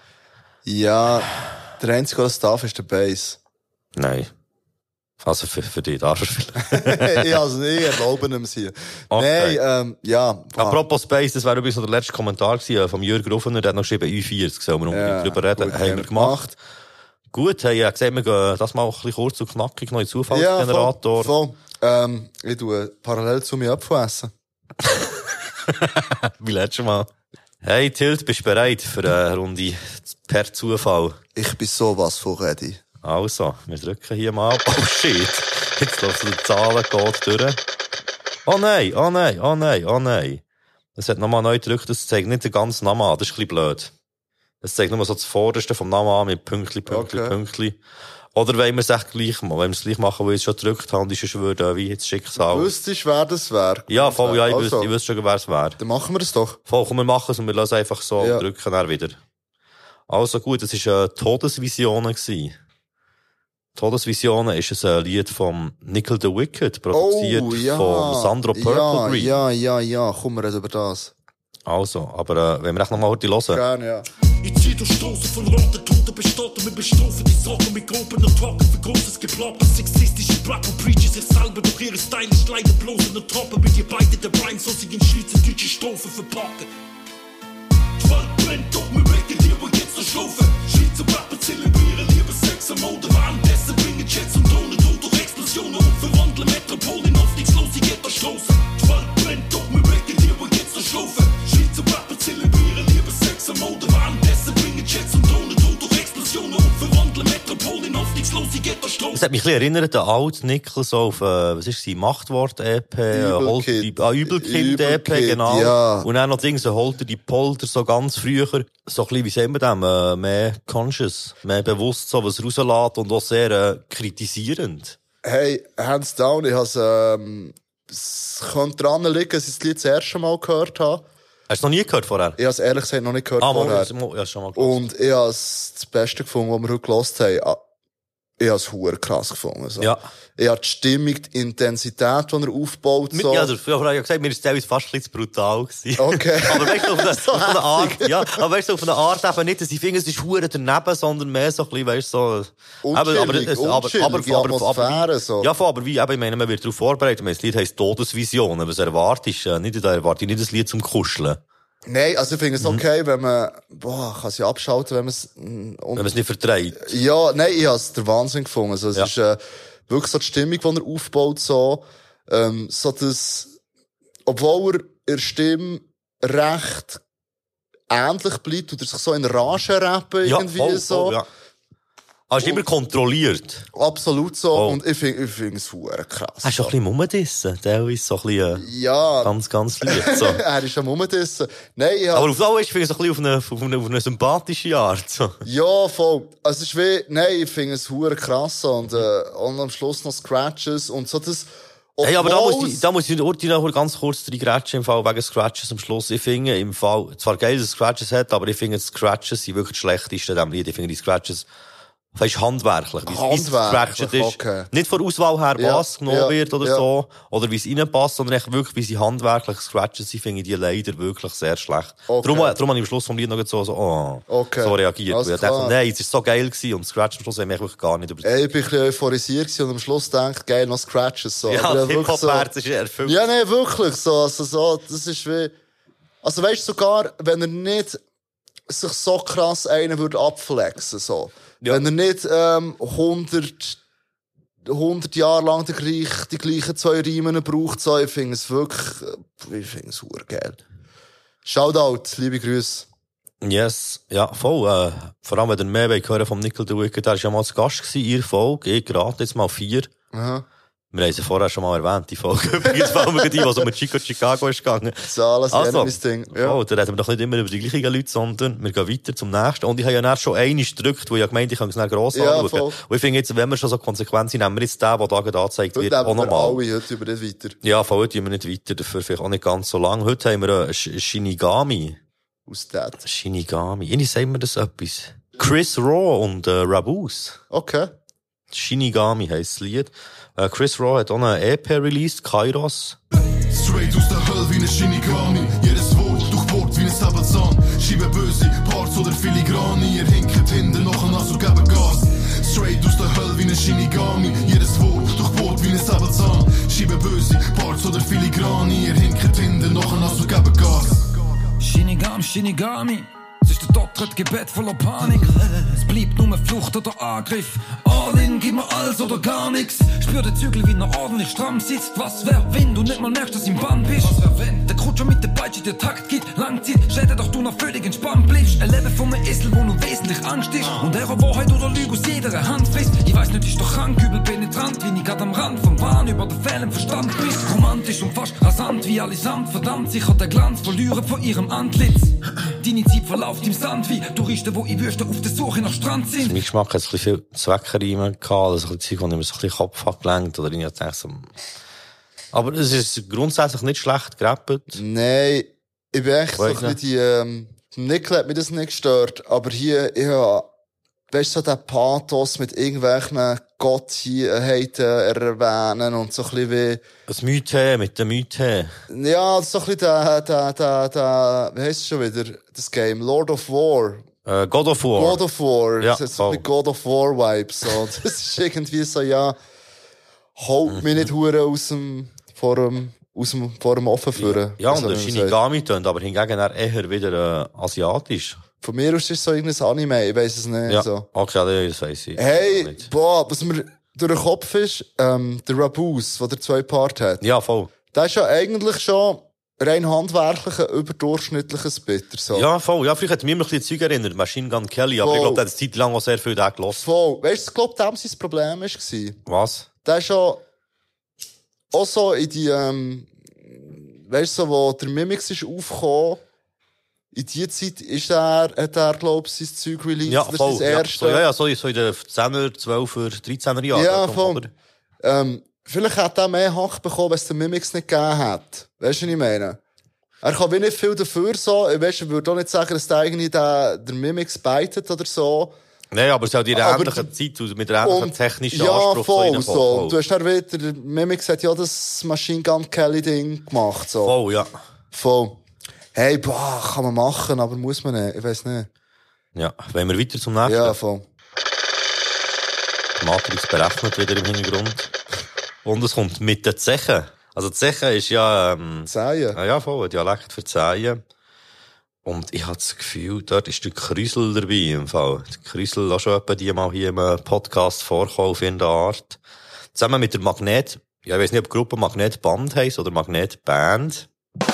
Ja, der einzige, der das darf, ist der Bass. Nein. Also für, für dich darf er vielleicht. Ich, also, ich erlaube ihm hier. Okay. Nein, ähm, ja. Apropos Space, das wäre übrigens noch der letzte Kommentar gewesen, vom Jürgen Ruffner, der hat noch geschrieben, Ü vierzig, sollen wir unbedingt ja, drüber reden, gut, haben wir gemacht. Gut, hey, ja, gesehen, wir gehen das mal ein bisschen kurz und knackig noch in Zufallsgenerator. Ja, voll, voll. Ähm, ich tue parallel zu mir Apfel essen. Wie letztes Mal. Hey, Tilt, bist du bereit für eine Runde per Zufall? Ich bin sowas von ready. Also, wir drücken hier mal. Oh shit. Jetzt läuft die Zahlen geht durch. Oh nein, oh nein, oh nein, oh nein. Es hat nochmal neu gedrückt, das zeigt nicht den ganzen Namen an. Das ist ein bisschen blöd. Es zeigt nur so das Vorderste vom Namen an mit Pünktli, Pünktli, okay. Pünktli. Oder wollen wir es echt gleich machen? Wenn wir es gleich machen, weil ich es schon gedrückt habe, ist es würde wie jetzt Schicksal. Du wüsstest, wer das wäre? Ja, voll, ja, ich also, wüsste, ich wüsste schon, wer es wäre. Dann machen wir es doch. Voll, komm, wir machen es und wir lassen einfach so ja. drücken dann wieder. Also gut, es war äh, Todesvisionen gewesen. Todesvisionen ist ein Lied von Nickel the Wicked, produziert oh, ja. von Sandro Purple ja, Green. Ja, ja, ja, komm, wir reden über das. Also, aber äh, wenn wir echt noch mal heute hören. Gerne, ja. Ich zieh durch Straßen von Roten, Toten bestatten mit Bestrafen, die Sachen mit Gruppen und Tagen für Großes geplant. Das sexistische Rap und preachen sich selber durch ihre stylisch leider bloß in der Trappe mit ihr beide der Rhyme, so sie in schweizerdeutsche Strophen verpacken. Die Welt brennt, doch wir wecken dir, wo jetzt noch schlafen. Schweizer Rapper zelebrieren Liebe, Sex und Mode. Währenddessen bringen Jets und Drohnen und durch Explosionen und verwandeln Metropolen in hoffnungslose Ghetto-Straßen. Die Welt brennt, doch wir wecken dir, wo jetzt noch schlafen. Schweizer Rapper zelebrieren Liebe, Sex und Mode. Währenddessen bringen Jets und Drohnen und durch Explosionen und verwandeln Metropolen in hoffnungslose Ghetto-Straßen. Das hat mich ein bisschen erinnert an alt Nickel, so auf, äh, was ist sie, Machtwort-E P, Übelkind, ah, Übelkind-E P, genau. Ja. Und dann noch Dinge, so Holter die Polter, so ganz früher, so ein bisschen, wie sehen wir dem, äh, mehr conscious, mehr bewusst, so was rauslässt und auch sehr äh, kritisierend. Hey, hands down, ich has, ähm, es könnte dran liegen, dass ich das Lied das erste Mal gehört habe. Hast du es noch nie gehört vorher? Ich habe es ehrlich gesagt noch nicht gehört ah, vorher. Ah, ja, schon mal gehört. Und ich habe es das Beste gefunden, was wir heute gehört haben. Ich habe es verdammt krass gefunden. So. Ja. Ich habe die Stimmung, die Intensität, die er aufbaut. So. Ja, der Frau hat ja gesagt, mir ist es fast ein bisschen brutal gewesen. Okay. aber weißt du, auf eine, so auf eine Art, ja, aber weißt du, auf eine Art eben nicht, dass ich finde, es ist verdammt daneben, sondern mehr so ein bisschen, weißt du, so. Unchillig, aber, es, aber, aber, aber, aber, aber, so. Ja, voll, aber wie, eben, ich meine, man wird darauf vorbereitet. Das Lied heisst Todesvisionen. Was erwartest du? Nicht, da erwarte ich nicht ein Lied zum Kuscheln. Nein, also ich finde es okay, mhm. wenn man, boah, kann sie abschalten, wenn man es, wenn man es nicht vertreibt. Ja, nein, ich habe es der Wahnsinn gefunden. Also, es ja. ist, äh, wirklich so die Stimmung, die er aufbaut, so, ähm, so das, obwohl er in der Stimme recht ähnlich bleibt, tut er sich so in Rage rappen, ja, irgendwie voll, so. Voll, ja. Ah, ist immer kontrolliert. Absolut so. Oh. Und ich finde, ich finde es verdammt krass. Hast du ein bisschen rumdissen? Der ist so ein bisschen, äh, ja. ganz, ganz lieb, so. Er ist am rumdissen. Nein, ich hab... Aber auf Dauer, ich finde es ein bisschen auf eine, auf eine, auf eine sympathische Art, so. Ja, voll. Also, es ist wie, nein, ich finde es verdammt krass. Und, äh, und am Schluss noch Scratches und so das, hey, aber da muss ich, da muss ich noch ganz kurz reingrätschen im Fall wegen Scratches am Schluss. Ich finde im Fall, zwar geil, dass es Scratches hat, aber ich finde, die Scratches sind wirklich das Schlechteste in diesem Lied. Ich finde, die Scratches, fast handwerklich, wie es gescratcht ist. Okay. Nicht von der Auswahl her, ja, was genommen ja, wird oder ja. so, oder wie es reinpasst, sondern echt wirklich, wie sie handwerklich scratchen, sie finde ich die leider wirklich sehr schlecht. Okay. Darum, darum habe ich am Schluss vom Lied noch so, so, oh, okay. so reagiert. Alles Weil ich dachte, nein, es ist so geil gewesen und Scratch am Schluss haben mich wirklich gar nicht überzeugt. Ey, ich bin ein bisschen euphorisiert und am Schluss denkt, geil, noch Scratches, so. Ja, das Hip-Hop-Herz so, ist erfüllt. Ja, nee, wirklich, so, also, so, das ist wie, also weißt du, sogar, wenn er nicht sich so krass einen würde abflexen, so. Ja. Wenn er nicht, ähm, hundert, hundert Jahre lang die, gleich, die gleichen zwei Riemen braucht, so, ich finde es wirklich, ich finde es verdammt geil. Shoutout, liebe Grüße. Yes, ja, voll, äh, vor allem, wenn ihr mehr hören vom Nickel the Wicked, der war ja mal zu Gast gewesen, in ihrer Folge, ich gerade, jetzt mal vier. Aha. Wir haben sie vorher schon mal erwähnt, die Folge. Übrigens, vor allem die, was um Chico Chicago ist gegangen. Das ist alles also, Enemies Ding. Ja. Oh, da reden wir doch nicht immer über die gleichen Leute, sondern wir gehen weiter zum nächsten. Und ich habe ja dann schon einen gedrückt, wo ich ja gemeint, ich kann es dann gross ja, anschauen. Voll. Und ich finde jetzt, wenn wir schon so konsequent sind, nehmen wir jetzt den, der da gerade angezeigt wird, auch nochmal. Alle heute über das weiter. Ja, von heute wir nicht weiter, dafür vielleicht auch nicht ganz so lang. Heute haben wir einen Shinigami. Aus dat. Shinigami. Irgendwie sagen wir das etwas. Chris Raw und äh, Rabus. Okay. Shinigami heisst das Lied. Äh, Chris Raw hat auch eine E P released, Kairos. Straight aus der Hölle wie eine Shinigami. Jedes Wort durchbohrt wie ein Sabelzahn. Schiebe böse Parts oder Filigrani. Ihr hinkt hinten noch ein Nass und geben Gas. Straight aus der Hölle wie eine Shinigami. Jedes Wort durchbohrt wie ein Sabelzahn. Schiebe böse Parts oder Filigrani. Ihr hinkt hinten noch ein Nass und geben Gas. Shinigami, Shinigami. Es ist der Dottret-Gebet voller Panik. Es bleibt nur Flucht oder Angriff. All in, gib mir alles oder gar nix. Spür den Zügel, wie er ordentlich stramm sitzt. Was wär, wenn du nicht mal merkst, dass du im Bann bist? Was wär, wenn der Kutscher mit der Peitsche dir Takt gibt? Langzeit, stell dir doch du noch völlig entspannt bliebst. Ein Leben von einem Esel, wo nur wesentlich Angst ist. Und er Wahrheit oder Lüge aus jeder Hand frisst. Ich weiß nicht, ist doch krank, übel penetrant, wie ich grad am Rand vom Wahn über den Fällen Verstand bist. Romantisch und fast rasant, wie allesamt. Verdammt, sich hat der Glanz verlieren von ihrem Antlitz. Deine Zeit verläuft im Sand wie Touristen, die in Wüsten auf der Suche nach Strand sind. Mein Geschmack hat ein bisschen viel Zweckreime gehabt, also ein bisschen Zeug, wo ich mir so ein bisschen Kopf abgelenkt oder ich dachte so... Aber es ist grundsätzlich nicht schlecht gerappt. Nein, ich bin echt so ein bisschen die... Ähm, Nickel hat mich das nicht gestört, aber hier, ja... Weißt du, so der Pathos mit irgendwelchen Gottheiten erwähnen und so ein bisschen wie... Das Mythe mit dem Mythe. Ja, so ein bisschen der, der, der, der, wie heisst es schon wieder, das Game? Lord of War. Äh, God of War. God of War. Ja, das ist so ein God of War Vibes. So. Das ist irgendwie so, ja, holt mich nicht hure aus dem, vor dem, aus dem, vor dem Offen führen. Ja, und der Shinigami tönt, aber hingegen eher wieder äh, asiatisch. Von mir aus ist es so irgendein Anime, ich weiss es nicht. Ja, so. okay, das weiss ich. Hey, boah, was mir durch den Kopf ist, ähm, der Rabus, der zwei Part hat. Ja, voll. Der ist ja eigentlich schon rein handwerklich ein überdurchschnittlicher Spitter, so. Ja, voll. Ja, vielleicht hat mich immer ein bisschen Zeug erinnert, Machine Gun Kelly, aber voll. Ich glaube, der hat eine Zeit lang auch sehr viel da gelassen. Voll. Weißt du, ich glaube, dem sein Problem war? Was? Der ist ja auch so in die, ähm, weißt du, so, wo der Mimix ist aufgekommen, in dieser Zeit ist er, hat er, glaube ich, sein Zeug released. Ja, das voll. ist das erste. Ja, so, ja, ja, so, so in den zehner, zwölfer, dreizehner Jahren. Ja, voll. Ähm, vielleicht hat er mehr Hack bekommen, wenn es den Mimix nicht gegeben hat. Weißt du, was ich meine? Er kann wie nicht viel dafür so. Ich weiss, ich würde auch nicht sagen, dass der irgendwie der, der Mimix beitet oder so. Nein, aber es ist auch die ähnliche Zeit, mit der ähnlichen technischen ja, Anspruch. Voll, so. Voll. Und du hast dann wieder, der Mimix hat ja das Machine Gun Kelly Ding gemacht, so. Voll, ja. Voll. Hey, boah, kann man machen, aber muss man nicht. Ich weiss nicht. Ja, wollen wir weiter zum nächsten? Ja, voll. Die Matrix berechnet wieder im Hintergrund. Und es kommt mit den Zechen. Also Zechen ist ja... Ähm, Zehen? Ja, ja, voll, ein Dialekt für Zehen. Und ich habe das Gefühl, dort ist der Krüsel dabei im Fall. Der Krüsel auch schon etwa die mal hier im Podcast vorkommen in der Art. Zusammen mit der Magnet... Ja, ich weiss nicht, ob die Gruppe Magnetband heisst oder Magnetband.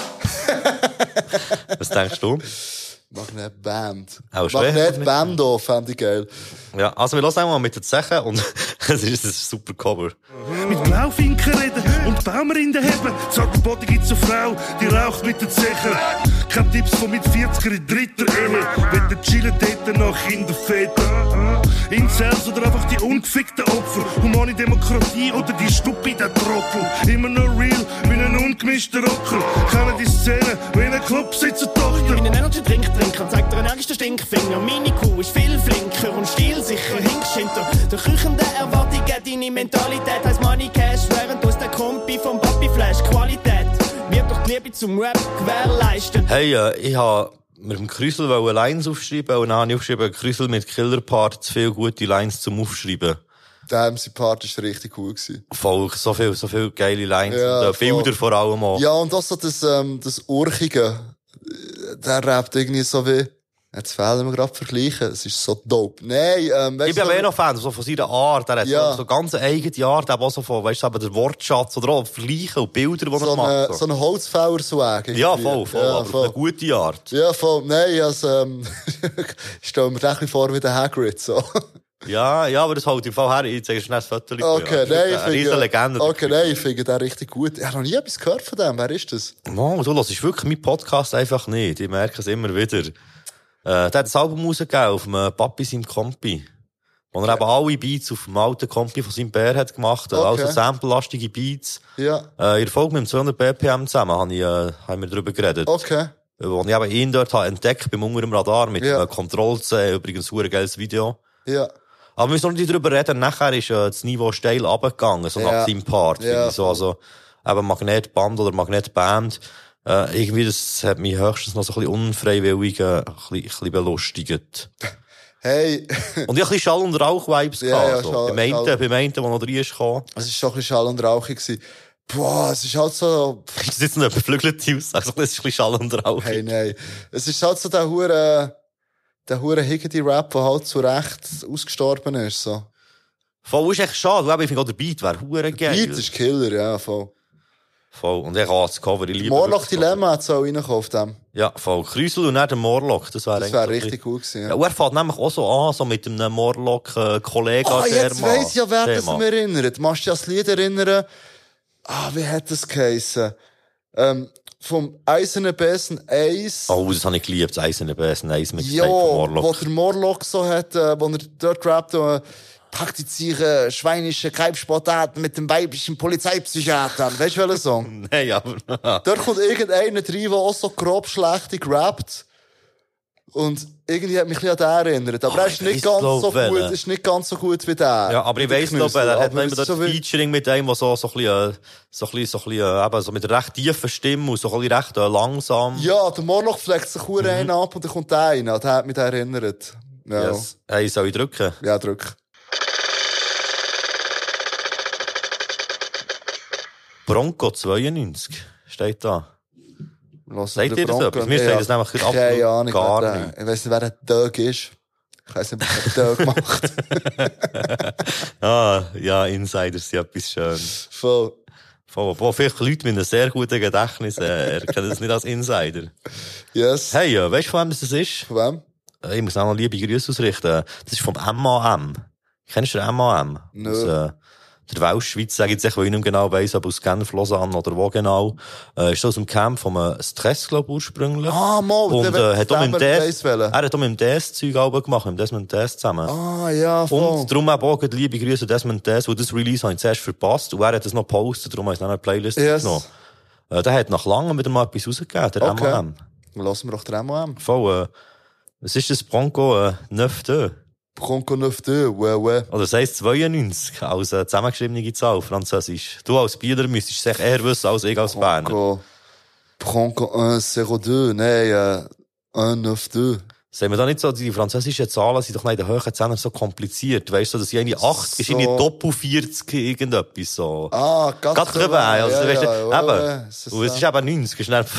Was denkst du? Magnetband. Magnetbando fände ich geil. Ja, also wir hören mal mit den Zechen und es ist ein super Cover. Mit Blaufinken reden und Baumer in den Heben. Sagt der Boden gibt's eine Frau, die raucht mit den Zechen. Keine Tipps von mit vierziger in dritter Ehe. Wenn der chillen dort nach Kinderväter. Incels oder einfach die ungefickten Opfer. Humane Demokratie oder die stupiden Trottel. Immer noch real, wie ein ungemischter Rocker. Kennen die Szene, wie in einem Club sitzen Tochter. Ich bin ein Energy-Drink-Trinker und zeig dir energischen Stinkfinger. Meine Kuh ist viel flinker und stilsicher. Hinkst hinter der küchenden Erwartungen. Deine Mentalität heisst Money Cash, während du aus der Kompi vom Papi Flash. Qualität wird doch die Liebe zum Rap gewährleisten. Hey, äh, ich habe mit dem Krüsel Lines aufschreiben und dann habe ich aufgeschrieben, Krüsel mit Killerpart, zu viele gute Lines zum Aufschreiben. Der M C-Part war richtig cool gewesen. Voll, so viel, so viel geile Lines ja, und äh, Bilder vor allem auch. Ja, und das so das, ähm, das Urchige, der rappt irgendwie so wie, jetzt fehlen wir gerade vergleichen, es ist so dope. Nein, ähm, ich bin aber eh noch Fan, so von seiner Art, er hat ja. so, so ganz eigene Art, aber auch so von, weißt du, aber der Wortschatz oder auch Vergleichen und Bilder, die so er macht. So, so ein Holzfäller-Swag. Ja, voll, voll, ja, aber voll. Eine gute Art. Ja, voll, nein, also, ähm, ich stelle mir das ein bisschen vor wie der Hagrid, so. Ja, ja, aber das haut im Fall her, ich zeige schnell das Foto. Okay, ja. nein, ich finde... Riesen Legende. Okay, nein, ich finde den richtig gut. Ich habe noch nie etwas gehört von dem, wer ist das? Wow, du hörst wirklich meinen Podcast einfach nicht, ich merke es immer wieder. Äh, der hat das Album rausgegeben auf dem Papi seinem Kompi. Wo er eben alle Beats auf dem alten Kompi von seinem Bär hat gemacht. Okay. Also sample-lastige Beats. Ja. Äh, in Folge mit dem zweihundert B P M zusammen haben, ich, äh, haben wir darüber geredet. Okay. Wo ich eben ihn dort habe entdeckt, beim unteren Radar, mit ja. einem Control-C, übrigens ein geiles Video. Ja. Aber wir müssen noch nicht darüber reden, nachher ist äh, das Niveau steil runtergegangen, so ja. nach seinem Part. Ja. So, also, eben Magnetband oder Magnetband. Äh, irgendwie, das hat mich höchstens noch so ein bisschen unfreiwillig, äh, ein bisschen, ein bisschen belustigt. Hey. Und ich hatte ein bisschen Schall- und Rauch-Vibes ja, gehabt. ja, so. Schall, beim einen, Schall. beim einen, der noch drin ist gekommen. Es war schon ein bisschen Schall und Rauch gewesen. Boah, es ist halt so... Ist das jetzt eine beflügelte Aussage? Es ist ein bisschen Schall und Rauch. Hey, nein. Es ist halt so der hure, der hure Higgity-Rap, der halt zu Recht ausgestorben ist, so. Voll, ist echt schade. Ich finde auch der Beat wäre hure geil. Der Beat ist Killer, ja, voll. Voll. Und ich habe das Cover, ich liebe Morlock Dilemma hat so reingekommen auf dem. Ja, voll. Krüsel und dann der Morlock. Das wäre Das wäre richtig gut gewesen, ja. Ja, und er fährt nämlich auch so an, so mit einem Morlock-Kollegen. Ah, jetzt weiss ich ja, wer das mir erinnert. Machst du dich an das Lied erinnern? Ah, wie hat das geheissen? Ähm, vom Eiserne Besen eins. Oh, das habe ich geliebt, das Eiserne Besen eins mit Ja, Tape von Morlock. wo der Morlock so hat, äh, wo er dort rappt, äh, praktiziere schweinische Greifsportarten mit dem weiblichen Polizeipsychiater. Weißt du, welcher Song? Nein, aber... Dort kommt irgendeiner rein, der auch so grob schlechtig rappt. Und irgendwie hat mich ein bisschen an den erinnert. Aber Oh, er ist nicht ganz so gut, ist nicht ganz so gut wie der. Ja, aber ich weiss noch, er hat noch immer dort so wie- Featuring mit einem, der so, so ein bisschen, äh, so ein bisschen, so ein bisschen, äh, eben, so mit einer recht tiefen Stimme und so ein bisschen recht äh, langsam. Ja, der Morlock fleckt sich mhm. einen ab und dann kommt der rein. Der hat mich daran erinnert. Ja. Yes. Hey, soll ich drücken? Ja, drück. Bronco zweiundneunzig steht da. Lass Sagt ihr das etwas? Wir sagen das nämlich keine absolut Ahnung, gar wer nicht. der- Ich weiss nicht, wer der Doug ist. Ich weiss nicht, wer der Doug macht. Ah, ja, Insiders sind etwas Schönes. Voll. Voll. Boah, vielleicht Leute mit einem sehr guten Gedächtnis äh, erkennen das nicht als Insider. Yes. Hey, äh, weißt du, von wem das ist? Von wem? Äh, Ich muss auch noch liebe Grüße ausrichten. Das ist vom M A M. Kennst du den M A M? Nö. Aus, äh, der Weltschweiz, sage ich jetzt, weil ich nicht genau weiss, ob aus Genf, Lausanne oder wo genau. Äh, ist aus dem Camp vom äh, Stress, glaub ich, ursprünglich. Ah, mal, Und der äh, hat auch mit dem D S, weiss welchen. er hat auch mit dem D S-Zeug auch gemacht, mit dem Desmond D S zusammen. Ah, ja, voll. Und darum eben auch gerade liebe Grüße an Desmond D S, wo das Release habe ich zuerst verpasst. Und er hat das noch gepostet, darum habe ich es noch in eine Playlist Yes. genommen. Äh, der hat nach langem wieder mal etwas rausgegeben, der Okay. M A M. Lassen wir doch den M A M. Voll, äh, was ist das Bronco äh, neuf deux? Bronco neuf deux, ouais, ouais. Oder das heisst zweiundneunzig, als äh, zusammengeschriebene Zahl, französisch. Du als Bieler müsstest es eher wissen als ich als Berner. Bronco, Bronco eins zero deux, nein, äh, eins neuf deux. Sagen wir da nicht so, die französischen Zahlen sind doch nicht in den höheren Zählern so kompliziert. Weißt du, dass irgendwie achtzig ist, So. irgendwie Doppel vierzig, irgendetwas so. Ah, quatre-vingts, also, ja, weißt du, ja, ja, eben. ja, es ist Und es so. ist eben neunzig, ist nicht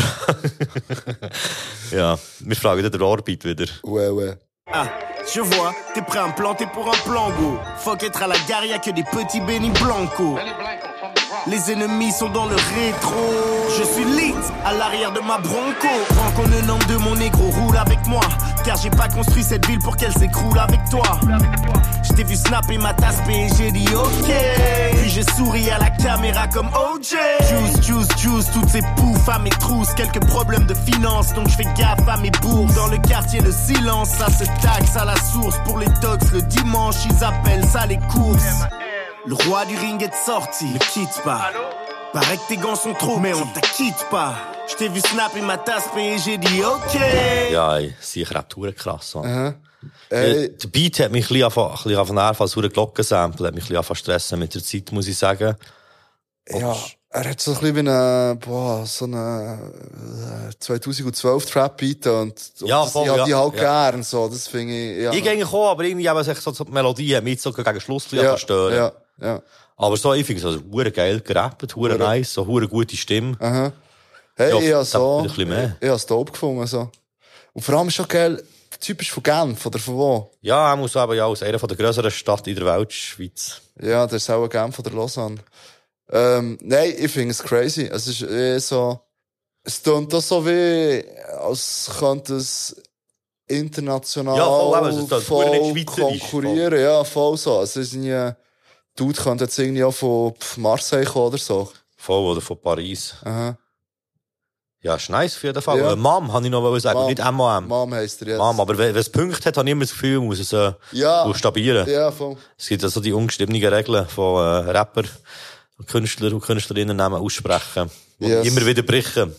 Ja, wir fragen den Orbit wieder. Ouais, ouais. Ah, je vois, t'es prêt à me planter pour un plan go. Fuck être à la gare, y'a que des petits Benny Blanco. Les ennemis sont dans le rétro. Je suis lit à l'arrière de ma Bronco. Bronco quatre-vingt-douze, mon négro roule avec moi. Car j'ai pas construit cette ville pour qu'elle s'écroule avec toi. Je t'ai vu snapper ma tasse P et j'ai dit ok. Puis j'ai souri à la caméra comme O J. Juice, juice, juice, toutes ces poufs à mes trousses. Quelques problèmes de finance, donc je fais gaffe à mes bourses. Dans le quartier, le silence, ça se taxe à la source. Pour les dogs, le dimanche, ils appellent ça les courses. Le roi du ring est sorti, ne quitte pas. Paraît que tes gants sont trop, mais on t'acquitte pas. Je t'ai vu snapper ma tasse P et j'ai dit ok. Ja, ey, sicher auch Touren krass. So. Aha. Äh, der Beat hat mich ein bisschen angefangen, ein bisschen angefangen nerven, als eine Glockensample, hat mich ein bisschen angefangen stressen mit der Zeit, muss ich sagen. Ja, er hat so ein bisschen wie eine, boah, so eine äh, zweitausendzwölf Trap-Beat und, und Ja, das- voll, ich hab ja, die halt ja. gern, so, das finde ich, ja. Ich gehe auch, aber irgendwie eben sich so die Melodie hat mich so gegen Schluss ein bisschen Ja, verstören. ja, ja. Aber so, ich finde es also hure geil gerappt, hure nice, so hure gute Stimme. Aha. Hey, Ja, ich hab das so, hat ein bisschen mehr. ich, ich hab's dope gefunden, so. Und vor allem ist schon geil, der Typ ist von Genf, oder von wo? Ja, er muss aber ja aus einer von der grösseren Stadt in der Welt, Schweiz. Ja, der ist auch ein Genf oder Lausanne. Ähm, nein, ich finde es crazy. Es ist eh so, es klingt doch so wie, als könnte es international Ja, voll, eben, es klingt voll verdammt nicht schweizerisch, konkurrieren. Ja, voll so. Es ist nie, Dude könnte jetzt irgendwie auch von pff, Marseille kommen oder so. Voll, oder von Paris. Aha. Ja, ist nice auf jeden Fall. Ja. Ja. Mom, habe ich noch mal sagen, Mom. nicht M A M. Mom heisst er jetzt. Mom, aber wenn wenn es Punkte hat, habe ich immer das Gefühl, man muss es äh, Ja. buchstabieren. Ja, voll. Es gibt also die ungeschriebenen Regeln von äh, Rapper, Künstler und Künstlerinnen Namen aussprechen, die Yes. immer wieder brechen.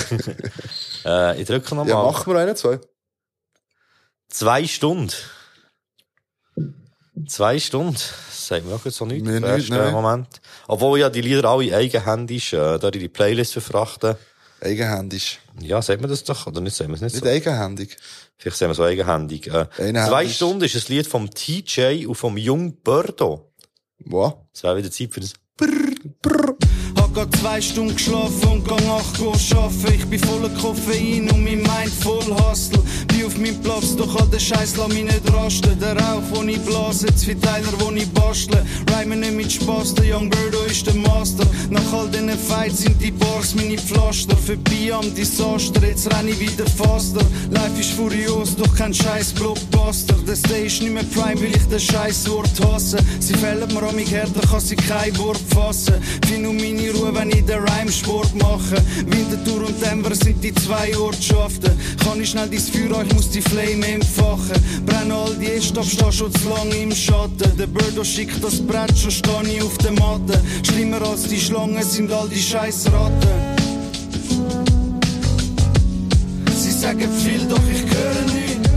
äh, ich drücke nochmal. Ja, machen wir einen, zwei. Zwei Stunden. Zwei Stunden. Das sagt mir auch jetzt so nichts. Mir im nicht, ersten nein. Moment. Obwohl ja die Lieder alle eigenhändisch äh, da in die Playlist verfrachten. Eigenhändig. Ja, sagt man das doch? Oder nicht? Sagen wir es nicht Nicht so? eigenhändig. Vielleicht sagen wir so eigenhändig. Äh, Einhändig. zwei Stunden ist ein Lied vom T J und vom Jung Birdo. Was? Es wäre wieder Zeit für das. Hab grad zwei Stunden geschlafen und gang acht Uhr arbeiten. Ich bin voller Koffein und mein Mind voll Hustle. Bin auf meinem Platz, doch all den Scheiß lass mich nicht rasten. Der Rauch, den ich blase, zwei Teiler, den ich bastle. Rhymen nicht mit Spaß, der Young Birdo ist der Master. Nach all diesen Fights sind die Bars meine Pflaster. Vorbei am Desaster, jetzt renn ich wieder faster. Life ist furios, doch kein scheiß Blockbuster. Der Stay ist nicht mehr Prime, weil ich den scheiß Wort hasse. Sie fällen mir an mich her, da kann sie kein Wort fassen. Find um meine Ruhe zu, wenn ich den Rhyme-Sport mache. Winterthur und Denver sind die zwei Ortschaften. Kann ich schnell dein Feuer, ich muss die Flame entfachen. Brenne all die Äste ab, steh schon zu lange im Schatten. Der Birdo schickt das Brett, schon steh ich auf der Matte. Schlimmer als die Schlangen sind all die scheiß Ratten. Sie sagen viel, doch ich höre nichts.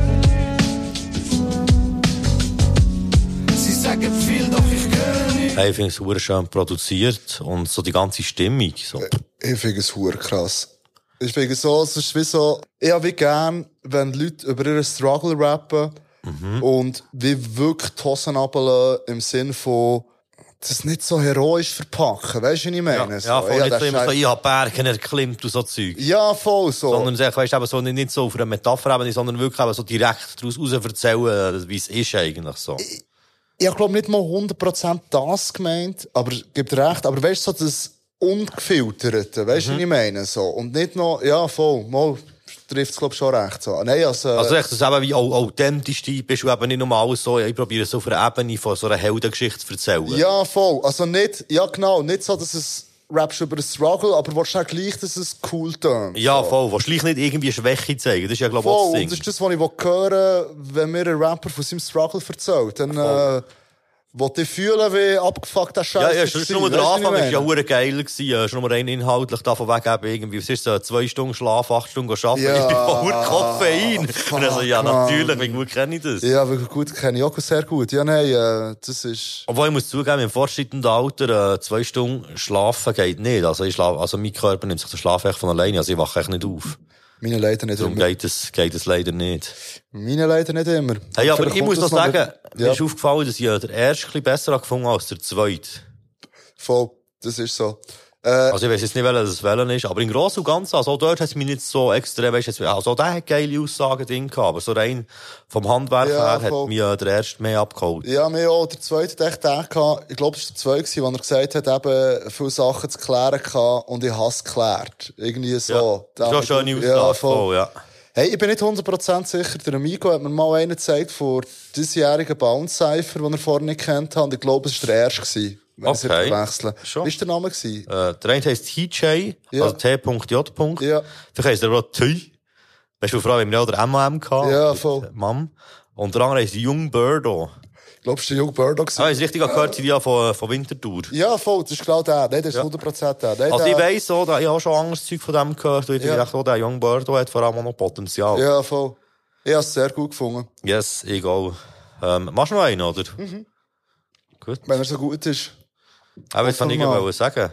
Sie sagen viel, doch ich höre nichts. Hey, ich finde es super schön produziert und so die ganze Stimmung. So. Ich finde es super krass. Ich finde es so, es ist wie so, ich habe wie gern, wenn Leute über ihren Struggle rappen mhm. und wie wirklich die Hosen runterlassen im Sinn von, das nicht so heroisch verpacken, weißt du, was ich meine? Ja, so, ja voll, ja, nicht so immer so, Schei- ich habe Berge erklimmt und so Zeug. Ja, voll so. Sondern, weißt du, eben so, nicht so auf einer Metapher, sondern wirklich eben so direkt daraus raus erzählen, wie es ist eigentlich so. Ich, ich glaube nicht mal hundert Prozent das gemeint, aber gibt recht, aber weißt du, so das Ungefilterte, weißt du, mhm. was ich meine? So. Und nicht noch, ja, voll, mal trifft es, glaube ich, schon recht so. Nein, also, also echt, das eben wie authentisch bist du eben nicht nur alles so, ich probiere es so auf einer Ebene von so einer Heldengeschichte zu erzählen. Ja, voll. Also nicht, ja genau, nicht so, dass es rappst über den Struggle, aber willst du gleich, dass es cool tönt. Ja, so. voll. Willst du gleich nicht irgendwie Schwäche zeigen, das ist ja, glaube ich, auch das Ding. Und das ist das, was ich hören will, wenn mir ein Rapper von seinem Struggle erzählt. Dann, äh, wollte ich fühlen, wie abgefuckt der Scheiß ja, ja, schon nur der Anfang war ja hure geil gewesen. Schon nur rein inhaltlich davon weg eben irgendwie, was ist so, zwei Stunden Schlaf, acht Stunden arbeiten. Ja, ich bin voll Koffein. Fuck, und also, ja, natürlich, wie gut kenne ich das? Ja, wie gut kenne ich auch sehr gut. Ja, nein, äh, das ist... Obwohl ich muss zugeben, im fortschreitenden Alter, äh, zwei Stunden schlafen geht nicht. Also ich schlaf, also mein Körper nimmt sich den Schlaf echt von alleine, also ich wache echt nicht auf. Meine leider nicht Darum immer. geht es, geht es leider nicht. Meine leider nicht immer. Hey, aber ich muss noch sagen, ja. mir ist aufgefallen, dass ich der erste ein bisschen besser gefunden habe als der zweite. Voll, das ist so. Äh, also ich weiss jetzt nicht, welcher das Wellen ist, aber im Großen und Ganzen, also dort hat es mich nicht so extrem, weißt du, also der hat geile Aussagen drin gehabt, aber so rein vom Handwerk Ja, her voll. hat mich äh, der erste mehr abgeholt. Ja, mir auch. Der zweite hat echt den gehabt. Ich glaube, es war der zweite, wo er gesagt hat, eben viele Sachen zu klären gehabt und ich habe es geklärt. Irgendwie so. Ja, das ist auch eine schöne Ja, Aussage, voll. voll, ja. Hey, ich bin nicht hundert Prozent sicher. Der Amigo hat mir mal einen gezeigt von diesjährigen Bounce-Cypher, den er vorher nicht kennt hat. Und ich glaube, es war der erste gewesen. Wenn ich es Okay. verwechseln. Schon. Wie war der Name gewesen? Äh, der eine heisst T J, Ja. also T J. Ja. Vielleicht heisst er auch T. Weißt du, vor allem, wir haben ja auch der M O M gehabt. Ja, voll. Mam. Und der andere heisst Young Birdo. Ich glaube, es war der Young Birdo gewesen. Ah, ich richtig gehört, sind die ja von, von Winterthur. Ja, voll. Das ist genau der. Nein, das ist Ja. hundert Prozent der. Nein, Also der- ich weiss auch, da- ich habe auch schon anderes Zeug von dem gehört, und ich Ja. dachte auch, der Young Birdo hat vor allem auch noch Potenzial. Ja, voll. Ich habe es sehr gut gefunden. Yes, ich auch. Ähm, machst du noch einen, oder? Mhm. Gut. Wenn er so gut ist. Aber jetzt kann ich mal. irgendwas sagen.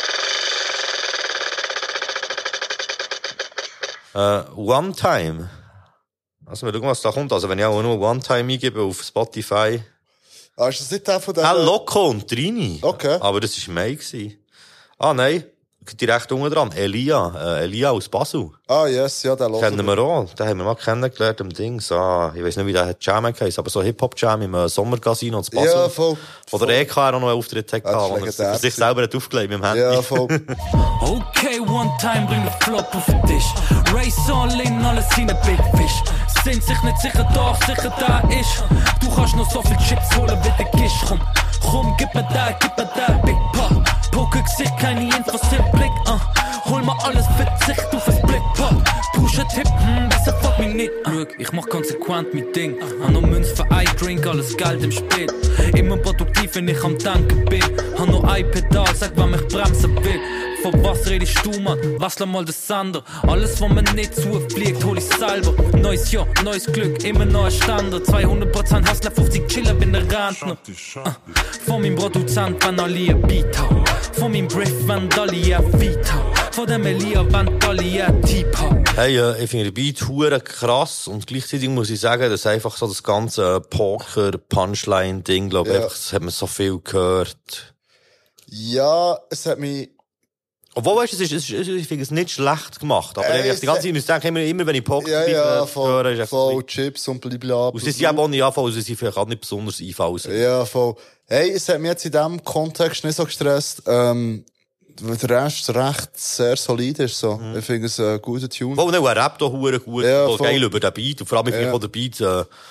Äh, One Time. Also, wir schauen, was da kommt. Also, wenn ich auch nur One Time eingebe auf Spotify. Ah, ist das nicht der von dem? Ah, Loco und Trini. Okay. Aber das war Mai gewesen. Ah, nein. Direkt unten dran. Elia. Äh, Elia aus Basel. Ah, yes, ja, der Kennen wir auch. Den haben wir mal kennengelernt im Dings. Ah, ich weiss nicht, wie der hat Jam heisst, aber so Hip-Hop-Jam im äh, Sommercasino in Basel. Ja, voll. Wo der E K R auch noch einen Auftritt hat, Ah, das ist wo er legendär für sich selber hat aufgelegt mit dem Handy. Ja, voll. Okay, one time, bring den Flop auf den Tisch. Race all in, alles in ein Big Fish. Sind sich nicht sicher, doch sicher da ist. Du kannst noch so viel Chips holen, wie der Gisch. Komm, komm, gib mir da, gib mir da, Big Pop. Poker Gesicht, keine Infos im Blick, uh. Hol mir alles, verzicht auf das Blick, Pop. Pusher-Tipp, hm, besser fuck mich nicht. Schau, ich mach konsequent mein Ding. Han noch Münz für ein Drink, alles Geld im Spiel. Immer produktiv, wenn ich am Tanken bin. Han noch ein Pedal, sag, wann mich bremsen will. Von was redest du, Mann? Was mal das Sander? Alles, was mir nicht zufliegt, hol ich selber. Neues Jahr, neues Glück, immer noch ein Standard. zweihundert Prozent Hustler, fünfzig Chiller, bin der Rentner. Uh, von meinem Produzent, wenn alle ein Beat haben. Von meinem Brief, wenn alle ein Beat haben. Von dem Elia, wenn alle ein Typ haben. Hey, äh, ich finde den Beat hure krass und gleichzeitig muss ich sagen, dass einfach so das ganze Poker-Punchline-Ding, glaube ich, Ja. einfach, das hat man so viel gehört. Ja, es hat mich... Obwohl, weißt du, es ist, es ist, ich finde es nicht schlecht gemacht, aber Äh, ich die ganze Zeit, ich denke immer, immer wenn ich Poker Ja, ja, höre, voll, ist einfach voll Chips und blablabla. und sie sind eben auch nicht anfallen, sie sind vielleicht auch nicht besonders einfallsig. Ja, voll. Hey, es hat mich jetzt in diesem Kontext nicht so gestresst, ähm, weil der Rest recht sehr solid ist, so. Ich finde es ein guter Tune. Obwohl, ne, er rappt auch hure gut, Ja, voll voll. geil über den Beat und vor allem, ich finde Ja. auch der Beat, äh,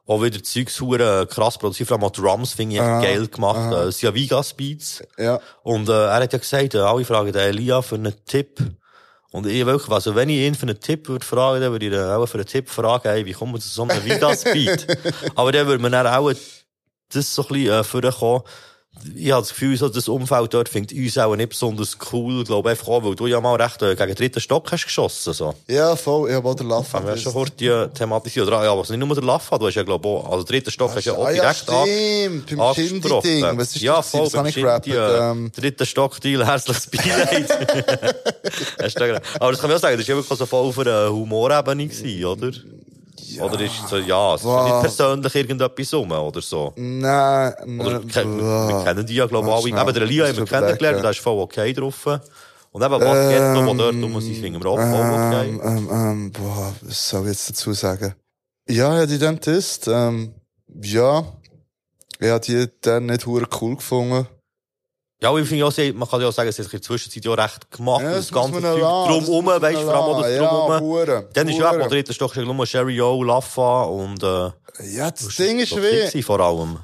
auch wieder Zeugs hure krass produziert, vor allem auch Drums finde ich echt Aha, geil gemacht. aha. Es sind ja Vegas Beats. Ja. Und äh, er hat ja gesagt, äh, alle fragen den Elia für einen Tipp. Und ich wirklich, also wenn ich ihn für einen Tipp würde fragen, dann würde ich ihn auch für einen Tipp fragen, hey, wie kommt man zu so einem Vegas Beat? Aber dann würde man dann auch das so ein bisschen äh, vorkommen. Ich habe das Gefühl, so das Umfeld dort findet uns auch nicht besonders cool, glaube einfach auch, weil du ja mal recht äh, gegen den dritten Stock hast geschossen, so. Ja, voll, ich habe auch den Laffa. Wir haben schon kurz die thematisiert. Oder, ja, was nicht nur der Laffa, du hast ja, glaube ich, auch, also dritten Stock hast du ja auch Ah, ja, direkt an, stimmt, beim angesprochen. Shindy-Ding. Was ist ja, das? voll, Das beim habe ich Shindy, gerappt, äh, ähm. dritten Stock-Deal, herzliches Beileid. Hast du gedacht? Aber das kann ich auch sagen, das war ja wirklich so voll auf einer Humorebene gewesen, oder? Ja. Oder ist es so, ja, es ist Wow. nicht persönlich irgendetwas rum, oder so? Nein, nein. Oder, wir, wir kennen die ja, glaube ich, alle. Eben, der Elia haben wir kennengelernt, und der ist voll okay drauf. Und eben, was jetzt noch, wo dort rum sind, finden wir auch voll okay. Ähm, ähm, ähm, boah, was soll ich jetzt dazu sagen? Ja, ja, die Dentist, ähm, ja. Ich habe die dann nicht hure cool gefunden. Ja, ich finde auch, sie- man kann ja auch sagen, sie hat sich in der Zwischenzeit ja recht gemacht. Ja, das das muss ganze man Zeug lassen, das drumherum, muss man weisst du, vor allem auch das lassen. Ja, drumherum. hure, Dann ist ja hure. eben, der dritte Stock nur Sherry O, Laffa und, äh, Ja, das Ding ist so wie... Fixi vor allem.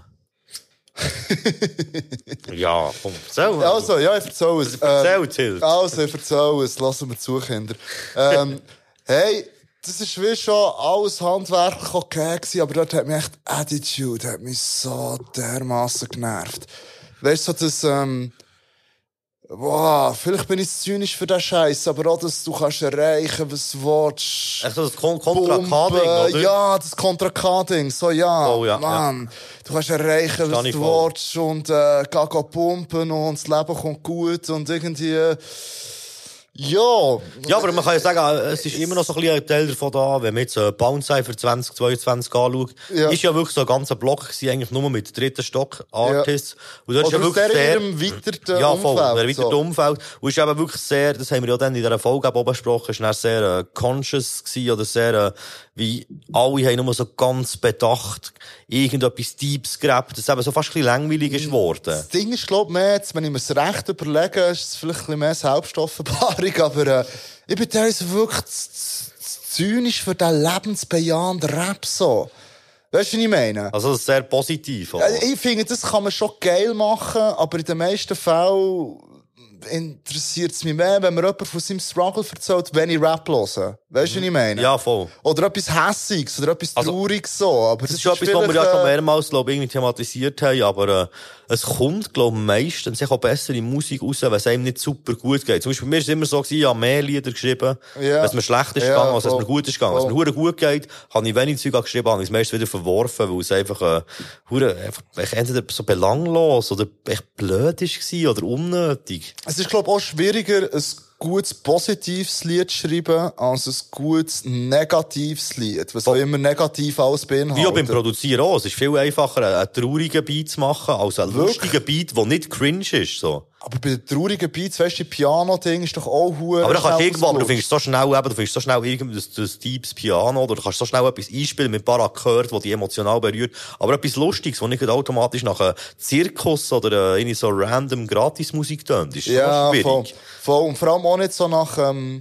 Ja, komm, erzähl. Also, ja, ich erzähl es. Erzähl, Till. Also, ich erzähl es. Lassen wir zu, Kinder. Ähm, hey, das ist wie schon alles handwerklich okay gewesen, aber dort hat mich echt Attitude, hat mich so dermassen genervt. Weißt du, so das, ähm, wow, vielleicht bin ich zu zynisch für den Scheiß, aber auch, dass du kannst erreichen, was du willst. Echt so das Kon- Kontra-K-Ding, oder? Ja, das Kontra-K-Ding, so ja, Oh, ja, Mann. Du kannst erreichen, was Verstehe ich du voll. willst und äh, geh, geh pumpen und das Leben kommt gut und irgendwie... äh, Ja. Ja, aber man kann ja sagen, es ist immer noch so ein bisschen ein Teil davon da, wenn man jetzt äh, Bounce für zwanzig zweiundzwanzig anschaut, Ja. ist ja wirklich so ein ganzer Block gewesen, eigentlich nur mit dritten Stock Artists. Ja. Und das ist ja Oder aus wirklich der sehr... ihrem weiterten ja, voll, Umfeld, der erweiterte so. Umfeld. Und ist eben wirklich sehr, das haben wir ja dann in dieser Folge auch besprochen, ist dann sehr äh, conscious gewesen, oder sehr, äh, wie alle haben nur so ganz bedacht irgendetwas Deeps gerappt, das eben so fast ein bisschen langweilig ist geworden. Das Ding ist, glaub ich, mehr, jetzt, wenn ich mir es recht überlege, ist es vielleicht ein bisschen mehr Selbstoffenbarung, aber äh, ich bin teilweise wirklich zu, zu, zu zynisch für den lebensbejahenden Rap so. Weißt du, was ich meine? Also das ist sehr positiv. Oder? Ja, ich finde, das kann man schon geil machen, aber in den meisten Fällen interessiert es mich mehr, wenn mir jemand von seinem Struggle erzählt, wenn ich Rap höre. Weißt du, was ich meine? Ja, voll. Oder etwas Hässiges oder etwas Also, Trauriges so. Aber Das ist schon etwas, was wir ja schon mehrmals, glaube ich, irgendwie thematisiert haben, aber äh, es kommt, glaube ich, meistens auch bessere Musik raus, wenn es einem nicht super gut geht. Zum Beispiel bei mir ist es immer so gewesen, ich habe mehr Lieder geschrieben, Ja. wenn es mir schlecht ist Ja, gegangen, als wenn es voll. mir gut ist gegangen. Wenn es mir Voll. hure gut geht, habe ich wenig Zeug geschrieben, habe ich es meistens wieder verworfen, weil es einfach, äh, hure, einfach, echt entweder so belanglos oder echt blöd ist gewesen oder unnötig. Es ist, glaube ich, auch schwieriger, ein gutes positives Lied zu schreiben, als ein gutes negatives Lied. Was auch immer negativ alles beinhaltet. Wie auch beim Produzieren auch. Es ist viel einfacher, einen, einen traurigen Beat zu machen, als einen Wirklich? lustigen Beat, der nicht cringe ist, so. Aber bei den traurigen Beats, weißt du, die Piano-Ding ist doch auch hure. Aber dann kannst du schnell irgendwo, aber du ausgelutscht. findest so schnell, eben, du findest so schnell irgend das, das Deeps Piano, oder du kannst so schnell etwas einspielen mit ein paar Akkorden, die dich emotional berührt. Aber etwas Lustiges, wo nicht gerade automatisch nach einem Zirkus oder äh, irgendwie so random Gratismusik tönt, ist schon Ja, schwierig. voll, voll. Und vor allem auch nicht so nach ähm,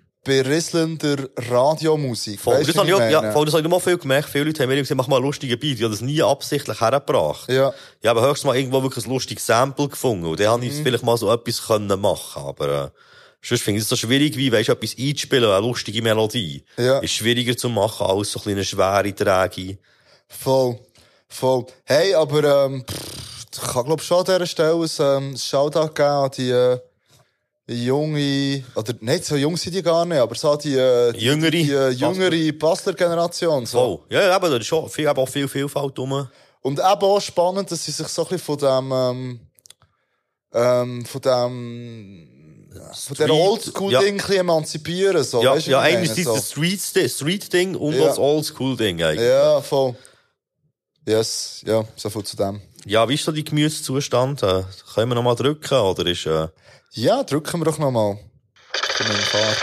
berieselnder Radiomusik. Voll, Weißt das du, habe ich, was auch- ich ja, meine? voll, das habe ich noch viel gemerkt. Viele Leute haben mir immer gesagt, mach mal einen lustigen Beat. Ich habe das nie absichtlich hergebracht. Ja. Ich habe höchstens mal irgendwo wirklich ein lustiges Sample gefunden. Und dann habe ich Mhm. vielleicht mal so etwas können machen. Aber, äh, sonst finde ich es so schwierig, wie, weisst du, etwas einzuspielen, eine lustige Melodie. Ja. Ist schwieriger zu machen als so ein eine schwere Träge. Voll, voll. Hey, aber ähm, pff, ich kann glaub schon an dieser Stelle ein ähm, Shoutout geben an die äh, junge, oder nicht so jung sind die gar nicht, aber so an die, äh, die, Jüngere die äh, jüngere Bastler-Generation. So. Voll. Ja, ja, aber da ist schon viel, eben auch viel Vielfalt rum. Und eben auch spannend, dass sie sich so ein bisschen von dem, ähm, ähm, von dem, ja, von der Street- Oldschool-Ding ja. ein bisschen emanzipieren. So. Ja, Weißt du, ja, was ich meine? einerseits so. das Street- Street-Ding und Ja. das Oldschool-Ding eigentlich. Ja, voll. Yes, ja, so viel zu dem. Ja, wie ist so die Gemütszustand? Äh, können wir noch mal drücken, oder ist, äh... Ja, drücken wir doch noch mal. Komm in Fahrt.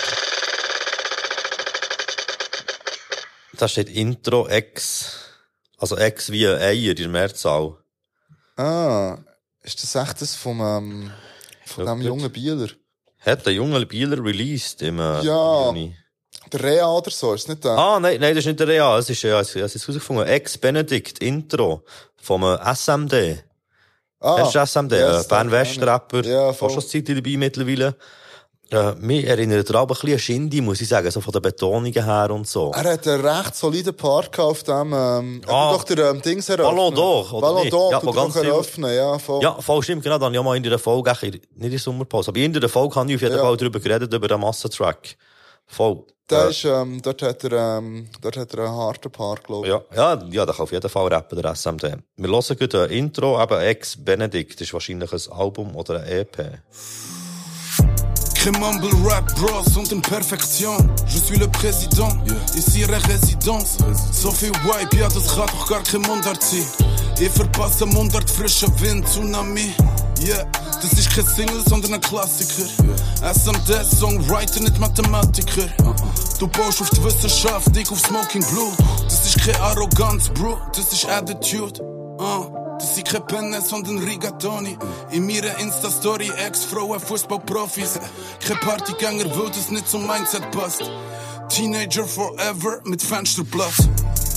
Da steht Intro X. Also X wie ein Eier in der Mehrzahl. Ah, ist das echt das vom, ähm, von Ja, dem gut. jungen Bieler? Hat der junge Bieler released im, äh, Ja. Juni. Der Rea oder so, ist nicht der? Ah, nein, nein, das ist nicht der Rea. Es ist, ja, ich habe es jetzt herausgefunden, Ex-Benedict, Intro vom S M D. Ah, Kennst du S M D? yes, äh, Bern-West-Rapper. Ja, voll. Fast schon Zeit dabei mittlerweile. Äh, mich erinnert er aber ein bisschen an Shindy, muss ich sagen, so von den Betonungen her und so. Er hat einen recht soliden Park auf dem, ähm, Ah, doch der, ähm, Dings eröffnen. Ballon d'Or, oder Ballon nicht? d'Or, Ja, tut wo er ganz doch viel- eröffnen, ja, voll. Ja, voll stimmt, genau. Dann habe ich auch mal in der Folge, nicht in der Sommerpause, aber in der Folge habe ich auf jeden Ja. Fall darüber geredet, über den Massentrack. Voll. Der Äh, ist, ähm, dort hat er, ähm, dort hat er einen harten Park, glaube ich. Ja, ja, ja, da kann auf jeden Fall rappen, der S M D. Wir hören gerade ein Intro, eben Ex-Benedict, das ist wahrscheinlich ein Album oder ein E P. Crème Mumble Rap Bros und in Perfektion. Je suis le Président, ici ihre Residenz. So viel Vibe, ja, das kann doch gar kein Mundart sein. Ich verpasse Mundart, frischer Wind, Tsunami. Yeah, das ist kein Single, sondern ein Klassiker. S M D, Songwriter, nicht Mathematiker. Du baust auf die Wissenschaft, ich auf Smoking Blue. Das ist keine Arroganz, Bro, das ist Attitude. Uh. Das sind keine Penne, sondern Rigatoni. In meiner Insta-Story Ex-Frauen, Fußballprofis. Kein Partygänger, weil das nicht zum Mindset passt. Teenager forever mit Fensterplatz.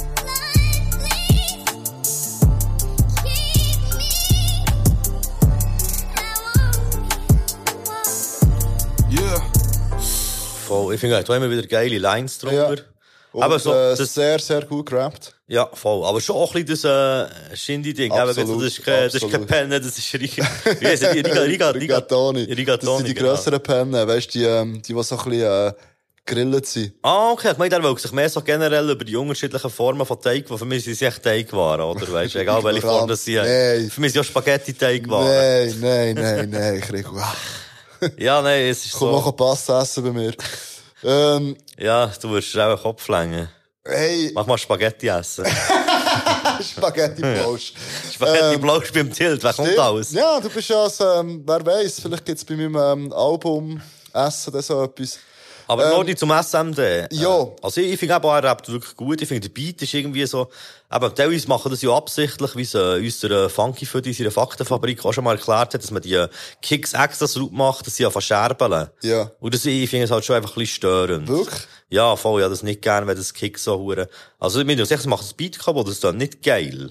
Yeah. Voll. Ich finde, da haben wir wieder geile Lines drüber. Ja. Und, Aber so, äh, das, sehr, sehr gut gerappt. ja, voll. Aber schon auch ein bisschen das, äh, Shindy-Ding. Eben, Absolut, das ist kein, das ist kein absolut. Penne, das ist Riga, wie heisst das? Riga, Riga, Riga, Rigatoni. Rigatoni. Das sind die genau. grösseren Pennen, weißt du, die, ähm, die, die so ein bisschen, äh, grillt sind. Ah, okay. Ich meine, der will sich mehr so generell über die unterschiedlichen Formen von Teig, die für mich sind sie echt Teigwaren, oder? Weißt du, egal welche Form das sind. Nein. Für mich sind ja Spaghetti-Teigwaren. Nein, nein, nein, nein, ich krieg, Ja, nein, es ist komm, so. mach einen Pass essen bei mir. Ähm, Ja, du wirst auch einen Kopf längen. hey, Mach mal Spaghetti essen. Spaghetti Blausch. Spaghetti Ähm, Blausch beim Tilt, wer kommt Stimmt. alles? Ja, du bist ja, so, ähm, wer weiss, vielleicht gibt's bei meinem ähm, Album Essen oder so etwas. Aber Ähm, noch nicht zum S M D. Ja. Äh, Also ich, ich finde auch, er rappt wirklich gut. Ich finde, der Beat ist irgendwie so, aber teilweise machen das ja absichtlich, wie es äh, unser Funky für in seiner Faktenfabrik auch schon mal erklärt hat, dass man die äh, Kicks extra so macht, dass sie ja verscherbeln. Ja. Und das, ich finde es halt schon einfach ein bisschen störend. Wirklich? Ja, voll, ja, das nicht gern, wenn das Kick so hure. Also, ich meine, das macht das Beat kaputt, das ist dann nicht geil.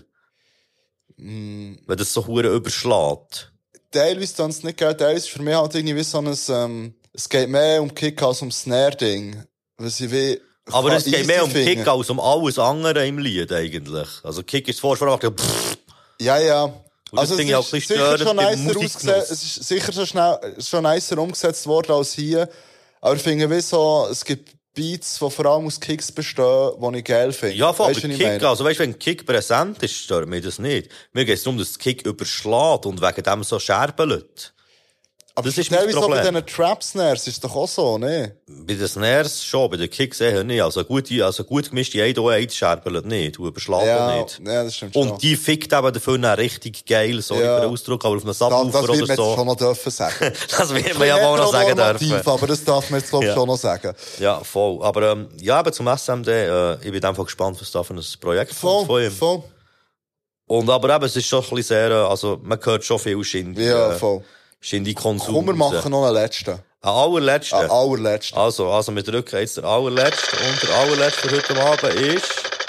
Mm, Wenn das so hure überschlägt. teilweise dann es nicht geil, teilweise ist für mich halt irgendwie wie so ein, ähm, es geht mehr um Kick als um Snare-Ding. Weil sie wie, Aber kann es geht easy mehr um finden. Kick als um alles andere im Lied, eigentlich. Also, Kick ist vorher schon pff. Ja, ja. Und das Also, es finde ich auch ist ein bisschen sicher störend schon beim nicer Musikgenuss. ausgesetzt, es ist sicher schon schnell, schon nicer umgesetzt worden als hier. Aber ich finde wie so, es gibt Beats, die vor allem aus Kicks bestehen, die ich geil finde. Ja, voll, Weißt aber du, was ich Kick, meine? also weißt, wenn Kick präsent ist, stört mich das nicht. Mir geht es darum, dass das Kick überschlägt und wegen dem so scherbelt. Aber das ist mein teilweise auch bei Problem. diesen Trap-Snares ist es doch auch so, ne? Bei den Snares schon, bei den Kicks eher nicht. Also gute, also gut gemischte eins und eins scherbelt nicht, und überschlägt Ja, auch nicht. ja, das stimmt Und schon. die fickt eben dafür noch richtig geil, sorry Ja. für den Ausdruck, aber auf einem Das, Subwoofer das wird man oder jetzt so. schon noch dürfen sagen. Das wird man ja wohl noch sagen Heteronormativ, dürfen. aber das darf man jetzt, glaube ich, Ja. schon noch sagen. Ja, voll. Aber ähm, ja, eben zum S M D, äh, ich bin einfach gespannt, was da für ein Projekt kommt von ihm. Voll. Und aber eben, es ist schon ein bisschen sehr, äh, also man hört schon viel Shindy. Ja, äh, voll. Shindy-Konsum. Komm, wir raus. machen noch einen letzten. Einen allerletzten? Einen allerletzten. Also, also wir drücken jetzt den allerletzten. Und der allerletzte für heute Abend ist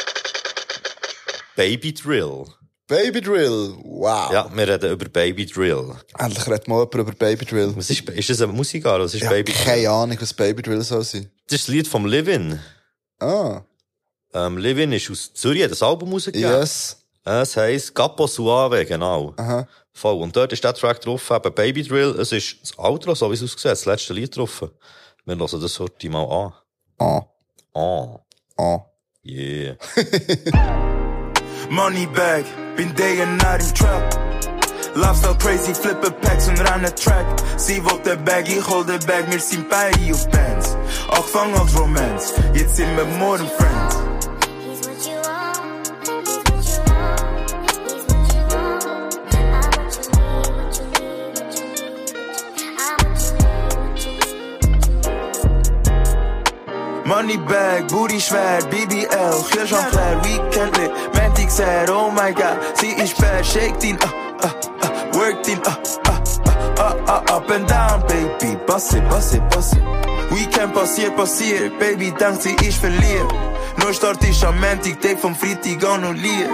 Baby Drill. Baby Drill, wow. Ja, wir reden über Baby Drill. Endlich redet mal jemand über Baby Drill. Was ist, ist das eine Musik oder was ist Ich Baby habe Drill? keine Ahnung, was Baby Drill soll sein. Das ist das Lied vom Livin. Ah. Ähm, Livin ist aus Zürich, hat das Album rausgegeben. Yes. Es heisst Capo Suave, genau. Aha. Voll. Und dort ist der Track drauf, eben Baby Drill. Es ist das Outro, so wie es aussieht, das letzte Lied drauf. Wir hören das heute mal an. Ah. Ah. Ah. Yeah. Money bag, been day and night im Trap. Lifestyle crazy, flippe Packs und rennen Track. Sie will den Bag, ich hol den Bag, wir sind beide auf Bands. Angefangen als Romance, jetzt sind wir more than friends. Money bag, booty schwer, B B L, Kühlschrank leer, Weekend lit, Mantic sad, oh my god, sie ist bad, shake den, ah, ah, ah, work den, ah, ah, ah, up, up, up and down, baby. Passe, passe, passe. Weekend passiert, passiert. Baby denkt sie, ich verliere. Neustart ist am Montag, Tag vom Freitag annulliert.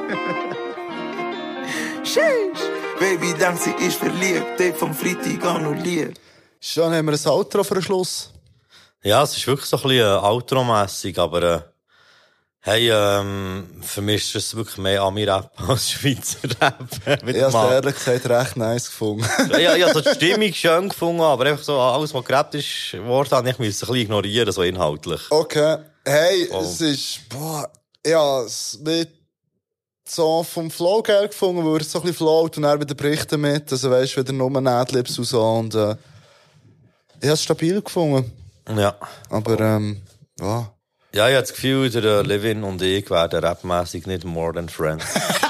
Sheesh. Baby denkt sie, ich verliere. Tag vom Freitag annulliert. Schon haben wir ein Outro für den Schluss. Ja, es ist wirklich so ein bisschen äh, Outro-mässig, aber äh, hey, ähm, für mich ist es wirklich mehr Ami-Rap als Schweizer Rap. Ich habe es ehrlich gesagt recht nice gefunden. ja, ja, so die Stimmung schön gefunden, aber einfach so alles, was gerappt ist, Worte habe ich ein bisschen ignorieren, so inhaltlich. Okay. Hey, oh. es ist, boah, ja, es wird so vom Flow geil gefunden, weil er so ein bisschen float und dann wieder Berichte mit, also weisst, wieder nur Adlibs und so und, äh, ich habe es stabil gefunden. Ja. Aber, ähm, ja. Ja, ich habe das Gefühl, der äh, Levin und ich werden rapmässig nicht more than friends.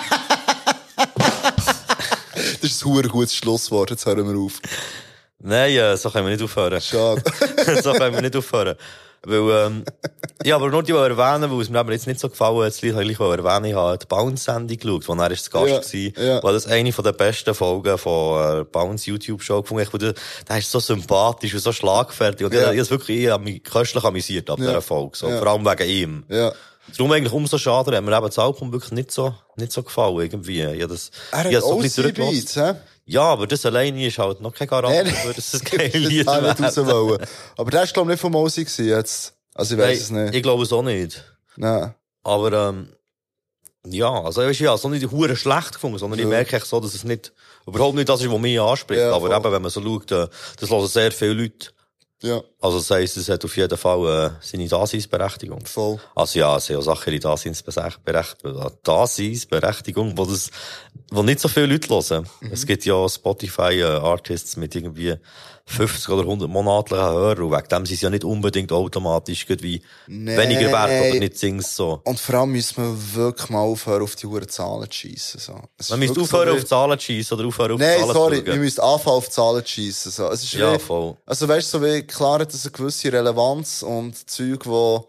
Das ist ein gutes Schlusswort, jetzt hören wir auf. Nein, äh, so können wir nicht aufhören. Schade. So können wir nicht aufhören. Weil, ähm, ja, aber nur die erwähnen, weil es mir aber jetzt nicht so gefallen hat, das Lied habe ich erwähnen, ich habe die Bounce-Sendung geschaut, wo er ist zu Gast ja, war, ja. weil das eine von der besten Folgen von äh, Bounce YouTube-Show gefunden habe. Der, der ist so sympathisch und so schlagfertig und ja. ich habe wirklich, ich habe mich köstlich amüsiert ab ja. dieser Folge, so. Ja. Vor allem wegen ihm. Ja. Darum eigentlich umso schade, hat mir eben das Album wirklich nicht so, nicht so gefallen, irgendwie. Ja, das, er ich hat so O C Beats, hä? Ja, aber das alleine ist halt noch kein Garant dafür, dass das geil Lied wird. Aber der ist, glaube ich, nicht vom O C gewesen, jetzt. Also ich weiss es nicht. Ich glaube es auch nicht. Nein. Aber, ähm, ja, also ich habe es noch nicht hure schlecht gefunden, sondern ja. ich merke echt so, dass es nicht, überhaupt nicht das ist, was mich anspricht. Ja, aber voll. Eben, wenn man so schaut, äh, das hören sehr viele Leute. Ja. Also das heisst, es hat auf jeden Fall äh, seine Daseinsberechtigung. Voll. Also ja, es sind auch Sachen, die Daseinsberechtigung, Daseinsberechtigung, wo das, wo nicht so viele Leute hören. Mhm. Es gibt ja Spotify-Artists mit irgendwie fünfzig oder hundert monatlichen Hörer und wegen dem sind sie ja nicht unbedingt automatisch wie nee. weniger wert oder nicht singst so. Und vor allem müssen wir wirklich mal aufhören, auf die hohen Zahlen zu schiessen. So. Man müsste aufhören, so auf Zahlen zu schiessen oder aufhören, auf nee, Zahlen sorry, zu schauen. wir müssen anfangen, auf Zahlen zu schiessen. So. Es ist ja, wie, voll. Also weißt du, so wie, klar hat das eine gewisse Relevanz und Zeug, wo,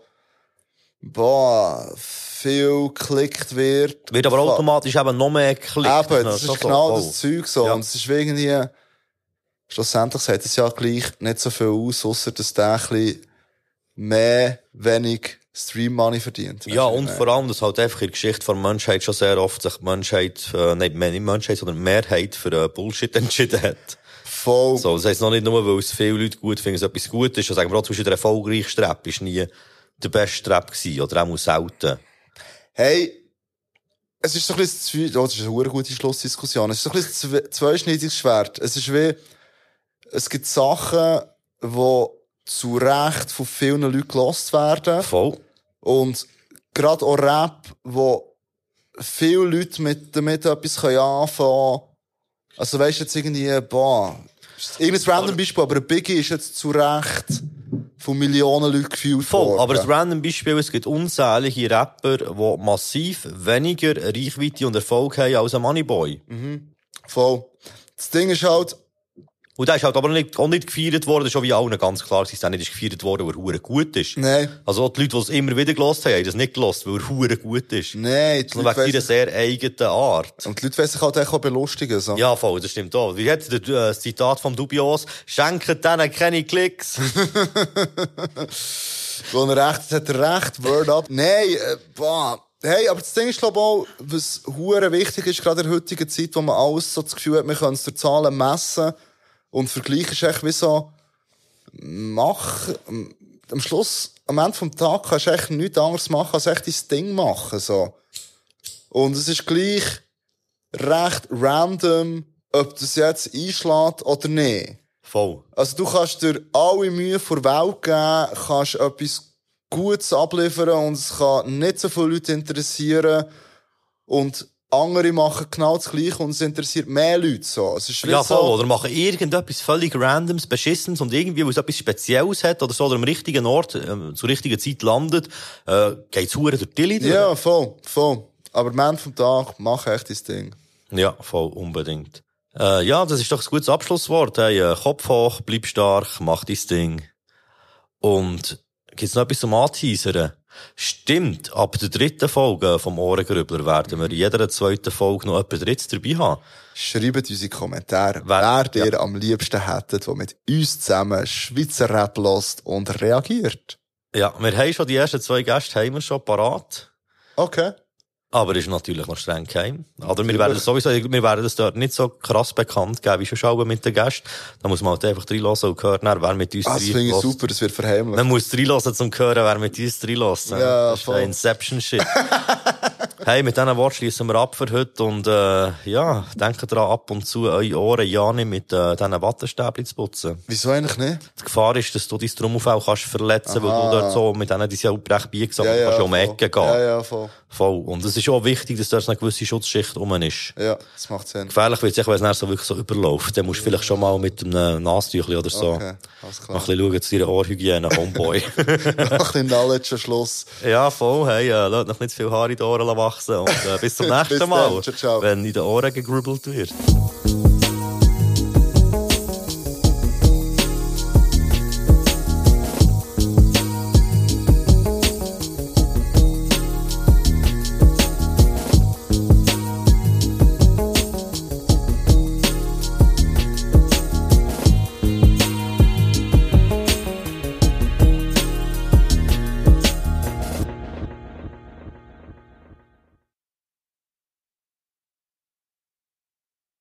boah, viel geklickt wird. Wird aber automatisch eben noch mehr geklickt. Eben, das ist so genau so. das Zeug so. Ja. Und es ist irgendwie, schlussendlich sagt es ja gleich nicht so viel aus, ausser dass der ein bisschen mehr, wenig Stream-Money verdient. Ja, und vor allem, dass halt einfach in der Geschichte von der Menschheit schon sehr oft sich die Menschheit, äh, nicht, nicht Menschheit, sondern die Mehrheit für äh, Bullshit entschieden hat. Voll. So, das heisst noch nicht nur, weil es viele Leute gut finden, dass etwas gut ist. Also sagen wir auch, zum Beispiel der erfolgreichste Rap ist nie der beste Rap gewesen, oder auch selten. Hey, es ist so ein bisschen, oh, das ist eine sehr gute Schlussdiskussion. Es ist so ein bisschen ein zweischneidiges Schwert. Es ist wie, es gibt Sachen, die zu Recht von vielen Leuten gelost werden. Voll. Und gerade auch Rap, wo viele Leute mit, damit etwas anfangen können. Also weisst du jetzt irgendwie, boah, irgendein random Beispiel, aber ein Biggie ist jetzt zu Recht von Millionen Leuten gefühlt Voll, worden. aber ein random Beispiel, es gibt unzählige Rapper, die massiv weniger Reichweite und Erfolg haben als ein Moneyboy. Mhm. Voll. Das Ding ist halt, und der ist halt aber nicht, auch nicht gefeiert worden, schon wie allen ganz klar, dass er nicht gefeiert worden, weil er hure gut ist. Nein. Also auch die Leute, die es immer wieder gelost haben, haben das nicht gelost, weil er hure gut ist. Nein. Sondern wegen seiner sehr eigenen Art. Und die Leute wollen sich halt auch belustigen, so. Ja, voll, das stimmt auch. Wie hat der, äh, das Zitat vom Dubios? Schenken denen keine Klicks. Wo er recht hat, er recht, Word up. Nein, äh, boah. Hey, aber das Ding ist, glaube ich, auch, was hure wichtig ist, gerade in der heutigen Zeit, wo man alles so das Gefühl hat, wir können es durch Zahlen messen. Und Vergleich ist echt wie so, mach, am Schluss, am Ende vom Tag kannst du echt nichts anderes machen, als echt dein Ding machen, so. Und es ist gleich recht random, ob das jetzt einschlägt oder nicht. Voll. Also du kannst dir alle Mühe vor der Welt geben, kannst etwas Gutes abliefern und es kann nicht so viele Leute interessieren und andere machen genau das Gleiche und es interessiert mehr Leute so. Es ist ja, voll. So, oder machen irgendetwas völlig Randoms, Beschissenes und irgendwie, weil es etwas Spezielles hat oder so, oder am richtigen Ort, äh, zur richtigen Zeit landet, äh, geht's hure durch die Dilly durch. Ja, voll, voll. Aber am Ende vom Tag, mach echt dein Ding. Ja, voll, unbedingt. Äh, ja, das ist doch ein gutes Abschlusswort. Hey, äh, Kopf hoch, bleib stark, mach dein Ding. Und Gibt's noch etwas zum Anteasern? Stimmt, ab der dritten Folge vom Ohrengrübler werden wir in jeder zweiten Folge noch etwas Drittes dabei haben. Schreibt unsere Kommentare, wer, wer ihr ja. am liebsten hättet, der mit uns zusammen Schweizer Rap hört und reagiert. Ja, wir haben schon die ersten zwei Gäste haben wir schon parat. Okay. Aber ist natürlich noch streng geheim. Oder wir werden sowieso, wir werden das dort nicht so krass bekannt geben, wie schon schauen mit den Gästen. Da muss man halt einfach reinlassen und hören, wer mit uns ah, das finde ich super, das wird verheimlicht. Man muss reinlassen, um zu hören, wer mit uns reinlässt. Ja, das ist ein Inception-Shit. Hey, mit diesen Worten schließen wir ab für heute und, äh, ja, denkt dran, ab und zu eure Ohren ja nicht mit, äh, diesen Wattestäbchen zu putzen. Wieso eigentlich nicht? Die Gefahr ist, dass du dein Trommelfell kannst verletzen, Aha. weil du dort so mit denen, die sind ja auch recht biegsam, ja, ja, kannst ja um die Ecke gehen. Ja, ja, voll. Voll. Und es ist auch wichtig, dass da eine gewisse Schutzschicht rum ist. Ja, das macht Sinn. Gefährlich wird es, wenn es dann so wirklich so überläuft. Dann musst du vielleicht schon mal mit einem Nasentüchli oder so. Okay, alles klar. Mal ein bisschen schauen zu deiner Ohrhygiene, Homeboy. Noch ein bisschen Knowledge am Schluss. Ja, voll. Hey, äh, lasst noch nicht zu viel Haar in die Ohren wachsen. Und äh, bis zum nächsten Mal, dann, ciao, ciao. wenn in den Ohren gegrübelt wird.